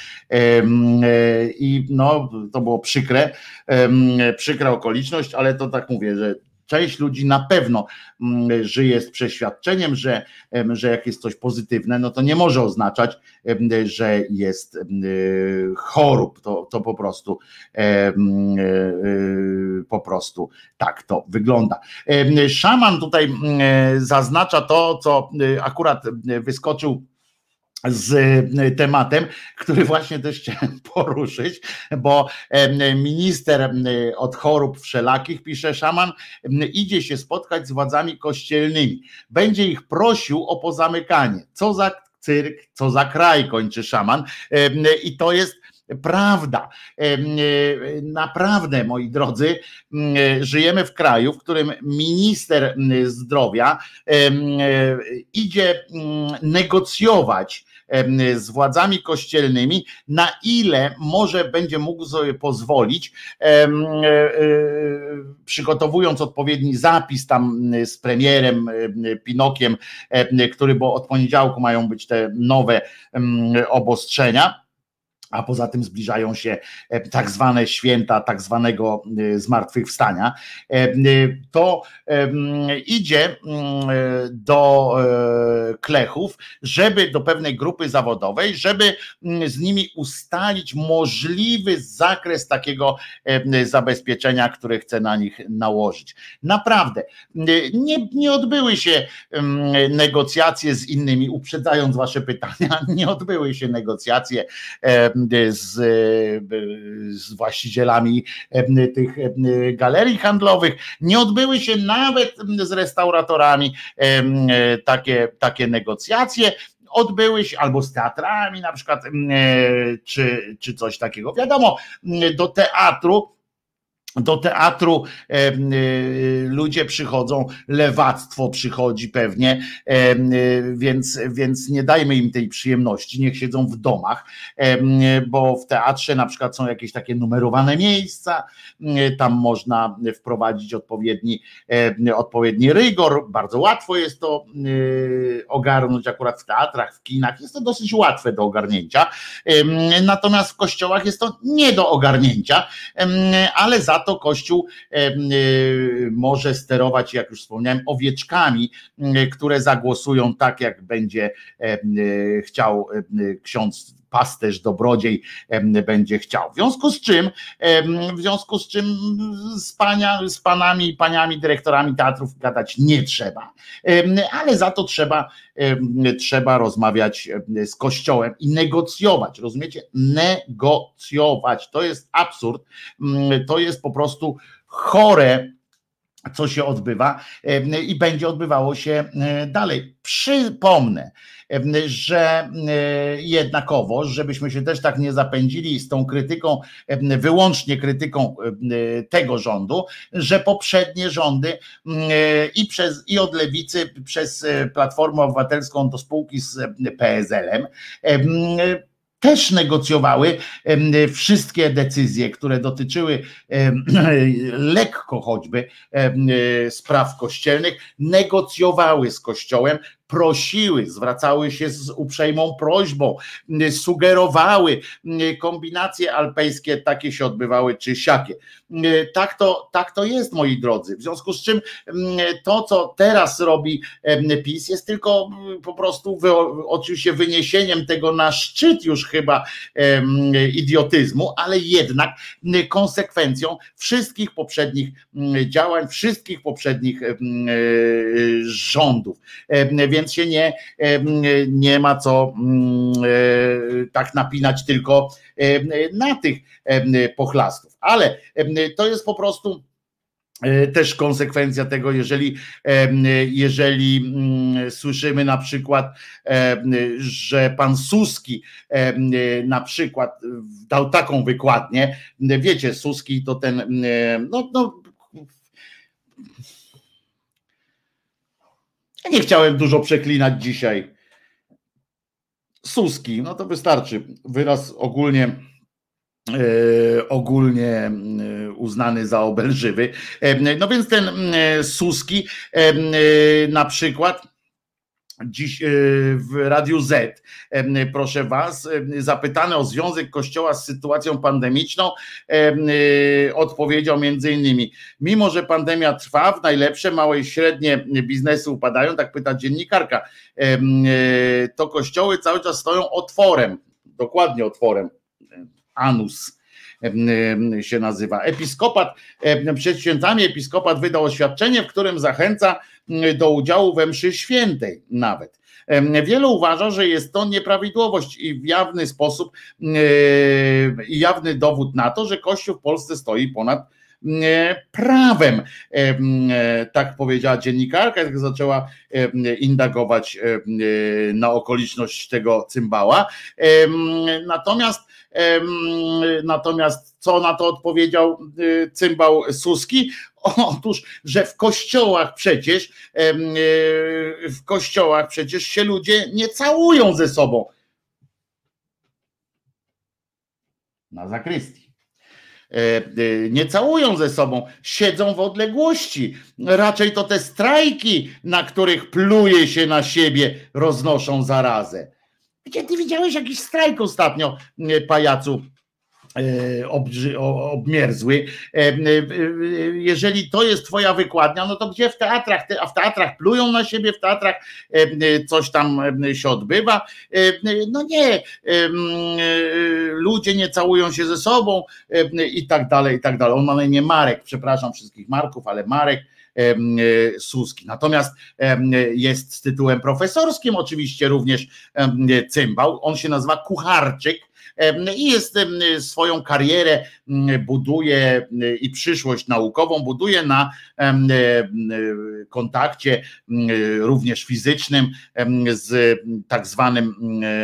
I no to było przykre, przykra okoliczność, ale to tak mówię, że część ludzi na pewno żyje z przeświadczeniem, że, że jak jest coś pozytywne, no to nie może oznaczać, że jest chorób. To, to po prostu po prostu tak to wygląda. Szaman tutaj zaznacza to, co akurat wyskoczył z tematem, który właśnie też chciałem poruszyć, bo minister od chorób wszelakich, pisze Szaman, idzie się spotkać z władzami kościelnymi. Będzie ich prosił o pozamykanie. Co za cyrk, co za kraj, kończy Szaman. I to jest prawda. Naprawdę, moi drodzy, żyjemy w kraju, w którym minister zdrowia idzie negocjować z władzami kościelnymi, na ile może będzie mógł sobie pozwolić, przygotowując odpowiedni zapis tam z premierem Pinokiem, który, bo od poniedziałku mają być te nowe obostrzenia, a poza tym zbliżają się tak zwane święta tak zwanego zmartwychwstania, to idzie do klechów, żeby do pewnej grupy zawodowej, żeby z nimi ustalić możliwy zakres takiego zabezpieczenia, które chce na nich nałożyć. Naprawdę, nie, nie odbyły się negocjacje z innymi, uprzedzając wasze pytania, nie odbyły się negocjacje Z, z właścicielami tych galerii handlowych, nie odbyły się nawet z restauratorami takie, takie negocjacje, odbyły się albo z teatrami na przykład, czy, czy coś takiego. Wiadomo, do teatru Do teatru e, e, ludzie przychodzą, lewactwo przychodzi pewnie, e, więc, więc nie dajmy im tej przyjemności, niech siedzą w domach, e, bo w teatrze na przykład są jakieś takie numerowane miejsca, e, tam można wprowadzić odpowiedni, e, odpowiedni rygor, bardzo łatwo jest to e, ogarnąć akurat w teatrach, w kinach, jest to dosyć łatwe do ogarnięcia, e, natomiast w kościołach jest to nie do ogarnięcia, e, ale za to Kościół może sterować, jak już wspomniałem, owieczkami, które zagłosują tak, jak będzie chciał ksiądz pasterz, dobrodziej będzie chciał. W związku z czym, w związku z czym z, pania, z panami i paniami dyrektorami teatrów gadać nie trzeba, ale za to trzeba, trzeba rozmawiać z Kościołem i negocjować, rozumiecie? Negocjować. To jest absurd, to jest po prostu chore, co się odbywa i będzie odbywało się dalej. Przypomnę, że jednakowoż, żebyśmy się też tak nie zapędzili z tą krytyką, wyłącznie krytyką tego rządu, że poprzednie rządy i, przez, i od lewicy przez Platformę Obywatelską do spółki z P S L-em też negocjowały wszystkie decyzje, które dotyczyły lekko choćby spraw kościelnych, negocjowały z Kościołem prosiły, zwracały się z uprzejmą prośbą, sugerowały kombinacje alpejskie, takie się odbywały czy siakie. Tak to, tak to jest, moi drodzy. W związku z czym to, co teraz robi PiS, jest tylko po prostu wy, oczywiście wyniesieniem tego na szczyt już chyba idiotyzmu, ale jednak konsekwencją wszystkich poprzednich działań, wszystkich poprzednich rządów. Więc się nie, nie ma co tak napinać tylko na tych pochlastów. Ale to jest po prostu też konsekwencja tego, jeżeli, jeżeli słyszymy na przykład, że pan Suski na przykład dał taką wykładnię, wiecie, Suski to ten, no, no ja nie chciałem dużo przeklinać dzisiaj. Suski, no to wystarczy, wyraz ogólnie E, ogólnie uznany za obelżywy. E, no więc ten e, Suski e, na przykład dziś e, w Radiu Z, e, proszę was, e, zapytany o związek Kościoła z sytuacją pandemiczną, e, e, odpowiedział między innymi: mimo że pandemia trwa, w najlepsze małe i średnie biznesy upadają, tak pyta dziennikarka, e, e, to kościoły cały czas stoją otworem, dokładnie otworem, Anus się nazywa. Episkopat, przed świętami episkopat wydał oświadczenie, w którym zachęca do udziału we mszy świętej nawet. Wielu uważa, że jest to nieprawidłowość i w jawny sposób i jawny dowód na to, że Kościół w Polsce stoi ponad prawem. Tak powiedziała dziennikarka, jak zaczęła indagować na okoliczność tego cymbała. Natomiast Natomiast co na to odpowiedział cymbał Suski? Otóż, że w kościołach przecież w kościołach przecież się ludzie nie całują ze sobą. Na zakrystii. Nie całują ze sobą, siedzą w odległości. Raczej to te strajki, na których pluje się na siebie, roznoszą zarazę. Gdzie ty widziałeś jakiś strajk ostatnio, pajacu obrzy, obmierzły? Jeżeli to jest twoja wykładnia, no to gdzie w teatrach? A w teatrach plują na siebie, w teatrach coś tam się odbywa. No nie, ludzie nie całują się ze sobą i tak dalej, i tak dalej. On ma na imię Marek, przepraszam wszystkich Marków, ale Marek Suski. Natomiast jest z tytułem profesorskim oczywiście również cymbał. On się nazywa Kucharczyk i jest swoją karierę buduje i przyszłość naukową buduje na kontakcie również fizycznym z tak zwanym,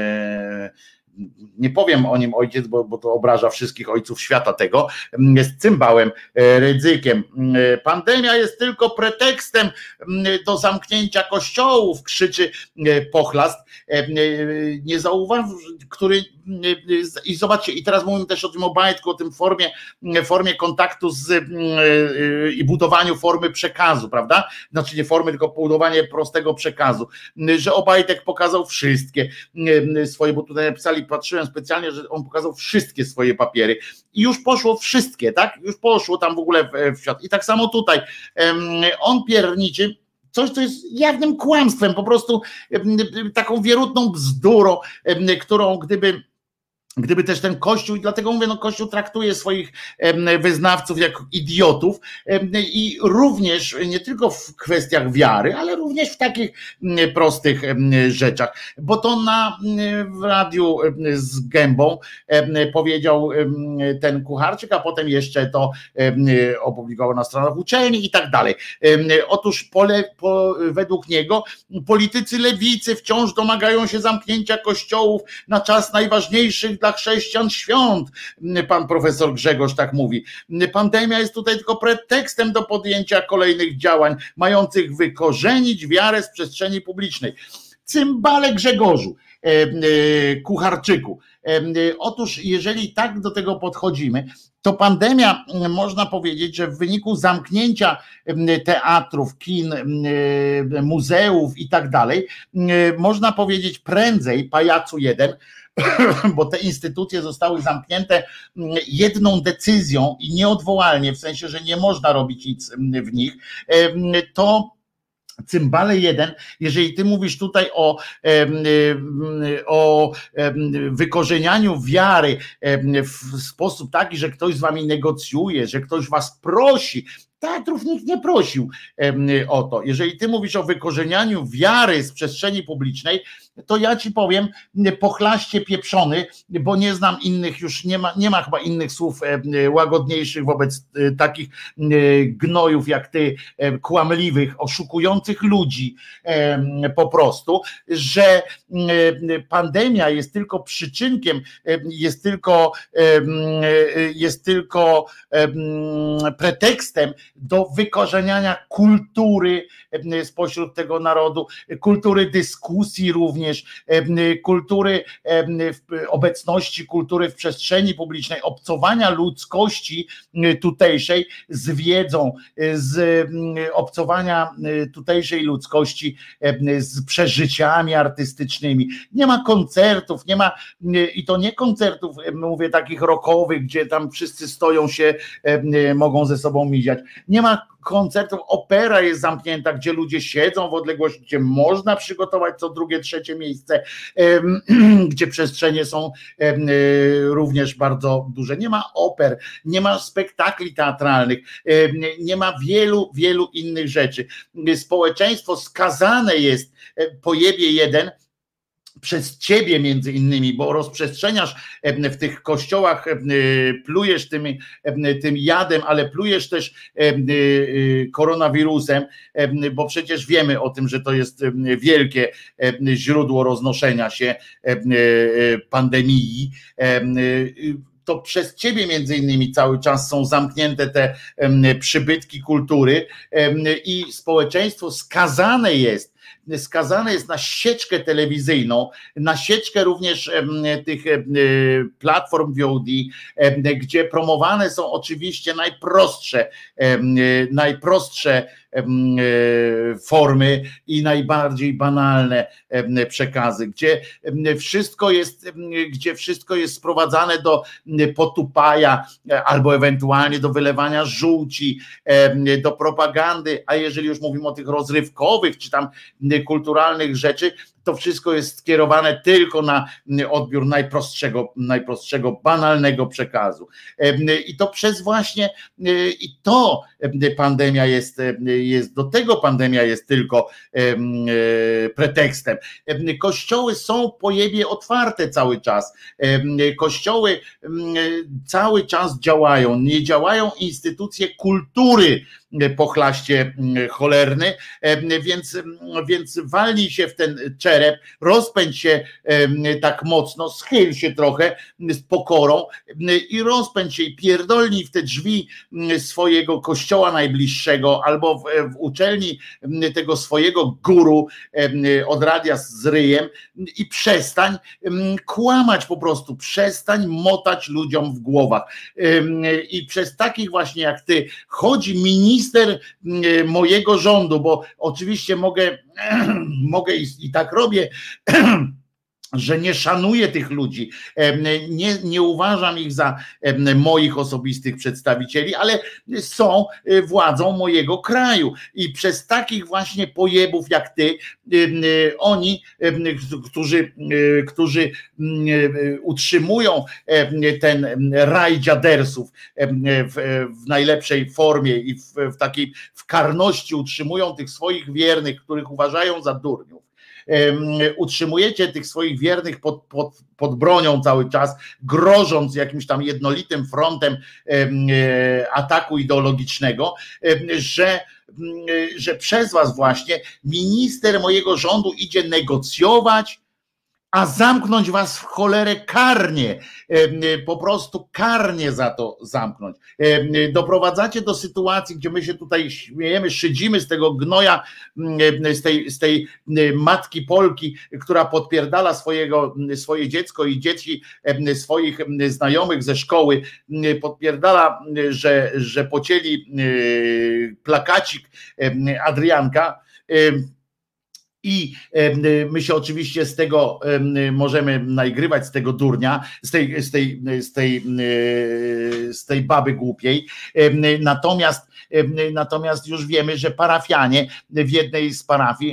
nie powiem o nim ojciec, bo, bo to obraża wszystkich ojców świata tego, z cymbałem Rydzykiem. Pandemia jest tylko pretekstem do zamknięcia kościołów, krzyczy pochlast. Nie zauważ, który i zobaczcie, i teraz mówimy też o tym Obajtku, o tym formie, formie kontaktu z i budowaniu formy przekazu, prawda? Znaczy nie formy, tylko budowanie prostego przekazu, że Obajtek pokazał wszystkie swoje, bo tutaj napisali, patrzyłem specjalnie, że on pokazał wszystkie swoje papiery i już poszło wszystkie, tak? Już poszło tam w ogóle w, w świat. I tak samo tutaj on pierniczy coś, co jest jawnym kłamstwem, po prostu taką wierutną bzdurą, którą gdyby Gdyby też ten Kościół, i dlatego mówię, no Kościół traktuje swoich wyznawców jak idiotów i również nie tylko w kwestiach wiary, ale również w takich prostych rzeczach, bo to na w radiu z Gębą powiedział ten Kucharczyk, a potem jeszcze to opublikował na stronach uczelni i tak dalej. Otóż pole, po, według niego politycy lewicy wciąż domagają się zamknięcia kościołów na czas najważniejszych dla chrześcijan świąt. Pan profesor Grzegorz tak mówi. Pandemia jest tutaj tylko pretekstem do podjęcia kolejnych działań mających wykorzenić wiarę z przestrzeni publicznej. Cymbale Grzegorzu, Kucharczyku. Otóż jeżeli tak do tego podchodzimy, to pandemia, można powiedzieć, że w wyniku zamknięcia teatrów, kin, muzeów i tak dalej, można powiedzieć prędzej pajacu jeden, bo te instytucje zostały zamknięte jedną decyzją i nieodwołalnie, w sensie, że nie można robić nic w nich, to cymbale jeden, jeżeli ty mówisz tutaj o, o wykorzenianiu wiary w sposób taki, że ktoś z wami negocjuje, że ktoś was prosi, teatrów nikt nie prosił o to. Jeżeli ty mówisz o wykorzenianiu wiary z przestrzeni publicznej, to ja ci powiem, pochlaście pieprzony, bo nie znam innych, już nie ma, nie ma chyba innych słów łagodniejszych wobec takich gnojów jak ty, kłamliwych, oszukujących ludzi po prostu, że pandemia jest tylko przyczynkiem, jest tylko, jest tylko pretekstem do wykorzeniania kultury spośród tego narodu, kultury dyskusji również, kultury obecności, kultury w przestrzeni publicznej, obcowania ludzkości tutejszej z wiedzą, z obcowania tutejszej ludzkości z przeżyciami artystycznymi. Nie ma koncertów, nie ma, i to nie koncertów, mówię, takich rockowych, gdzie tam wszyscy stoją się, mogą ze sobą miziać. Nie ma koncertów, opera jest zamknięta, gdzie ludzie siedzą w odległości, gdzie można przygotować co drugie, trzecie miejsce, gdzie przestrzenie są również bardzo duże. Nie ma oper, nie ma spektakli teatralnych, nie ma wielu, wielu innych rzeczy. Społeczeństwo skazane jest, pojebie jeden, przez ciebie między innymi, bo rozprzestrzeniasz w tych kościołach, plujesz tym, tym jadem, ale plujesz też koronawirusem, bo przecież wiemy o tym, że to jest wielkie źródło roznoszenia się pandemii. To przez ciebie między innymi cały czas są zamknięte te przybytki kultury i społeczeństwo skazane jest skazane jest na sieczkę telewizyjną, na sieczkę również tych platform V O D, gdzie promowane są oczywiście najprostsze, najprostsze formy i najbardziej banalne przekazy, gdzie wszystko jest, gdzie wszystko jest sprowadzane do potupaja albo ewentualnie do wylewania żółci, do propagandy, a jeżeli już mówimy o tych rozrywkowych czy tam kulturalnych rzeczy, to wszystko jest skierowane tylko na odbiór najprostszego, najprostszego, banalnego przekazu. I to przez właśnie, i to pandemia jest, jest, do tego pandemia jest tylko pretekstem. Kościoły są po jebie otwarte cały czas. Kościoły cały czas działają. Nie działają instytucje kultury, pochlaście cholerny, więc, więc walnij się w ten czerep, rozpędź się tak mocno, schyl się trochę z pokorą i rozpędź się i pierdolnij w te drzwi swojego kościoła najbliższego albo w, w uczelni tego swojego guru od radia z ryjem i przestań kłamać po prostu, przestań motać ludziom w głowach. I przez takich właśnie jak ty chodzi minister mojego rządu, bo oczywiście mogę, mogę i, i tak robię, że nie szanuję tych ludzi, nie, nie uważam ich za moich osobistych przedstawicieli, ale są władzą mojego kraju i przez takich właśnie pojebów jak ty, oni, którzy, którzy utrzymują ten raj dziadersów w, w najlepszej formie i w, w takiej w karności utrzymują tych swoich wiernych, których uważają za durniów. Utrzymujecie tych swoich wiernych pod, pod, pod bronią cały czas, grożąc jakimś tam jednolitym frontem ataku ideologicznego, że, że przez was właśnie minister mojego rządu idzie negocjować a zamknąć was w cholerę karnie, po prostu karnie za to zamknąć. Doprowadzacie do sytuacji, gdzie my się tutaj śmiejemy, szydzimy z tego gnoja, z tej, z tej matki Polki, która podpierdala swojego, swoje dziecko i dzieci swoich znajomych ze szkoły, podpierdala, że, że pocięli plakacik Adrianka. I my się oczywiście z tego możemy nagrywać, z tego durnia, z tej, z tej, z tej, z tej baby głupiej. Natomiast, natomiast już wiemy, że parafianie w jednej z parafii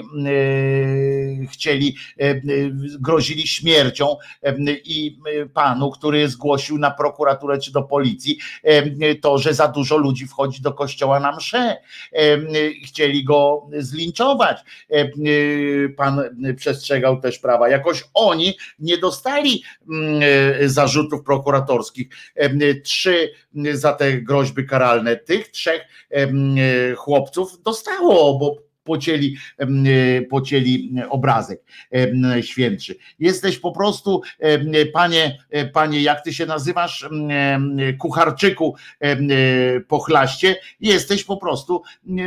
chcieli, grozili śmiercią i panu, który zgłosił na prokuraturę czy do policji to, że za dużo ludzi wchodzi do kościoła na mszę. Chcieli go zlinczować. Pan przestrzegał też prawa. Jakoś oni nie dostali zarzutów prokuratorskich. Trzy za te groźby karalne. Tych trzech chłopców dostało, bo pocięli, pocięli obrazek najświętszy. Jesteś po prostu, panie, panie, jak ty się nazywasz, kucharczyku pochlaście, jesteś po prostu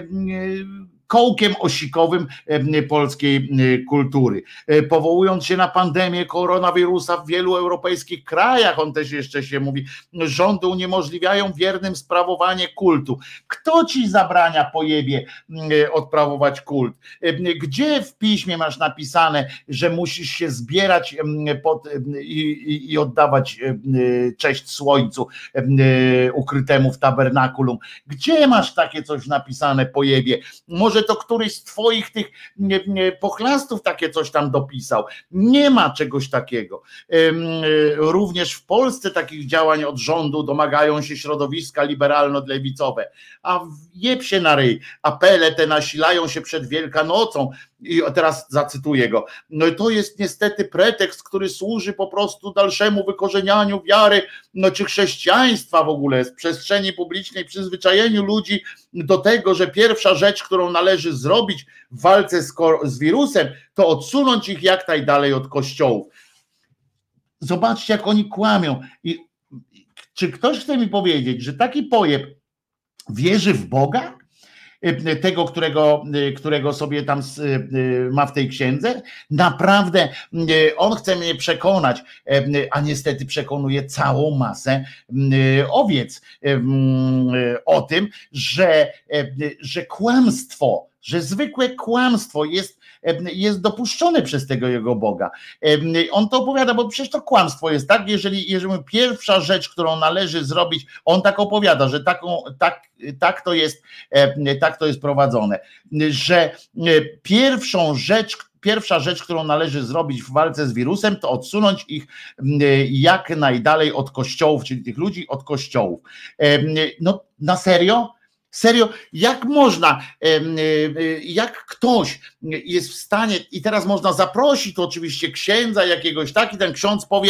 kołkiem osikowym polskiej kultury. Powołując się na pandemię koronawirusa w wielu europejskich krajach, on też jeszcze się mówi, rządy uniemożliwiają wiernym sprawowanie kultu. Kto ci zabrania, pojebie, odprawować kult? Gdzie w piśmie masz napisane, że musisz się zbierać pod, i, i, i oddawać cześć słońcu ukrytemu w tabernakulum? Gdzie masz takie coś napisane, pojebie? Może to któryś z twoich tych pochlastów takie coś tam dopisał. Nie ma czegoś takiego. Również w Polsce takich działań od rządu domagają się środowiska liberalno-lewicowe. A jeb się na ryj. Apele te nasilają się przed Wielkanocą. I teraz zacytuję go. No to jest niestety pretekst, który służy po prostu dalszemu wykorzenianiu wiary, no czy chrześcijaństwa w ogóle z przestrzeni publicznej, przyzwyczajeniu ludzi do tego, że pierwsza rzecz, którą należy zrobić w walce z, z wirusem, to odsunąć ich jak najdalej od kościołów. Zobaczcie, jak oni kłamią. I czy ktoś chce mi powiedzieć, że taki pojeb wierzy w Boga? Tego, którego, którego sobie tam ma w tej księdze, naprawdę on chce mnie przekonać, a niestety przekonuje całą masę owiec o tym, że, że kłamstwo, że zwykłe kłamstwo jest, jest dopuszczone przez tego jego Boga. On to opowiada, bo przecież to kłamstwo jest, tak? Jeżeli, jeżeli pierwsza rzecz, którą należy zrobić, on tak opowiada, że taką, tak, tak, to jest, tak to jest prowadzone, że pierwszą rzecz, Pierwsza rzecz, którą należy zrobić w walce z wirusem, to odsunąć ich jak najdalej od kościołów, czyli tych ludzi od kościołów. No na serio? Serio, jak można, jak ktoś jest w stanie, i teraz można zaprosić tu oczywiście księdza jakiegoś, tak, i ten ksiądz powie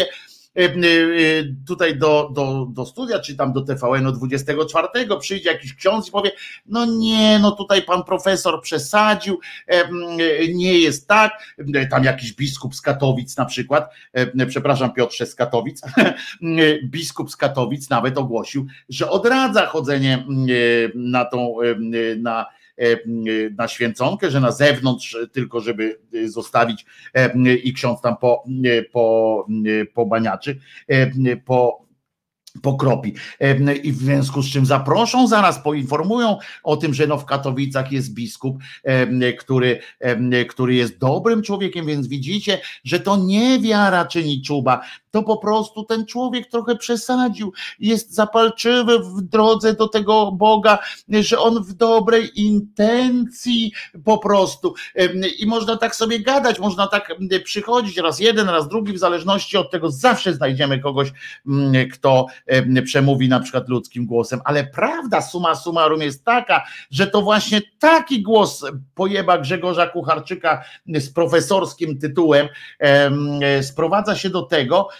tutaj do, do, do studia, czy tam do T V N dwudziestego czwartego przyjdzie jakiś ksiądz i powie, no nie, no tutaj pan profesor przesadził, nie jest tak, tam jakiś biskup z Katowic na przykład, przepraszam Piotrze z Katowic, biskup z Katowic nawet ogłosił, że odradza chodzenie na tą, na na święconkę, że na zewnątrz tylko, żeby zostawić i ksiądz tam po, po, po baniaczy, po pokropi. I w związku z czym zaproszą, zaraz poinformują o tym, że no w Katowicach jest biskup, który, który jest dobrym człowiekiem, więc widzicie, że to nie wiara czyni czuba, to po prostu ten człowiek trochę przesadził, jest zapalczywy w drodze do tego Boga, że on w dobrej intencji po prostu i można tak sobie gadać, można tak przychodzić raz jeden, raz drugi, w zależności od tego zawsze znajdziemy kogoś, kto przemówi na przykład ludzkim głosem, ale prawda summa summarum jest taka, że to właśnie taki głos pojeba Grzegorza Kucharczyka z profesorskim tytułem sprowadza się do tego,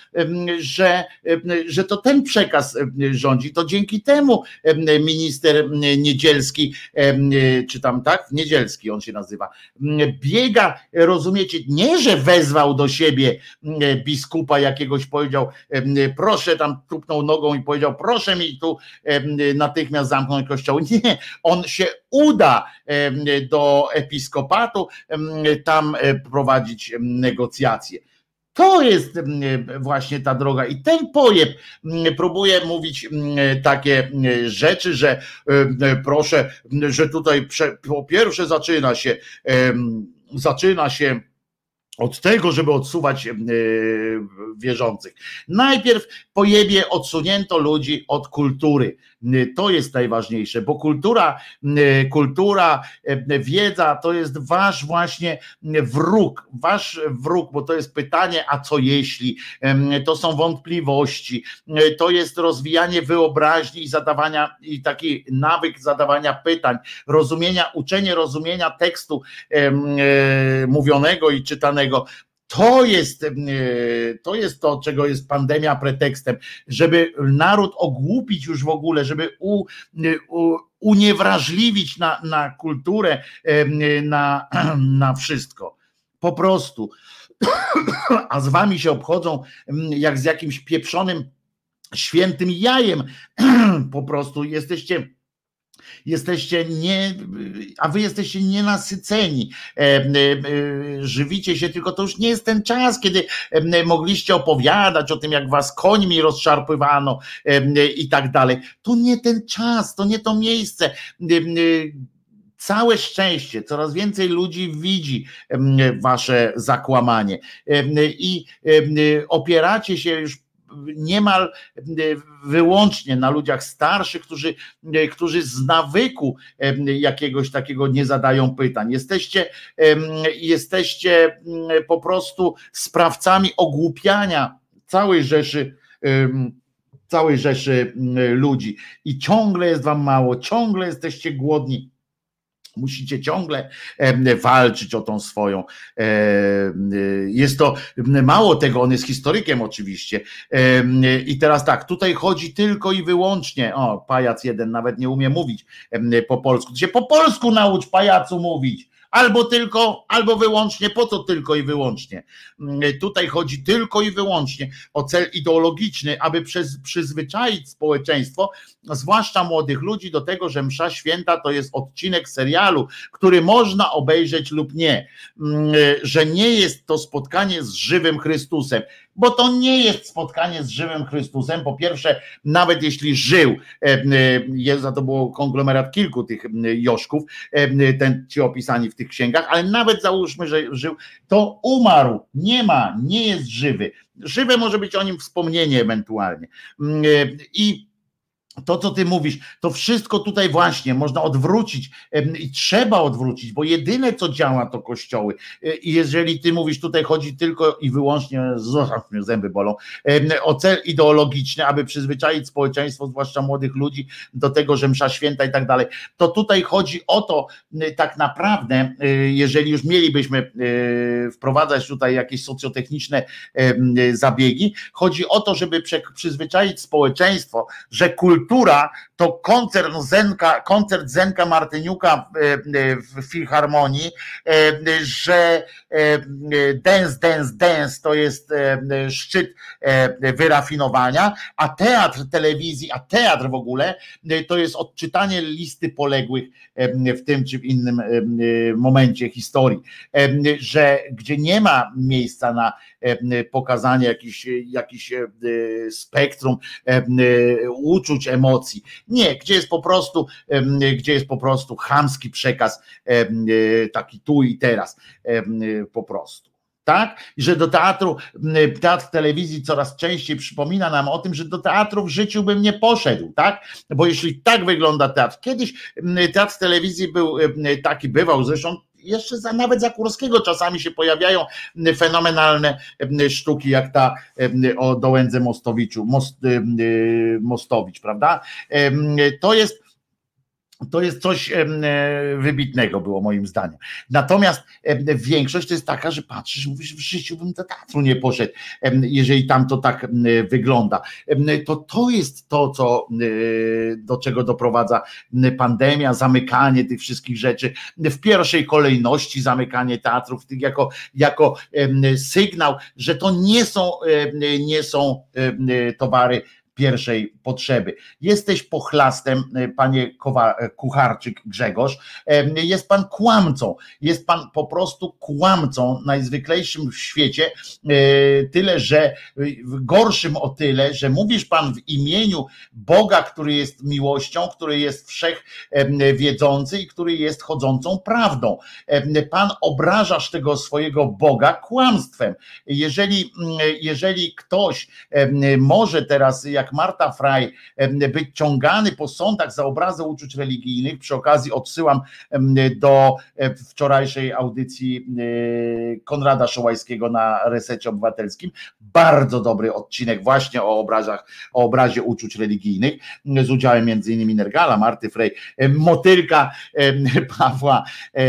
że, że to ten przekaz rządzi, to dzięki temu minister Niedzielski, czy tam tak, Niedzielski on się nazywa, biega, rozumiecie, nie, że wezwał do siebie biskupa jakiegoś, powiedział, proszę, tam tupnął nogą i powiedział, proszę mi tu natychmiast zamknąć kościoły. Nie, on się uda do episkopatu tam prowadzić negocjacje. To jest właśnie ta droga i ten pojeb próbuje mówić takie rzeczy, że proszę, że tutaj po pierwsze zaczyna się zaczyna się od tego, żeby odsuwać wierzących. Najpierw pojebie odsunięto ludzi od kultury. To jest najważniejsze, bo kultura, kultura, wiedza to jest wasz właśnie wróg, wasz wróg, bo to jest pytanie, a co jeśli, to są wątpliwości, to jest rozwijanie wyobraźni i zadawania, i taki nawyk zadawania pytań, rozumienia, uczenie rozumienia tekstu mówionego i czytanego. To jest, to jest to, czego jest pandemia pretekstem, żeby naród ogłupić już w ogóle, żeby u, u, uniewrażliwić na, na kulturę, na, na wszystko. Po prostu. A z wami się obchodzą jak z jakimś pieprzonym świętym jajem. Po prostu jesteście Jesteście nie, a wy jesteście nienasyceni, żywicie się, tylko to już nie jest ten czas, kiedy mogliście opowiadać o tym, jak was końmi rozszarpywano i tak dalej. To nie ten czas, to nie to miejsce. Całe szczęście, coraz więcej ludzi widzi wasze zakłamanie i opieracie się już niemal wyłącznie na ludziach starszych, którzy, którzy z nawyku jakiegoś takiego nie zadają pytań. Jesteście, jesteście po prostu sprawcami ogłupiania całej rzeszy, całej rzeszy ludzi i ciągle jest wam mało, ciągle jesteście głodni. Musicie ciągle walczyć o tą swoją. Jest to, mało tego, on jest historykiem oczywiście. I teraz tak, tutaj chodzi tylko i wyłącznie, o, pajac jeden nawet nie umie mówić po polsku. Ty się po polsku naucz, pajacu, mówić. Albo tylko, albo wyłącznie, po co tylko i wyłącznie? Tutaj chodzi tylko i wyłącznie o cel ideologiczny, aby przez, przyzwyczaić społeczeństwo, zwłaszcza młodych ludzi, do tego, że msza święta to jest odcinek serialu, który można obejrzeć lub nie, że nie jest to spotkanie z żywym Chrystusem, bo to nie jest spotkanie z żywym Chrystusem. Po pierwsze, nawet jeśli żył, jest, to było konglomerat kilku tych Joszków, ten, ci opisani w tych księgach, ale nawet załóżmy, że żył, to umarł, nie ma, nie jest żywy. Żywe może być o nim wspomnienie ewentualnie. I to, co ty mówisz, to wszystko tutaj właśnie można odwrócić i trzeba odwrócić, bo jedyne, co działa, to kościoły. I jeżeli ty mówisz, tutaj chodzi tylko i wyłącznie, zęby bolą, o cel ideologiczny, aby przyzwyczaić społeczeństwo, zwłaszcza młodych ludzi, do tego, że msza święta i tak dalej, to tutaj chodzi o to tak naprawdę, jeżeli już mielibyśmy wprowadzać tutaj jakieś socjotechniczne zabiegi, chodzi o to, żeby przyzwyczaić społeczeństwo, że kultura Kultura to koncert Zenka, koncert Zenka Martyniuka w Filharmonii, że dance, dance, dance to jest szczyt wyrafinowania, a teatr telewizji, a teatr w ogóle to jest odczytanie listy poległych w tym czy w innym momencie historii, że gdzie nie ma miejsca na pokazanie jakiś, jakiś spektrum uczuć, emocji. Nie, gdzie jest po prostu, gdzie jest po prostu chamski przekaz, taki tu i teraz, po prostu. Tak? I że do teatru, teatr telewizji coraz częściej przypomina nam o tym, że do teatru w życiu bym nie poszedł, tak? Bo jeśli tak wygląda teatr, kiedyś teatr telewizji był taki, bywał zresztą jeszcze za, nawet za Kurskiego czasami się pojawiają fenomenalne sztuki, jak ta o Dołędze Mostowiczu, Most, Mostowicz, prawda? To jest To jest coś wybitnego było moim zdaniem. Natomiast większość to jest taka, że patrzysz, mówisz, w życiu bym do teatru nie poszedł, jeżeli tam to tak wygląda. To to jest to, co, do czego doprowadza pandemia, zamykanie tych wszystkich rzeczy. W pierwszej kolejności zamykanie teatrów jako, jako sygnał, że to nie są, nie są towary pierwszej potrzeby. Jesteś pochlastem, panie Kowa- Kucharczyk Grzegorz, jest pan kłamcą, jest pan po prostu kłamcą najzwyklejszym w świecie, tyle, że gorszym o tyle, że mówisz pan w imieniu Boga, który jest miłością, który jest wszechwiedzący i który jest chodzącą prawdą. Pan obrażasz tego swojego Boga kłamstwem. Jeżeli, jeżeli ktoś może teraz, jak Marta Fraj, być ciągany po sądach za obrazę uczuć religijnych. Przy okazji odsyłam do wczorajszej audycji Konrada Szołajskiego na Resecie Obywatelskim. Bardzo dobry odcinek właśnie o obrazach, o obrazie uczuć religijnych z udziałem między innymi Nergala, Marty Frey, Motylka, Pawła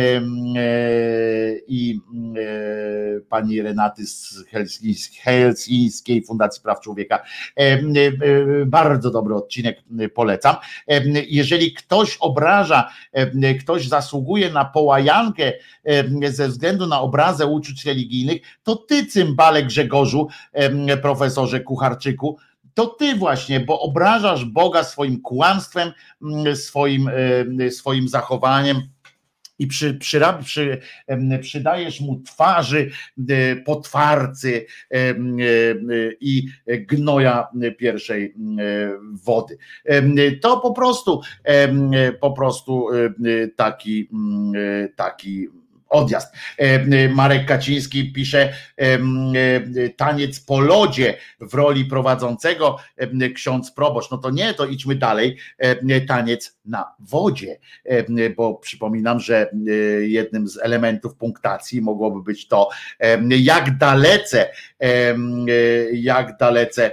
i pani Renaty z Helsińskiej Fundacji Praw Człowieka. Bardzo dobry odcinek, polecam. Jeżeli ktoś obraża, ktoś zasługuje na połajankę ze względu na obrazę uczuć religijnych, to ty, cymbale Grzegorzu, profesorze Kucharczyku, to ty właśnie, bo obrażasz Boga swoim kłamstwem, swoim, swoim zachowaniem i przy, przy, przy, przydajesz mu twarzy potwarcy i gnoja pierwszej wody. To po prostu po prostu taki taki odjazd. Marek Kaciński pisze taniec po lodzie w roli prowadzącego ksiądz proboszcz. No to nie, to idźmy dalej. Taniec na wodzie, bo przypominam, że jednym z elementów punktacji mogłoby być to, jak dalece jak dalece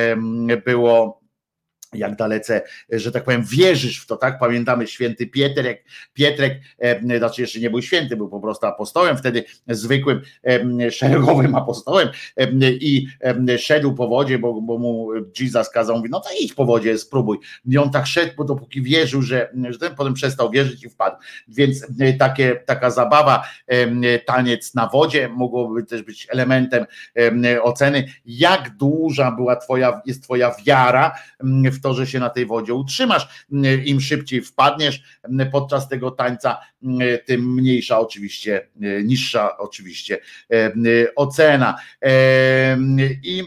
było jak dalece, że tak powiem, wierzysz w to, tak? Pamiętamy święty Pietrek, Pietrek, e, znaczy jeszcze nie był święty, był po prostu apostołem, wtedy zwykłym e, szeregowym apostołem e, i e, szedł po wodzie, bo, bo mu Jesus kazał, mówi, no to idź po wodzie, spróbuj. I on tak szedł, bo dopóki wierzył, że, że ten potem przestał wierzyć i wpadł. Więc e, takie, taka zabawa, e, taniec na wodzie mogłoby też być elementem e, oceny, jak duża była twoja, jest twoja wiara w to, że się na tej wodzie utrzymasz. Im szybciej wpadniesz podczas tego tańca, tym mniejsza oczywiście, niższa oczywiście ocena. I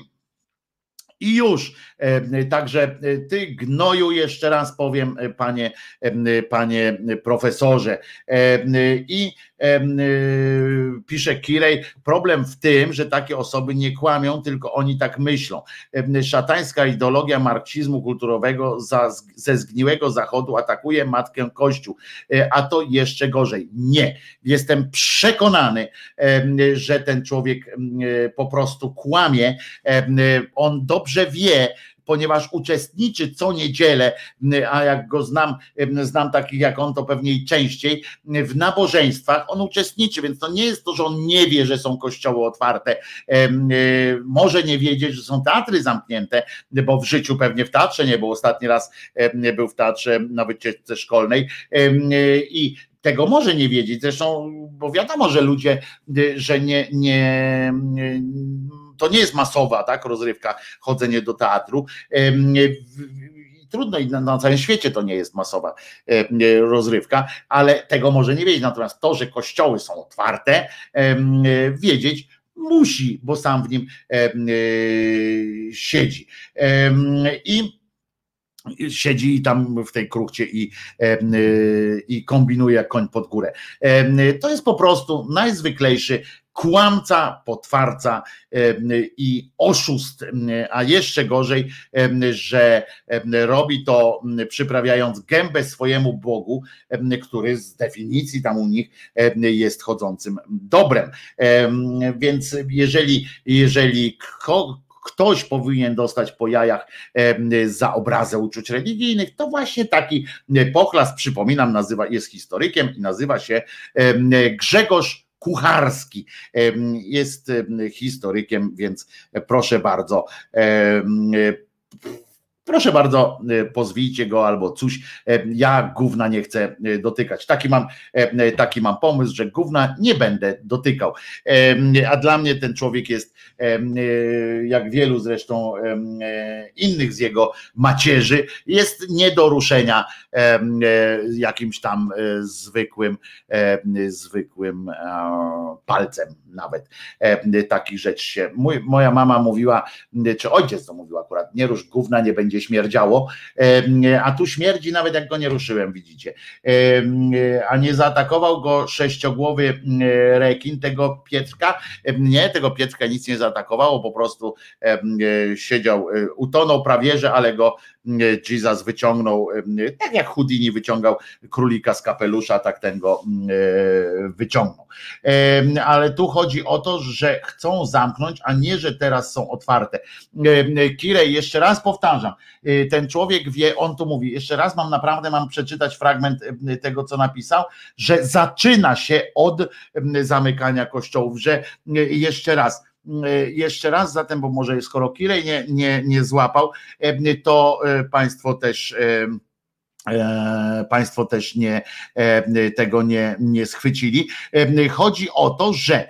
I już, także ty gnoju, jeszcze raz powiem, panie, panie profesorze. I pisze Kirej, problem w tym, że takie osoby nie kłamią, tylko oni tak myślą. Szatańska ideologia marksizmu kulturowego za, ze zgniłego zachodu atakuje matkę Kościół, a to jeszcze gorzej. Nie, jestem przekonany, że ten człowiek po prostu kłamie, on dobrze wie, ponieważ uczestniczy co niedzielę, a jak go znam, znam takich jak on, to pewnie i częściej, w nabożeństwach, on uczestniczy, więc to nie jest to, że on nie wie, że są kościoły otwarte, może nie wiedzieć, że są teatry zamknięte, bo w życiu pewnie w teatrze nie był, ostatni raz był w teatrze na wycieczce szkolnej i tego może nie wiedzieć, zresztą, bo wiadomo, że ludzie, że nie, nie, nie to nie jest masowa, tak, rozrywka, chodzenie do teatru. Trudno i na, na całym świecie to nie jest masowa rozrywka, ale tego może nie wiedzieć. Natomiast to, że kościoły są otwarte, wiedzieć musi, bo sam w nim siedzi. I siedzi i tam w tej kruchcie i, i kombinuje jak koń pod górę. To jest po prostu najzwyklejszy kłamca, potwarca i oszust, a jeszcze gorzej, że robi to przyprawiając gębę swojemu Bogu, który z definicji tam u nich jest chodzącym dobrem. Więc jeżeli, jeżeli ktoś powinien dostać po jajach za obrazę uczuć religijnych, to właśnie taki pochlas, przypominam, nazywa, jest historykiem i nazywa się Grzegorz Kucharski. Jest historykiem, więc proszę bardzo, proszę bardzo, pozwijcie go albo coś. Ja gówna nie chcę dotykać. Taki mam, taki mam pomysł, że gówna nie będę dotykał. A dla mnie ten człowiek jest, jak wielu zresztą innych z jego macierzy, jest nie do ruszenia jakimś tam zwykłym, zwykłym palcem nawet. Takich rzeczy się. Mój, moja mama mówiła, czy ojciec to mówił akurat, nie rusz gówna, nie będzie śmierdziało, a tu śmierdzi nawet jak go nie ruszyłem, widzicie. A nie zaatakował go sześciogłowy rekin, tego Pietrka? Nie, tego Pietrka nic nie zaatakowało, po prostu siedział, utonął prawie, że, ale go Jesus wyciągnął, tak jak Houdini wyciągał królika z kapelusza, tak ten go wyciągnął. Ale tu chodzi o to, że chcą zamknąć, a nie, że teraz są otwarte. Kirej, jeszcze raz powtarzam, ten człowiek wie, on tu mówi, jeszcze raz mam naprawdę, mam przeczytać fragment tego, co napisał, że zaczyna się od zamykania kościołów, że jeszcze raz, Jeszcze raz zatem, bo może skoro Kirej nie, nie, nie złapał, to Państwo też Państwo też nie, tego nie, nie schwycili. Chodzi o to, że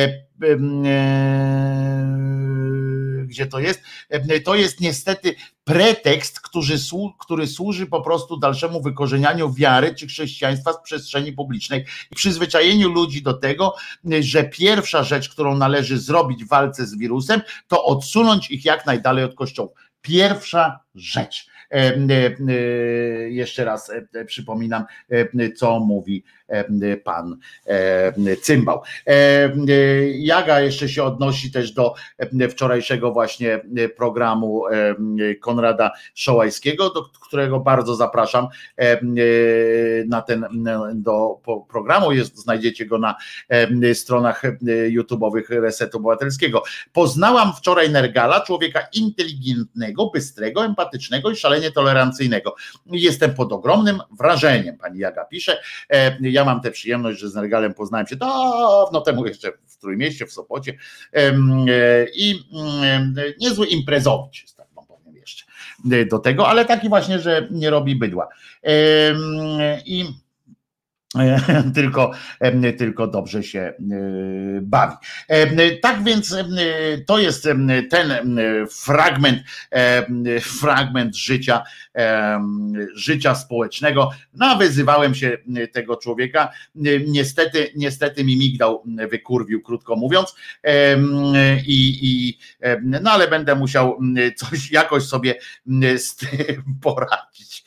gdzie to jest? To jest niestety pretekst, który, który służy po prostu dalszemu wykorzenianiu wiary czy chrześcijaństwa z przestrzeni publicznej i przyzwyczajeniu ludzi do tego, że pierwsza rzecz, którą należy zrobić w walce z wirusem, to odsunąć ich jak najdalej od kościołów. Pierwsza rzecz. Jeszcze raz przypominam, co mówi pan Cymbał. Jaga jeszcze się odnosi też do wczorajszego właśnie programu Konrada Szołajskiego, do którego bardzo zapraszam na ten do programu. Jest, znajdziecie go na stronach YouTube'owych Resetu Obywatelskiego. Poznałam wczoraj Nergala, człowieka inteligentnego, bystrego, empatycznego i szalenie tolerancyjnego. Jestem pod ogromnym wrażeniem, pani Jaga pisze. Ja mam tę przyjemność, że z Nergalem poznałem się dawno temu jeszcze w Trójmieście, w Sopocie i niezły imprezowicz jest, tak wam powiem jeszcze do tego, ale taki właśnie, że nie robi bydła. I tylko, tylko dobrze się bawi. Tak więc to jest ten fragment, fragment życia, życia społecznego. Nawyzywałem się tego człowieka. Niestety, niestety mi migdał wykurwił, krótko mówiąc. I, i, no ale będę musiał coś jakoś sobie z tym poradzić.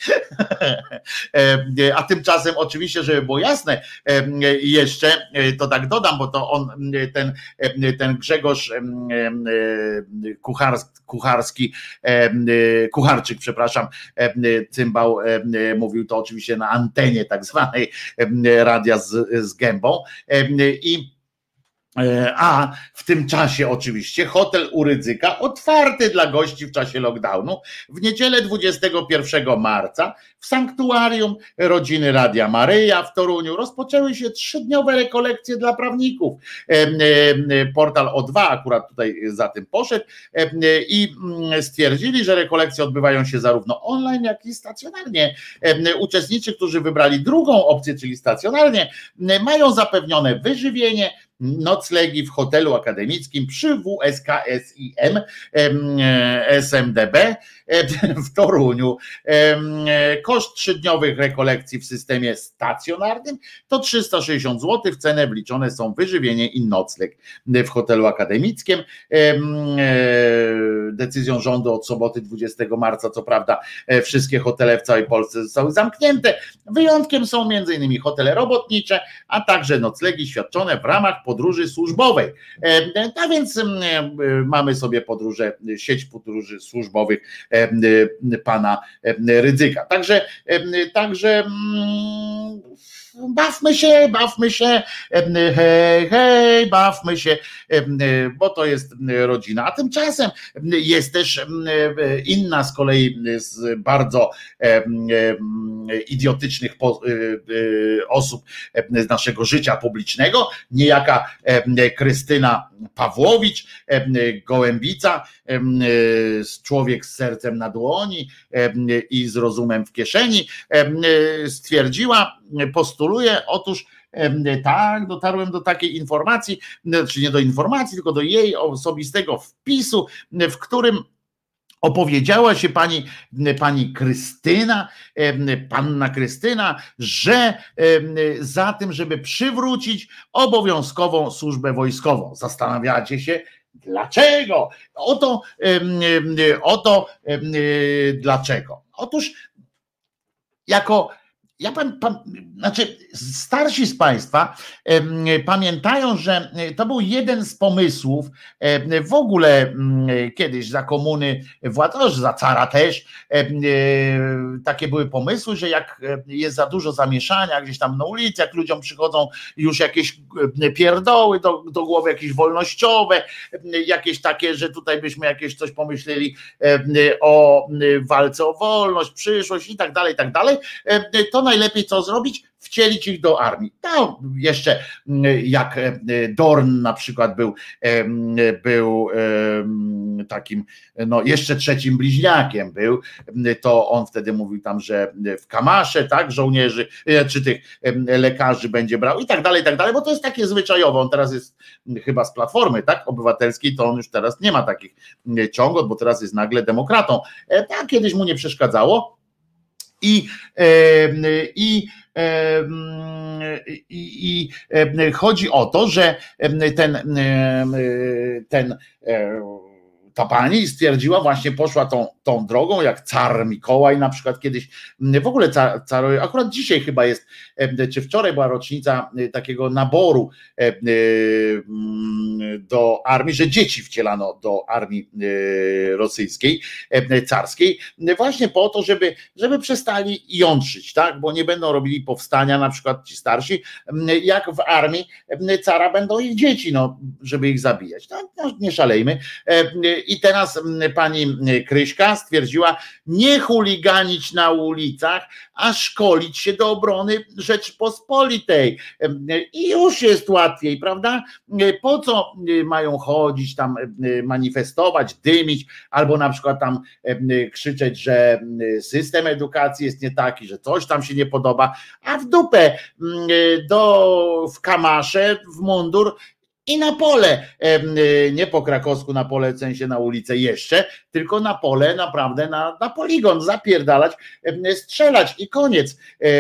A tymczasem oczywiście, żeby było jasne, jeszcze to tak dodam, bo to on, ten, ten Grzegorz Kucharski, Kucharski, Kucharczyk, przepraszam, Cymbał mówił to oczywiście na antenie tak zwanej radia z, z gębą i a w tym czasie oczywiście hotel u Rydzyka otwarty dla gości w czasie lockdownu w niedzielę dwudziestego pierwszego marca w sanktuarium rodziny Radia Maryja w Toruniu rozpoczęły się trzydniowe rekolekcje dla prawników. Portal O dwa akurat tutaj za tym poszedł i stwierdzili, że rekolekcje odbywają się zarówno online, jak i stacjonarnie. Uczestnicy, którzy wybrali drugą opcję, czyli stacjonarnie, mają zapewnione wyżywienie, noclegi w hotelu akademickim przy W S K S I M S M D B w Toruniu. Koszt trzydniowych rekolekcji w systemie stacjonarnym to trzysta sześćdziesiąt złotych. W cenę wliczone są wyżywienie i nocleg w hotelu akademickim. Decyzją rządu od soboty dwudziestego marca, co prawda, wszystkie hotele w całej Polsce zostały zamknięte. Wyjątkiem są między innymi hotele robotnicze, a także noclegi świadczone w ramach podróży służbowej. A więc mamy sobie podróże, sieć podróży służbowych pana Rydzyka. Także, także bawmy się, bawmy się, hej, hej, bawmy się, bo to jest rodzina. A tymczasem jest też inna z kolei z bardzo idiotycznych osób z naszego życia publicznego, niejaka Krystyna Pawłowicz, gołębica, człowiek z sercem na dłoni i z rozumem w kieszeni, stwierdziła, postuluje, otóż tak, dotarłem do takiej informacji, czy nie do informacji, tylko do jej osobistego wpisu, w którym opowiedziała się pani, pani Krystyna, panna Krystyna, że za tym, żeby przywrócić obowiązkową służbę wojskową. Zastanawiacie się, dlaczego? Oto, oto dlaczego. Otóż jako Ja pan, pan, znaczy starsi z Państwa e, pamiętają, że to był jeden z pomysłów e, w ogóle e, kiedyś za komuny władz, za cara też, e, e, takie były pomysły, że jak jest za dużo zamieszania gdzieś tam na ulicy, jak ludziom przychodzą już jakieś pierdoły do, do głowy, jakieś wolnościowe, jakieś takie, że tutaj byśmy jakieś coś pomyśleli e, o walce o wolność, przyszłość i tak dalej, i tak dalej, e, to najlepiej co zrobić? Wcielić ich do armii. No, jeszcze jak Dorn na przykład był, był takim, no jeszcze trzecim bliźniakiem był, to on wtedy mówił tam, że w kamasze, tak, żołnierzy, czy tych lekarzy będzie brał i tak dalej, i tak dalej, bo to jest takie zwyczajowe. On teraz jest chyba z Platformy, tak, obywatelskiej, to on już teraz nie ma takich ciągot, bo teraz jest nagle demokratą. Tak, kiedyś mu nie przeszkadzało. I, i, i, i chodzi o to, że ten, ten ta pani stwierdziła, właśnie poszła tą, tą drogą, jak car Mikołaj na przykład kiedyś, w ogóle car, car, akurat dzisiaj chyba jest, czy wczoraj była rocznica takiego naboru do armii, że dzieci wcielano do armii rosyjskiej, carskiej, właśnie po to, żeby, żeby przestali jątrzyć, tak, bo nie będą robili powstania, na przykład ci starsi, jak w armii cara będą ich dzieci, no, żeby ich zabijać, no, nie szalejmy. I teraz pani Kryśka stwierdziła, nie chuliganić na ulicach, a szkolić się do obrony Rzeczypospolitej. I już jest łatwiej, prawda? Po co mają chodzić tam, manifestować, dymić, albo na przykład tam krzyczeć, że system edukacji jest nie taki, że coś tam się nie podoba, a w dupę do, w kamasze, w mundur, i na pole, nie po krakowsku na pole, w sensie na ulicę jeszcze, tylko na pole, naprawdę na, na poligon, zapierdalać, strzelać i koniec.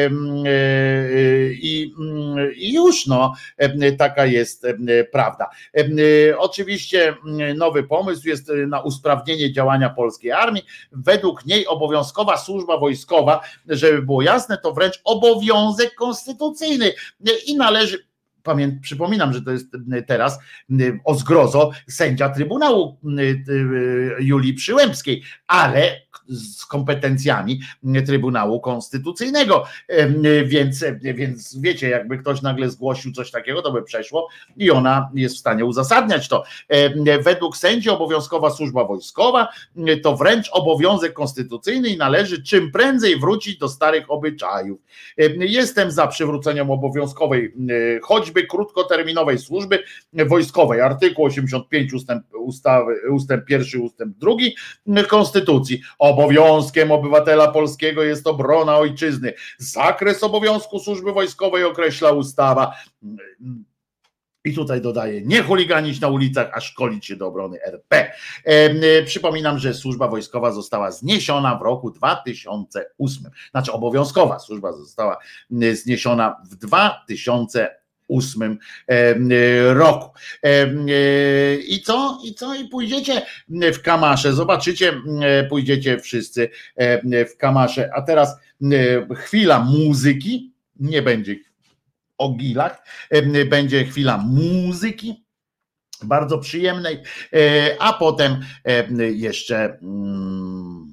I, i już no, taka jest prawda. Oczywiście nowy pomysł jest na usprawnienie działania polskiej armii. Według niej obowiązkowa służba wojskowa, żeby było jasne, to wręcz obowiązek konstytucyjny i należy. Pamię, przypominam, że to jest teraz o zgrozo sędzia Trybunału Julii Przyłębskiej, ale z kompetencjami Trybunału Konstytucyjnego, więc, więc wiecie, jakby ktoś nagle zgłosił coś takiego, to by przeszło i ona jest w stanie uzasadniać to. Według sędzi obowiązkowa służba wojskowa to wręcz obowiązek konstytucyjny i należy czym prędzej wrócić do starych obyczajów. Jestem za przywróceniem obowiązkowej, choćby krótkoterminowej służby wojskowej. Artykuł osiemdziesiąt pięć ustęp, ustawy, ustęp pierwszy, ustęp drugi Konstytucji. Obowiązkiem obywatela polskiego jest obrona ojczyzny. Zakres obowiązku służby wojskowej określa ustawa. I tutaj dodaję, nie chuliganić na ulicach, a szkolić się do obrony R P. E, przypominam, że służba wojskowa została zniesiona w roku dwa tysiące ósmym. Znaczy obowiązkowa służba została zniesiona w dwa tysiące ósmym roku. I co? I co? I pójdziecie w kamasze, zobaczycie, pójdziecie wszyscy w kamasze. A teraz chwila muzyki, nie będzie o gilach, będzie chwila muzyki, bardzo przyjemnej, a potem jeszcze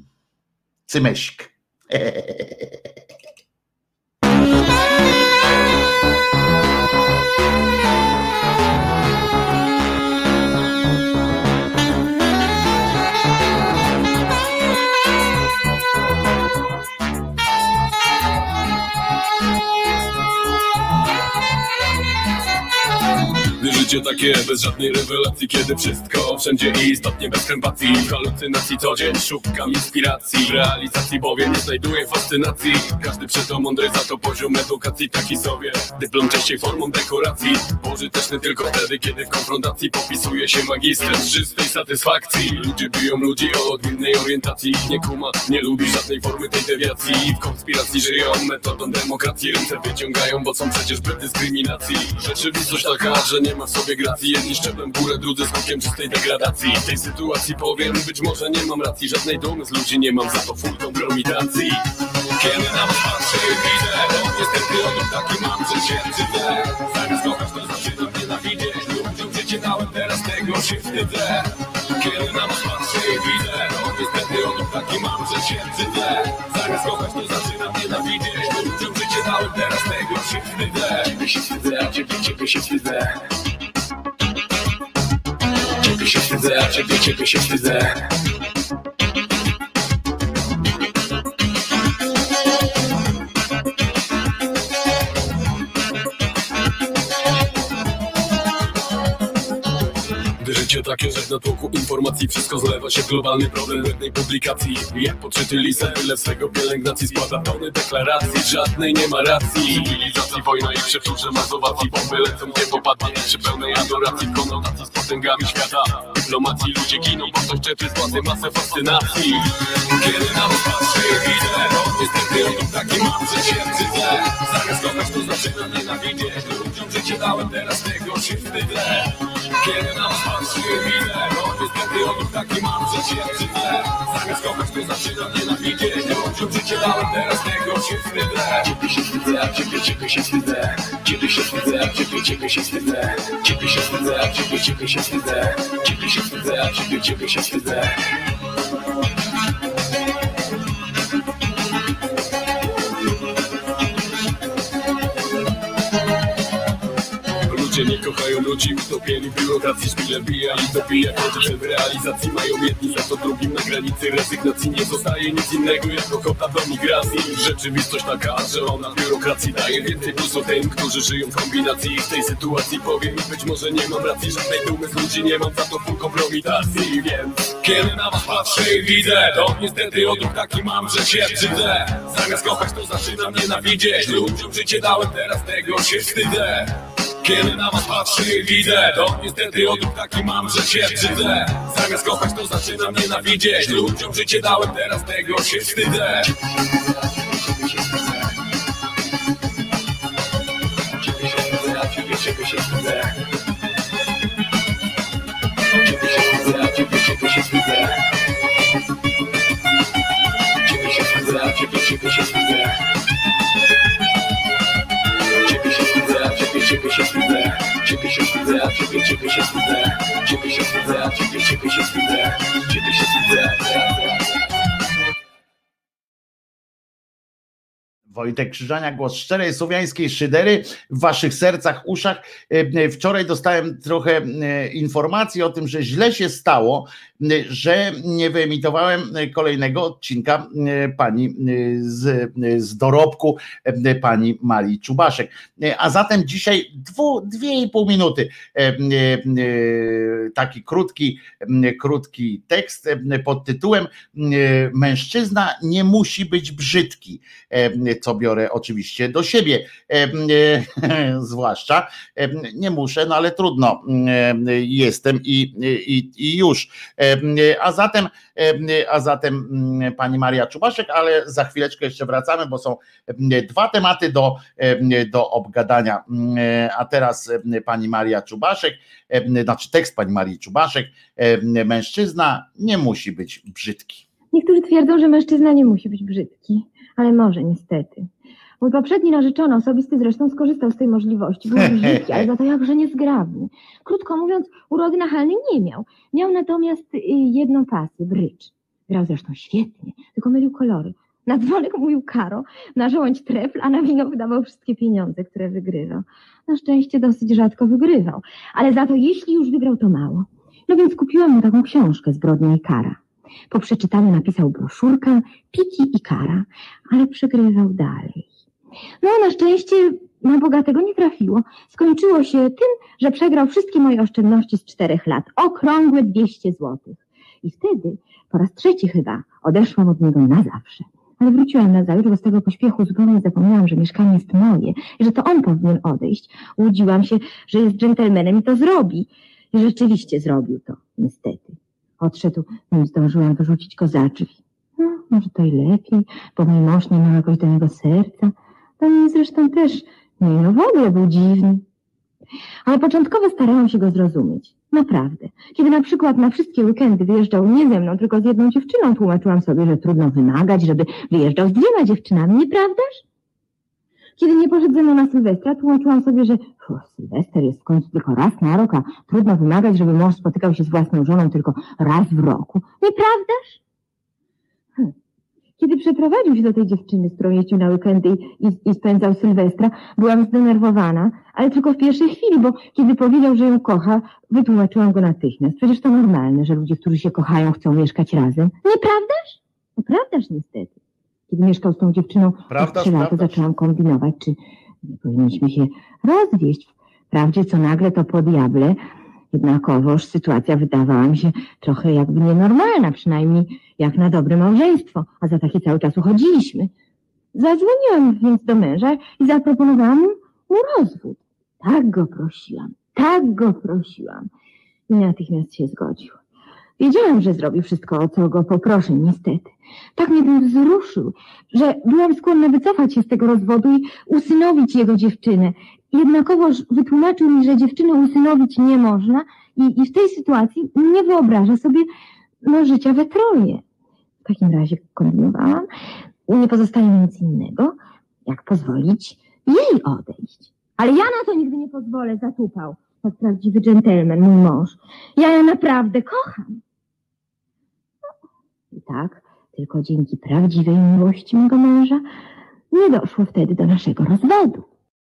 cymeśk. Życie takie bez żadnej rewelacji, kiedy wszystko wszędzie i istotnie bez krępacji. Halucynacji co dzień szukam inspiracji, w realizacji bowiem nie znajduję fascynacji. Każdy przeto mądry, za to poziom edukacji taki sobie. Dyplom częściej formą dekoracji, pożyteczny tylko wtedy, kiedy w konfrontacji popisuje się magistrem z czystej satysfakcji. Ludzie biją ludzi o odmiennej orientacji, ich nie kuma, nie lubi żadnej formy tej dewiacji. W konspiracji żyją metodą demokracji, ręce wyciągają, bo są przecież bez dyskryminacji. Rzeczywistość taka, że nie ma w sobie gracji, jedni szczeblem w górę, drudzy skutkiem czystej degradacji. W tej sytuacji powiem, być może nie mam racji, żadnej dumy z ludzi nie mam, za to full kompromitacji. Kiedy na was patrzę i widzę, to niestety odruch taki mam, że się brzydzę. Zamiast kochać to zaczynam nienawidzieć, ludziom życie dałem, teraz tego się wstydzę. Kiedy na was patrzę i widzę, to niestety odruch taki mam, że się brzydzę. Zamiast kochać to zaczynam nienawidzieć, ludziom życie dałem, teraz tego się wstydzę. Ciebie się wstydzę, a ciebie, ciebie się wstydzę. Ciebie się wstydzę, a ciebie, ciebie się wstydzę. Życie takie, że w natłoku informacji wszystko zlewa się w globalny problem jednej publikacji. Jak podczyty lisa, tyle swego pielęgnacji składa tony deklaracji, żadnej nie ma racji. Cywilizacji, wojna i przeczurze mazowacji, bomby lecą, nie popadnie przy pełnej adoracji, konotacji z potęgami świata. Dyplomacji ludzie giną, bo ktoś czerpie z władzy masę fascynacji. Kiedy na was patrzę i widzę, to niestety odruch taki mam, że się wstydzę. Zamiast kochać to zaczynam nienawidzieć, ludziom życie dałem, teraz tego się wstydzę. Kiedy na was patrzę i widzę, to niestety odruch taki mam, że się wstydzę. Zamiast kochać to zaczynam nienawidzieć, ludziom życie dałem, teraz tego się wstydzę. Ciebie się wstydzę, a ciebie, ciebie się wstydzę. Ciebie się wstydzę, a ciebie, ciebie się wstydzę. Ciebie się wstydzę, a ciebie, ciebie się wstydzę. Ciebie się wstydzę, a ciebie, ciebie się wstydzę. Nie kochają ludzi, utopieni w biurokracji, szpile bija i dobija, kończy w realizacji mają jedni, za to drugim na granicy rezygnacji nie zostaje nic innego jak ochota do migracji. Rzeczywistość taka, że ona biurokracji daje więcej plusu tym, którzy żyją w kombinacji. W tej sytuacji powiem i być może nie mam racji, żadnej dumy z ludzi nie mam, za to full kompromitacji. Więc kiedy na was patrzę i widzę, to niestety odruch taki mam, że się brzydzę. Zamiast kochać to zaczynam nienawidzieć, ludziom życie dałem, teraz tego się wstydzę. Kiedy na was patrzę i widzę, to niestety odruch taki mam, że się brzydzę. Zamiast kochać to zaczynam nienawidzieć, ludziom życie dałem, teraz tego się wstydzę. Ciebie się wstydzę, a ciebie, ciebie się wstydzę. Ciebie się wstydzę, a ciebie, ciebie się wstydzę. Ciebie się wstydzę, a ciebie, ciebie się wstydzę. Ciebie się wstydzę, a ciebie, ciebie się wstydzę. Ciebie się wstydzę, a ciebie, ciebie się wstydzę. Ciebie się wstydzę, a ciebie, ciebie się wstydzę. Ciebie się wstydzę. Wojtek Krzyżania, głos szczerej słowiańskiej szydery w waszych sercach, uszach. Wczoraj dostałem trochę informacji o tym, że źle się stało, że nie wyemitowałem kolejnego odcinka pani z, z dorobku pani Marii Czubaszek. A zatem dzisiaj dwu, dwie i pół minuty taki krótki, krótki tekst pod tytułem Mężczyzna nie musi być brzydki, co biorę oczywiście do siebie, zwłaszcza nie muszę, no ale trudno, jestem i, i, i już. A zatem, a zatem pani Maria Czubaszek, ale za chwileczkę jeszcze wracamy, bo są dwa tematy do, do obgadania. A teraz pani Maria Czubaszek, znaczy tekst pani Marii Czubaszek, mężczyzna nie musi być brzydki. Niektórzy twierdzą, że mężczyzna nie musi być brzydki, ale może niestety. Mój poprzedni narzeczony, osobisty zresztą, skorzystał z tej możliwości. Był brzydki, ale za to jakże niezgrabny. Krótko mówiąc, urody nachalnej nie miał. Miał natomiast jedną pasję, brycz. Grał zresztą świetnie, tylko mylił kolory. Na dzwonek mówił karo, na żołądź trefl, a na wino wydawał wszystkie pieniądze, które wygrywał. Na szczęście dosyć rzadko wygrywał, ale za to jeśli już wygrał, to mało. No więc kupiłam mu taką książkę Zbrodnia i kara. Po przeczytaniu napisał broszurkę Piki i kara, ale przegrywał dalej. No na szczęście na bogatego nie trafiło. Skończyło się tym, że przegrał wszystkie moje oszczędności z czterech lat. Okrągłe dwieście złotych. I wtedy, po raz trzeci chyba, odeszłam od niego na zawsze. Ale wróciłam na zajutrz, bo z tego pośpiechu zupełnie zapomniałam, że mieszkanie jest moje i że to on powinien odejść. Łudziłam się, że jest dżentelmenem i to zrobi. I rzeczywiście zrobił to, niestety. Odszedł, nim zdążyłam wyrzucić go za drzwi. No, może to i lepiej, bo mój mąż nie miał jakoś do niego serca. To mnie zresztą też, nie no w ogóle był dziwny. Ale początkowo starałam się go zrozumieć. Naprawdę. Kiedy na przykład na wszystkie weekendy wyjeżdżał nie ze mną, tylko z jedną dziewczyną, tłumaczyłam sobie, że trudno wymagać, żeby wyjeżdżał z dwiema dziewczynami, nieprawdaż? Kiedy nie poszedł ze mną na Sylwestra, tłumaczyłam sobie, że uf, Sylwester jest w końcu tylko raz na rok, a trudno wymagać, żeby mąż spotykał się z własną żoną tylko raz w roku. Nieprawdaż? Hm. Kiedy przeprowadził się do tej dziewczyny, z którą jeździł na weekendy i, i, i spędzał Sylwestra, byłam zdenerwowana, ale tylko w pierwszej chwili, bo kiedy powiedział, że ją kocha, wytłumaczyłam go natychmiast. Przecież to normalne, że ludzie, którzy się kochają, chcą mieszkać razem. Nieprawdaż? Nieprawdaż niestety. Kiedy mieszkał z tą dziewczyną Prawdaż, trzy lata, prawdaż. zaczęłam kombinować, czy nie powinniśmy się rozwieść. Wprawdzie co nagle to po diable, jednakowoż sytuacja wydawała mi się trochę jakby nienormalna, przynajmniej jak na dobre małżeństwo, a za takie cały czas uchodziliśmy. Zadzwoniłam więc do męża i zaproponowałam mu, mu rozwód. Tak go prosiłam, tak go prosiłam. I natychmiast się zgodził. Wiedziałam, że zrobi wszystko, o co go poproszę, niestety. Tak mnie to wzruszył, że byłam skłonna wycofać się z tego rozwodu i usynowić jego dziewczynę. Jednakowoż wytłumaczył mi, że dziewczyny usynowić nie można i, i w tej sytuacji nie wyobraża sobie no, życia we troje. W takim razie kombinowałam. Nie pozostaje mi nic innego, jak pozwolić jej odejść. Ale ja na to nigdy nie pozwolę, zatupał. Jak prawdziwy dżentelmen, mój mąż. Ja ją naprawdę kocham. I tak, tylko dzięki prawdziwej miłości mego męża nie doszło wtedy do naszego rozwodu.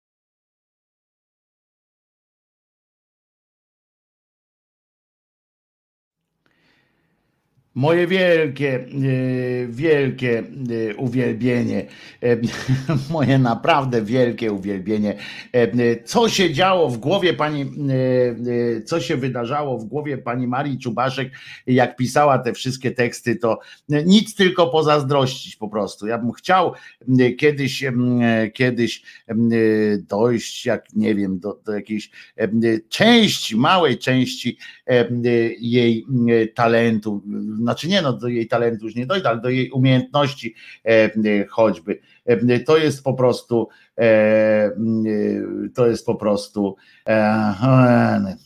Moje wielkie, wielkie uwielbienie, moje naprawdę wielkie uwielbienie. Co się działo w głowie pani, co się wydarzało w głowie pani Marii Czubaszek, jak pisała te wszystkie teksty, to nic tylko pozazdrościć po prostu. Ja bym chciał kiedyś, kiedyś dojść, jak nie wiem, do, do jakiejś części, małej części jej talentu. Znaczy nie, no do jej talentu już nie dojdę, ale do jej umiejętności e, choćby. E, to jest po prostu e, to jest po prostu e,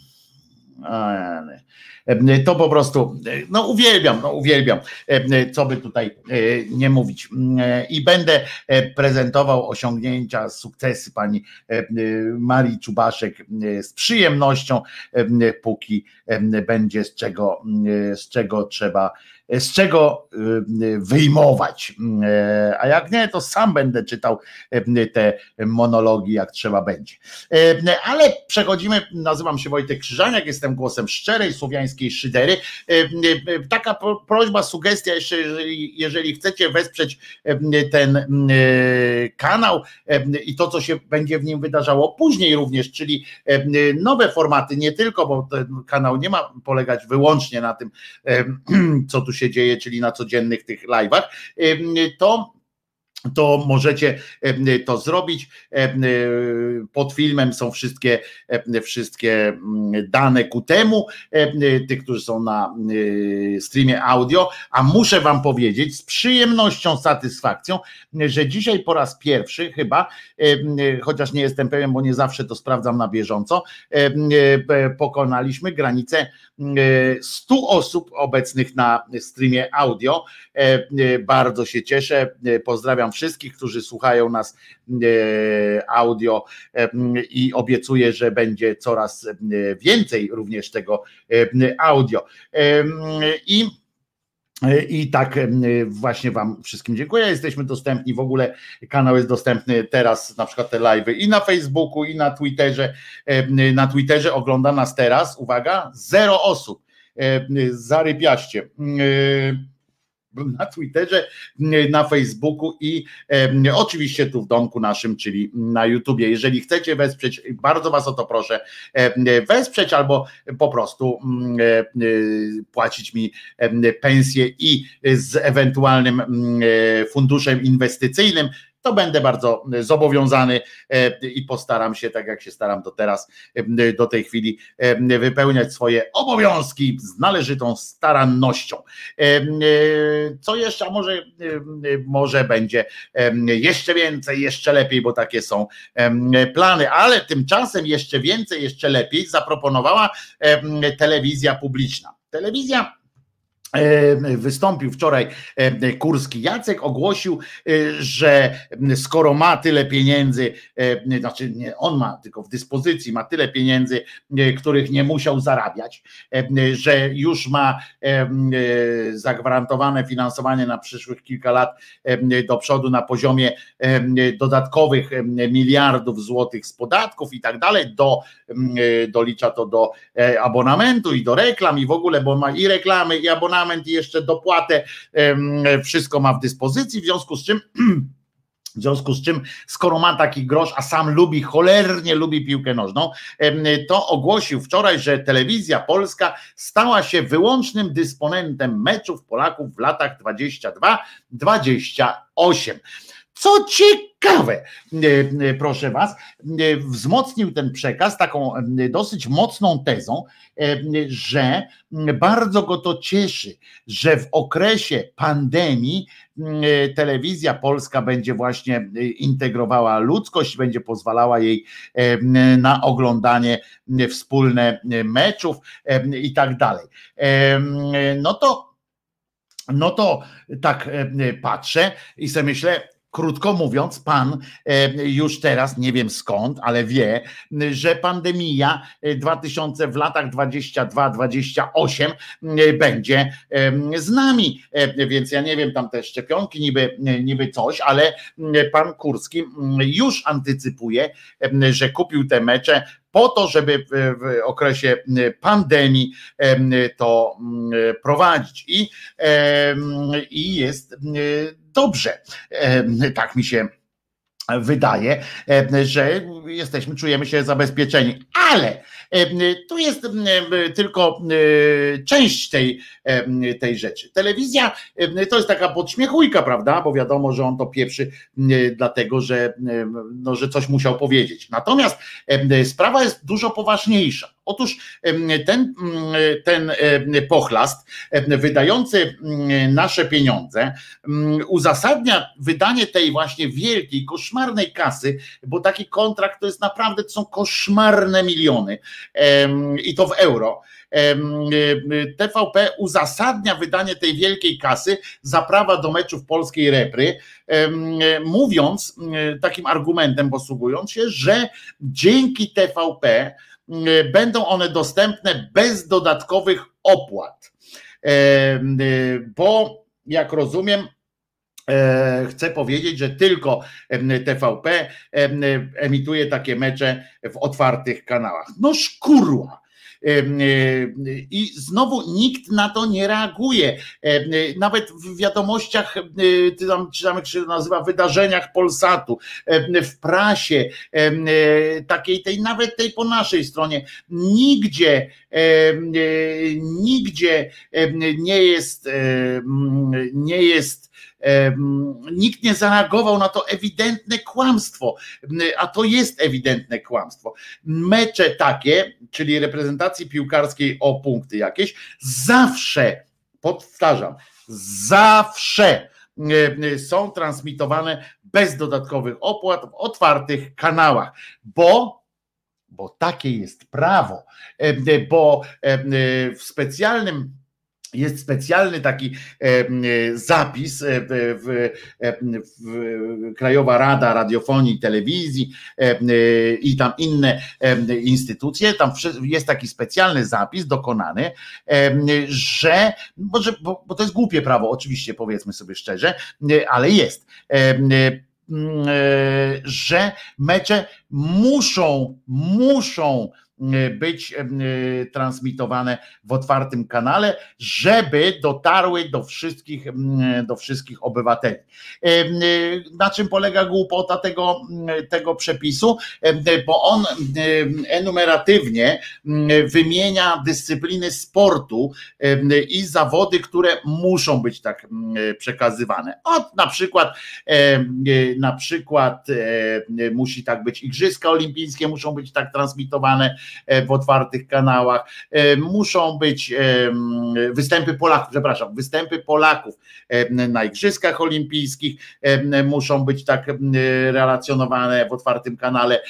to po prostu, no uwielbiam, no uwielbiam, co by tutaj nie mówić. I będę prezentował osiągnięcia, sukcesy pani Marii Czubaszek z przyjemnością, póki będzie z czego, z czego trzeba, z czego wyjmować. A jak nie, to sam będę czytał te monologi, jak trzeba będzie. Ale przechodzimy, nazywam się Wojtek Krzyżaniak, jestem głosem szczerej słowiańskiej szydery. Taka prośba, sugestia jeszcze, jeżeli, jeżeli chcecie wesprzeć ten kanał i to, co się będzie w nim wydarzało później również, czyli nowe formaty, nie tylko, bo ten kanał nie ma polegać wyłącznie na tym, co tu się dzieje, czyli na codziennych tych live'ach, to to możecie to zrobić. Pod filmem są wszystkie, wszystkie dane ku temu, tych, którzy są na streamie audio, a muszę wam powiedzieć z przyjemnością, satysfakcją, że dzisiaj po raz pierwszy chyba, chociaż nie jestem pewien, bo nie zawsze to sprawdzam na bieżąco, pokonaliśmy granicę stu osób obecnych na streamie audio. Bardzo się cieszę, pozdrawiam wszystkich, którzy słuchają nas audio i obiecuję, że będzie coraz więcej również tego audio. I I tak właśnie wam wszystkim dziękuję. Jesteśmy dostępni, w ogóle kanał jest dostępny teraz, na przykład te live'y i na Facebooku, i na Twitterze. Na Twitterze ogląda nas teraz, uwaga, zero osób. Zarypiaście. na Twitterze, na Facebooku i e, oczywiście tu w domku naszym, czyli na YouTubie. Jeżeli chcecie wesprzeć, bardzo was o to proszę, e, wesprzeć albo po prostu e, e, płacić mi e, pensję i z ewentualnym e, funduszem inwestycyjnym, to będę bardzo zobowiązany i postaram się, tak jak się staram do teraz, do tej chwili, wypełniać swoje obowiązki z należytą starannością. Co jeszcze? A może, może będzie jeszcze więcej, jeszcze lepiej, bo takie są plany, ale tymczasem jeszcze więcej, jeszcze lepiej zaproponowała telewizja publiczna. Telewizja Wystąpił wczoraj Kurski Jacek, ogłosił, że skoro ma tyle pieniędzy, znaczy nie on ma, tylko w dyspozycji ma tyle pieniędzy, których nie musiał zarabiać, że już ma zagwarantowane finansowanie na przyszłych kilka lat do przodu na poziomie dodatkowych miliardów złotych z podatków i tak dalej, do, dolicza to do abonamentu i do reklam i w ogóle, bo ma i reklamy, i abonament, i jeszcze dopłatę, wszystko ma w dyspozycji, w związku z czym w związku z czym, skoro ma taki grosz, a sam lubi, cholernie lubi piłkę nożną, to ogłosił wczoraj, że Telewizja Polska stała się wyłącznym dysponentem meczów Polaków w latach dwudziestym drugim dwudziestym ósmym. Co ciekawe, proszę was, wzmocnił ten przekaz taką dosyć mocną tezą, że bardzo go to cieszy, że w okresie pandemii Telewizja Polska będzie właśnie integrowała ludzkość, będzie pozwalała jej na oglądanie wspólne meczów i tak dalej. No to, no to tak patrzę i sobie myślę, krótko mówiąc, pan już teraz, nie wiem skąd, ale wie, że pandemia dwa tysiące w latach dwudziestym drugim dwudziestym ósmym będzie z nami, więc ja nie wiem, tam te szczepionki niby, niby coś, ale pan Kurski już antycypuje, że kupił te mecze po to, żeby w okresie pandemii to prowadzić i, i jest dobrze, tak mi się wydaje, że jesteśmy, czujemy się zabezpieczeni, ale tu jest tylko część tej, tej rzeczy. Telewizja to jest taka podśmiechujka, prawda, bo wiadomo, że on to pieprzy dlatego, że, no, że coś musiał powiedzieć. Natomiast sprawa jest dużo poważniejsza. Otóż ten, ten pochlast wydający nasze pieniądze uzasadnia wydanie tej właśnie wielkiej, koszmarnej kasy, bo taki kontrakt to jest naprawdę, to są koszmarne miliony i to w euro. T V P uzasadnia wydanie tej wielkiej kasy za prawa do meczów polskiej repry, mówiąc, takim argumentem posługując się, że dzięki T V P będą one dostępne bez dodatkowych opłat, bo jak rozumiem, chcę powiedzieć, że tylko T V P emituje takie mecze w otwartych kanałach. No szkurła. I znowu nikt na to nie reaguje. Nawet w wiadomościach, czy tam jak się nazywa, wydarzeniach Polsatu, w prasie, takiej tej, nawet tej po naszej stronie, nigdzie, nigdzie nie jest, nie jest nikt nie zareagował na to ewidentne kłamstwo, a to jest ewidentne kłamstwo. Mecze takie, czyli reprezentacji piłkarskiej o punkty jakieś, zawsze, powtarzam, zawsze są transmitowane bez dodatkowych opłat w otwartych kanałach, bo bo takie jest prawo, bo w specjalnym jest specjalny taki zapis w, w Krajowa Rada Radiofonii i Telewizji i tam inne instytucje, tam jest taki specjalny zapis dokonany, że, bo, bo to jest głupie prawo, oczywiście, powiedzmy sobie szczerze, ale jest, że mecze muszą, muszą być transmitowane w otwartym kanale, żeby dotarły do wszystkich, do wszystkich obywateli. Na czym polega głupota tego, tego przepisu? Bo on enumeratywnie wymienia dyscypliny sportu i zawody, które muszą być tak przekazywane. Od na przykład na przykład musi tak być Igrzyska Olimpijskie, muszą być tak transmitowane w otwartych kanałach, muszą być występy Polaków, przepraszam, występy Polaków na Igrzyskach Olimpijskich muszą być tak relacjonowane w otwartym kanale,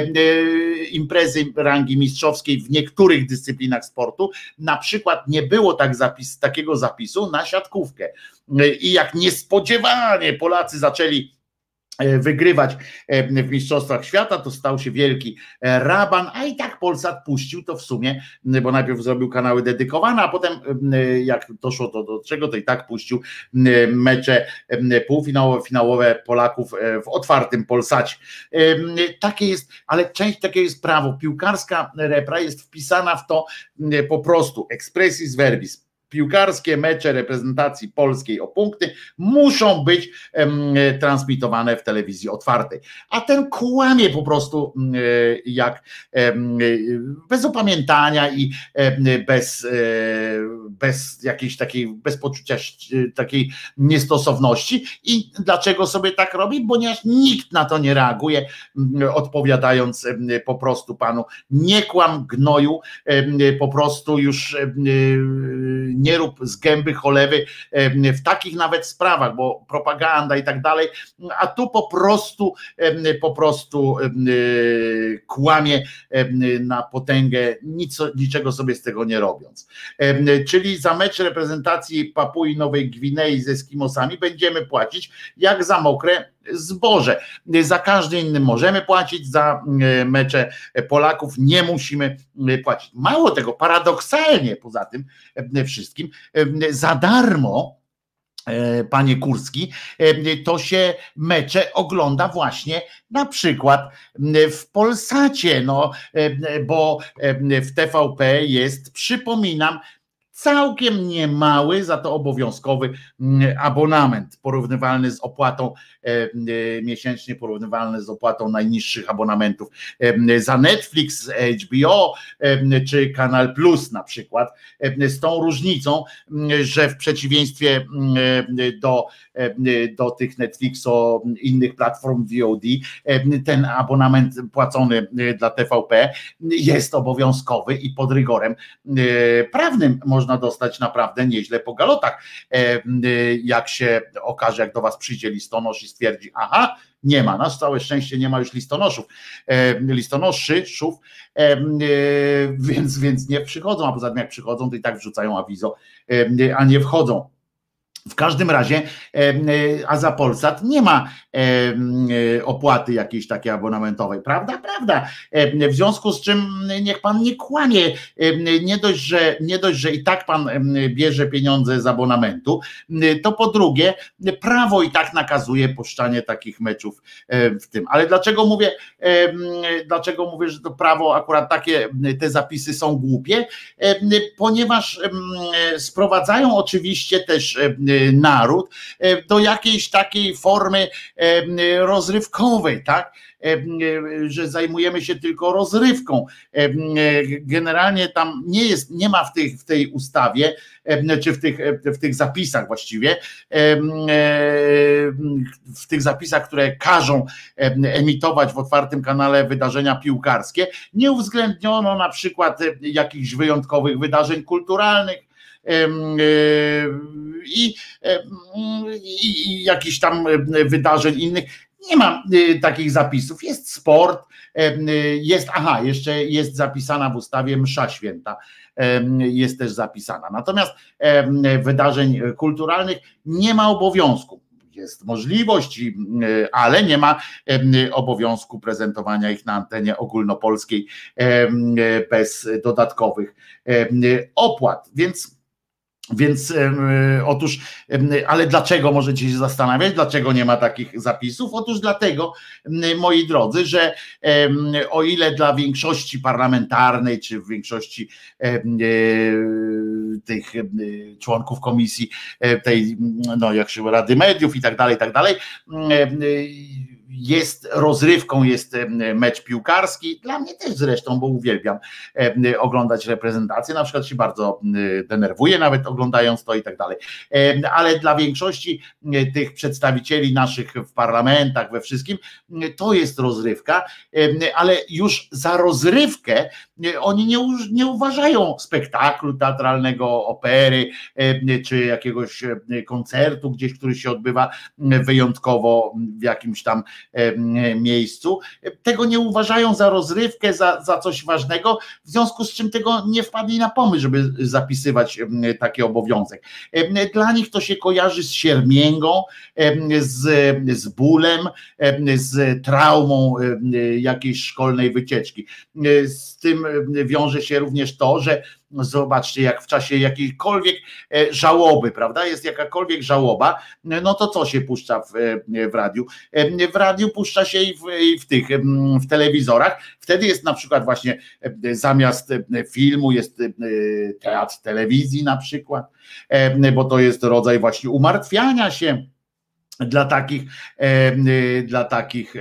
imprezy rangi mistrzowskiej w niektórych dyscyplinach sportu, na przykład nie było tak zapis, takiego zapisu na siatkówkę i jak niespodziewanie Polacy zaczęli wygrywać w Mistrzostwach Świata, to stał się wielki raban, a i tak Polsat puścił to w sumie, bo najpierw zrobił kanały dedykowane, a potem jak doszło to do czego, to i tak puścił mecze półfinałowe, finałowe Polaków w otwartym Polsacie. Takie jest, ale część takie jest prawo. Piłkarska repra jest wpisana w to po prostu expressis verbis. Piłkarskie mecze reprezentacji polskiej o punkty muszą być um, transmitowane w telewizji otwartej. A ten kłamie po prostu um, jak um, bez opamiętania i um, bez, um, bez jakiejś takiej, bez poczucia takiej niestosowności. I dlaczego sobie tak robi? Ponieważ nikt na to nie reaguje, um, odpowiadając um, po prostu panu nie kłam gnoju, um, po prostu już um, nie rób z gęby cholewy w takich nawet sprawach, bo propaganda i tak dalej, a tu po prostu po prostu kłamie na potęgę, nic, niczego sobie z tego nie robiąc. Czyli za mecz reprezentacji Papui Nowej Gwinei z Eskimosami będziemy płacić jak za mokre zboże. Za każdy inny możemy płacić, za mecze Polaków nie musimy płacić. Mało tego, paradoksalnie poza tym wszystkim, za darmo, panie Kurski, to się mecze ogląda właśnie na przykład w Polsacie, no, bo w T V P jest, przypominam, całkiem niemały, za to obowiązkowy abonament, porównywalny z opłatą e, miesięcznie, porównywalny z opłatą najniższych abonamentów e, za Netflix, H B O e, czy Kanal Plus na przykład, e, z tą różnicą, że w przeciwieństwie e, do, e, do tych Netflixo, innych platform V O D, e, ten abonament płacony dla T V P jest obowiązkowy i pod rygorem e, prawnym można można dostać naprawdę nieźle po galotach, jak się okaże, jak do was przyjdzie listonosz i stwierdzi, aha, nie ma, na całe szczęście nie ma już listonoszów, listonoszy, szów, więc, więc nie przychodzą, a poza tym jak przychodzą, to i tak wrzucają awizo, a nie wchodzą. W każdym razie, a za Polsat nie ma opłaty jakiejś takiej abonamentowej, prawda? Prawda. W związku z czym niech pan nie kłamie, nie dość, że, nie dość, że i tak pan bierze pieniądze z abonamentu, to po drugie prawo i tak nakazuje puszczanie takich meczów w tym. Ale dlaczego mówię, dlaczego mówię, że to prawo akurat takie, te zapisy są głupie? Ponieważ sprowadzają oczywiście też naród do jakiejś takiej formy rozrywkowej, tak? Że zajmujemy się tylko rozrywką. Generalnie tam nie jest, nie ma w tej, w tej ustawie, czy w tych, w tych zapisach właściwie, w tych zapisach, które każą emitować w otwartym kanale wydarzenia piłkarskie, nie uwzględniono na przykład jakichś wyjątkowych wydarzeń kulturalnych, I, i, i jakichś tam wydarzeń innych. Nie ma takich zapisów. Jest sport, jest, aha, jeszcze jest zapisana w ustawie msza święta, jest też zapisana. Natomiast wydarzeń kulturalnych nie ma obowiązku. Jest możliwość, ale nie ma obowiązku prezentowania ich na antenie ogólnopolskiej bez dodatkowych opłat. Więc Więc y, otóż, y, ale dlaczego możecie się zastanawiać, dlaczego nie ma takich zapisów? Otóż dlatego, y, moi drodzy, że y, o ile dla większości parlamentarnej, czy w większości y, y, tych y, członków komisji y, tej, no jak się Rady Mediów i tak dalej, i tak dalej, y, y, jest rozrywką, jest mecz piłkarski, dla mnie też zresztą, bo uwielbiam oglądać reprezentację, na przykład się bardzo denerwuję nawet oglądając to i tak dalej, ale dla większości tych przedstawicieli naszych w parlamentach, we wszystkim, to jest rozrywka, ale już za rozrywkę oni nie, nie uważają spektaklu teatralnego, opery, czy jakiegoś koncertu gdzieś, który się odbywa wyjątkowo w jakimś tam miejscu, tego nie uważają za rozrywkę, za, za coś ważnego, w związku z czym tego nie wpadli na pomysł, żeby zapisywać taki obowiązek. Dla nich to się kojarzy z siermięgą, z, z bólem, z traumą jakiejś szkolnej wycieczki. Z tym wiąże się również to, że zobaczcie, jak w czasie jakiejkolwiek żałoby, prawda, jest jakakolwiek żałoba, no to co się puszcza w, w radiu? W radiu puszcza się i w, i w tych, w telewizorach, wtedy jest na przykład właśnie zamiast filmu jest teatr telewizji na przykład, bo to jest rodzaj właśnie umartwiania się dla takich, e, dla takich e,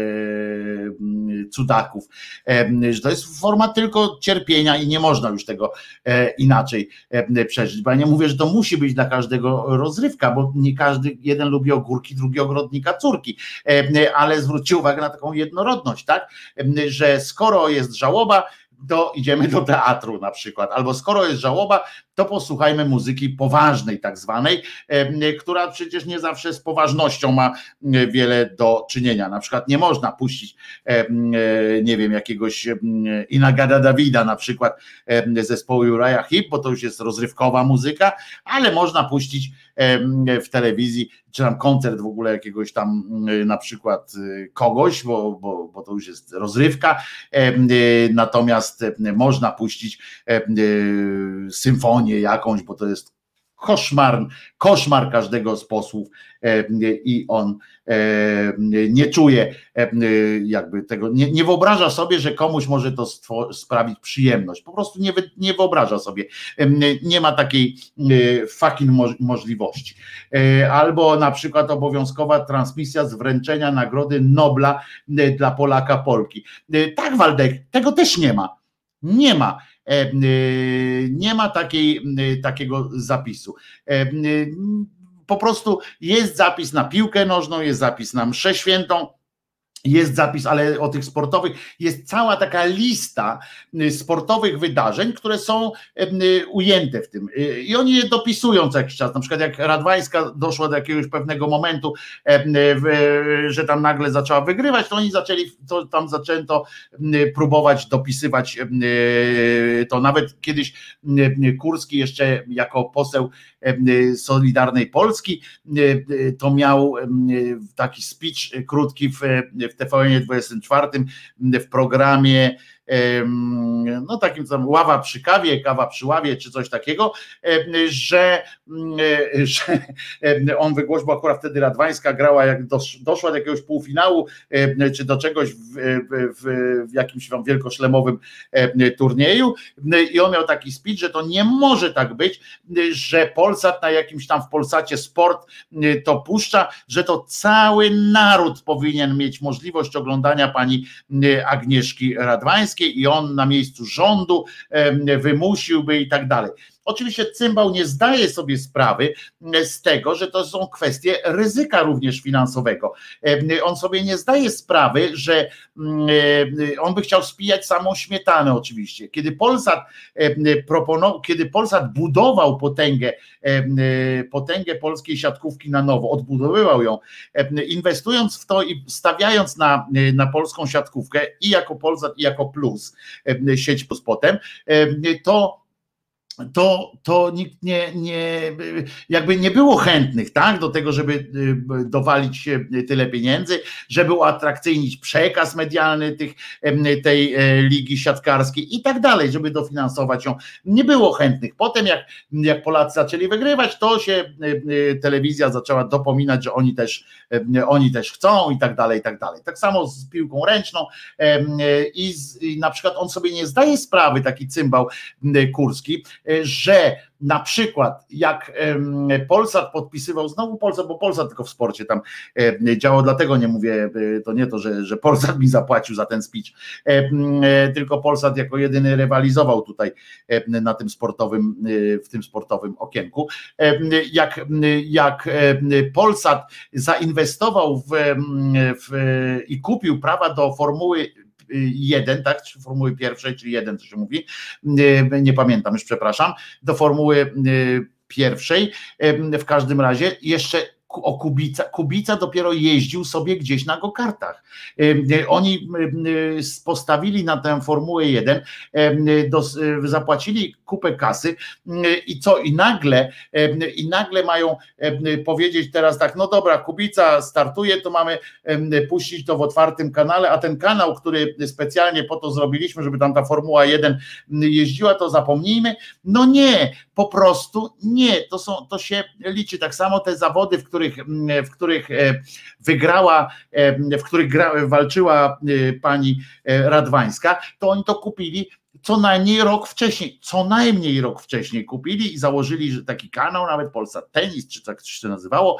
cudaków, e, że to jest forma tylko cierpienia i nie można już tego e, inaczej e, przeżyć, bo ja nie mówię, że to musi być dla każdego rozrywka, bo nie każdy, jeden lubi ogórki, drugi ogrodnika córki, e, ale zwróćcie uwagę na taką jednorodność, tak, e, że skoro jest żałoba, to idziemy do teatru na przykład, albo skoro jest żałoba, to posłuchajmy muzyki poważnej tak zwanej, która przecież nie zawsze z poważnością ma wiele do czynienia. Na przykład nie można puścić, nie wiem, jakiegoś Inagada Davida na przykład zespołu Uriah Heep, bo to już jest rozrywkowa muzyka, ale można puścić w telewizji, czy tam koncert w ogóle jakiegoś tam na przykład kogoś, bo, bo, bo to już jest rozrywka, natomiast można puścić symfonię jakąś, bo to jest koszmar, koszmar każdego z posłów i on nie czuje jakby tego, nie, nie wyobraża sobie, że komuś może to stwo- sprawić przyjemność, po prostu nie, nie wyobraża sobie, nie ma takiej fucking mo- możliwości. Albo na przykład obowiązkowa transmisja z wręczenia Nagrody Nobla dla Polaka Polki. Tak, Waldek, tego też nie ma. Nie ma. Nie ma takiej, takiego zapisu. Po prostu jest zapis na piłkę nożną, jest zapis na mszę świętą, jest zapis, ale o tych sportowych, jest cała taka lista sportowych wydarzeń, które są ujęte w tym i oni je dopisują co jakiś czas, na przykład jak Radwańska doszła do jakiegoś pewnego momentu, że tam nagle zaczęła wygrywać, to oni zaczęli, to tam zaczęto próbować dopisywać to, nawet kiedyś Kurski jeszcze jako poseł Solidarnej Polski to miał taki speech krótki w, w T V N dwudziestym czwartym w programie no takim tam ława przy kawie, kawa przy ławie, czy coś takiego, że, że on wygłosił, bo akurat wtedy Radwańska grała, jak doszła do jakiegoś półfinału, czy do czegoś w, w, w jakimś tam wielkoszlemowym turnieju i on miał taki speech, że to nie może tak być, że Polsat na jakimś tam w Polsacie Sport to puszcza, że to cały naród powinien mieć możliwość oglądania pani Agnieszki Radwańskiej i on na miejscu rządu wymusiłby i tak dalej. Oczywiście Cymbał nie zdaje sobie sprawy z tego, że to są kwestie ryzyka również finansowego. On sobie nie zdaje sprawy, że on by chciał spijać samą śmietanę oczywiście. Kiedy Polsat proponował, kiedy Polsat budował potęgę, potęgę polskiej siatkówki na nowo, odbudowywał ją, inwestując w to i stawiając na, na polską siatkówkę i jako Polsat, i jako Plus, sieć Plus potem, to to, to nikt nie, nie, jakby nie było chętnych, tak, do tego, żeby dowalić tyle pieniędzy, żeby uatrakcyjnić przekaz medialny tych, tej ligi siatkarskiej i tak dalej, żeby dofinansować ją. Nie było chętnych. Potem jak, jak Polacy zaczęli wygrywać, to się telewizja zaczęła dopominać, że oni też, oni też chcą i tak dalej, i tak dalej. Tak samo z piłką ręczną i, z, i na przykład on sobie nie zdaje sprawy, taki cymbał Kurski, że na przykład jak Polsat podpisywał, znowu Polsat, bo Polsat tylko w sporcie tam działał, dlatego nie mówię, to nie to, że, że Polsat mi zapłacił za ten speech, tylko Polsat jako jedyny rywalizował tutaj na tym sportowym, w tym sportowym okienku. Jak, jak Polsat zainwestował w, w, i kupił prawa do Formuły jeden, tak, czy Formuły pierwszej, czy jeden, co się mówi, nie pamiętam już, przepraszam, do Formuły pierwszej, w każdym razie jeszcze o Kubica, Kubica dopiero jeździł sobie gdzieś na go-kartach. Oni postawili na tę Formułę jeden, zapłacili kupę kasy i co, i nagle i nagle mają powiedzieć teraz tak, no dobra, Kubica startuje, to mamy puścić to w otwartym kanale, a ten kanał, który specjalnie po to zrobiliśmy, żeby tam ta Formuła jeden jeździła, to zapomnijmy. No nie, po prostu nie, to są, to się liczy. Tak samo te zawody, w których w których wygrała, w których gra, walczyła pani Radwańska, to oni to kupili co najmniej rok wcześniej, co najmniej rok wcześniej kupili i założyli taki kanał, nawet Polsat Tenis, czy tak się nazywało,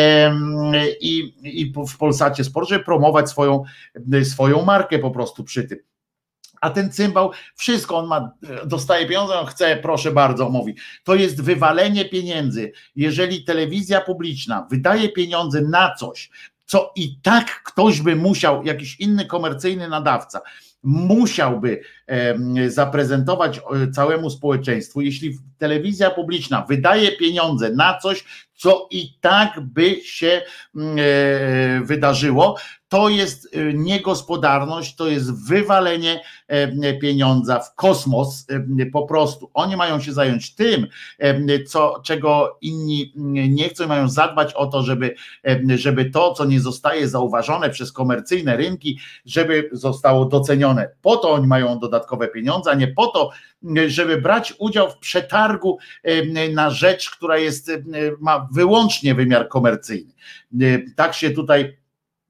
i, i w Polsacie Sport, żeby promować swoją, swoją markę po prostu przy tym. A ten cymbał, wszystko on ma, dostaje pieniądze, on chce, proszę bardzo, mówi. To jest wywalenie pieniędzy. Jeżeli telewizja publiczna wydaje pieniądze na coś, co i tak ktoś by musiał, jakiś inny komercyjny nadawca, musiałby zaprezentować całemu społeczeństwu, jeśli telewizja publiczna wydaje pieniądze na coś, co i tak by się wydarzyło, to jest niegospodarność, to jest wywalenie pieniądza w kosmos po prostu. Oni mają się zająć tym, co, czego inni nie chcą, mają zadbać o to, żeby, żeby to, co nie zostaje zauważone przez komercyjne rynki, żeby zostało docenione. Po to oni mają dodatkowe pieniądze, a nie po to, żeby brać udział w przetargu na rzecz, która jest, ma wyłącznie wymiar komercyjny. Tak się tutaj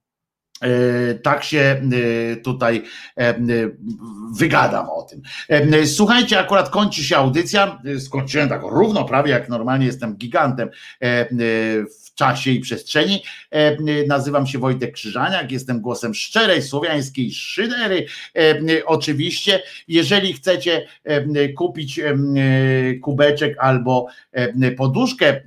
Tak się tutaj wygadam o tym. Słuchajcie, akurat kończy się audycja. Skończyłem tak równo, prawie jak normalnie, jestem gigantem w czasie i przestrzeni. Nazywam się Wojtek Krzyżaniak, jestem głosem szczerej słowiańskiej szydery. Oczywiście, jeżeli chcecie kupić kubeczek albo poduszkę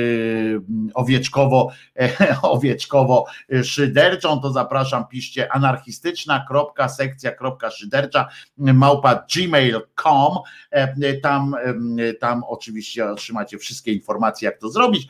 owieczkowo, owieczkowo szyderczą, to zapraszam, piszcie anarchistyczna kropka sekcja kropka szydercza małpa gmail kropka com. Tam, tam oczywiście otrzymacie wszystkie informacje, jak to zrobić,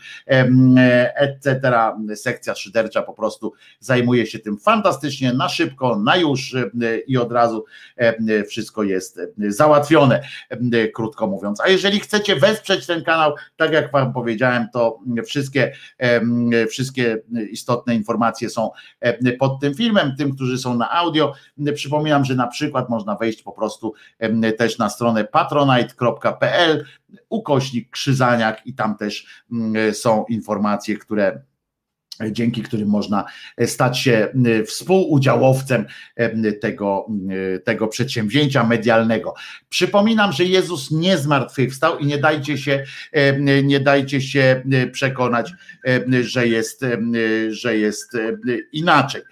et cetera. Sekcja szydercza po prostu zajmuje się tym fantastycznie, na szybko, na już i od razu wszystko jest załatwione, krótko mówiąc. A jeżeli chcecie wesprzeć ten kanał, tak jak wam powiedziałem, to wszystkie, wszystkie istotne informacje są pod tym filmem. Tym, którzy są na audio, przypominam, że na przykład można wejść po prostu też na stronę patronite kropka p l ukośnik Krzyżaniak i tam też są informacje, które dzięki którym można stać się współudziałowcem tego, tego przedsięwzięcia medialnego. Przypominam, że Jezus nie zmartwychwstał i nie dajcie się, nie dajcie się przekonać, że jest, że jest inaczej.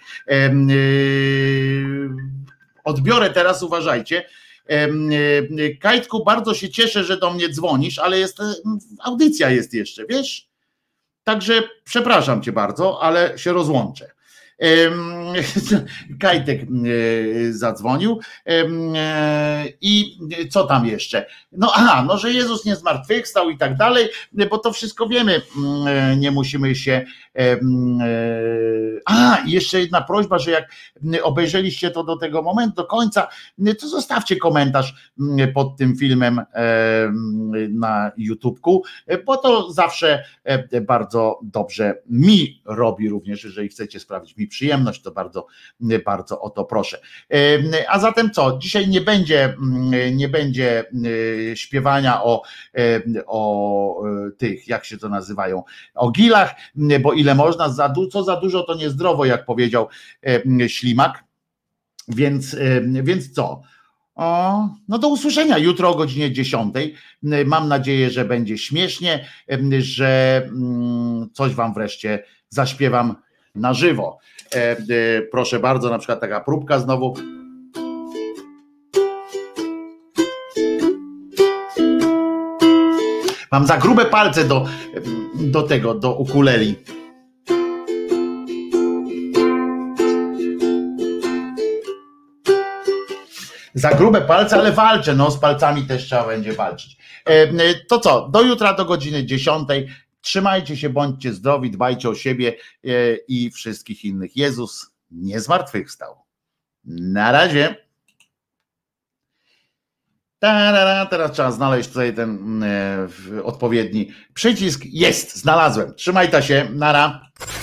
Odbiorę teraz, uważajcie. Kajtku, bardzo się cieszę, że do mnie dzwonisz, ale jest, audycja jest jeszcze, wiesz? Także przepraszam cię bardzo, ale się rozłączę. Kajtek zadzwonił i co tam jeszcze? No aha, no że Jezus nie zmartwychwstał i tak dalej, bo to wszystko wiemy, nie musimy się... A, i jeszcze jedna prośba, że jak obejrzeliście to do tego momentu, do końca, to zostawcie komentarz pod tym filmem na YouTubeku, bo to zawsze bardzo dobrze mi robi również, jeżeli chcecie sprawić mi przyjemność, to bardzo, bardzo o to proszę. A zatem co? Dzisiaj nie będzie, nie będzie śpiewania o, o tych, jak się to nazywają, o gilach, bo ile można, za, co za dużo to niezdrowo, jak powiedział Ślimak, więc, więc co? O, no do usłyszenia jutro o godzinie dziesiątej. Mam nadzieję, że będzie śmiesznie, że coś wam wreszcie zaśpiewam na żywo. Proszę bardzo, na przykład taka próbka znowu. Mam za grube palce do, do tego, do ukuleli. Za grube palce, ale walczę, no z palcami też trzeba będzie walczyć. To co, do jutra do godziny dziesiątej. Trzymajcie się, bądźcie zdrowi, dbajcie o siebie i wszystkich innych. Jezus nie zmartwychwstał. Na razie. Teraz trzeba znaleźć tutaj ten odpowiedni przycisk. Jest, znalazłem. Trzymajcie się, nara.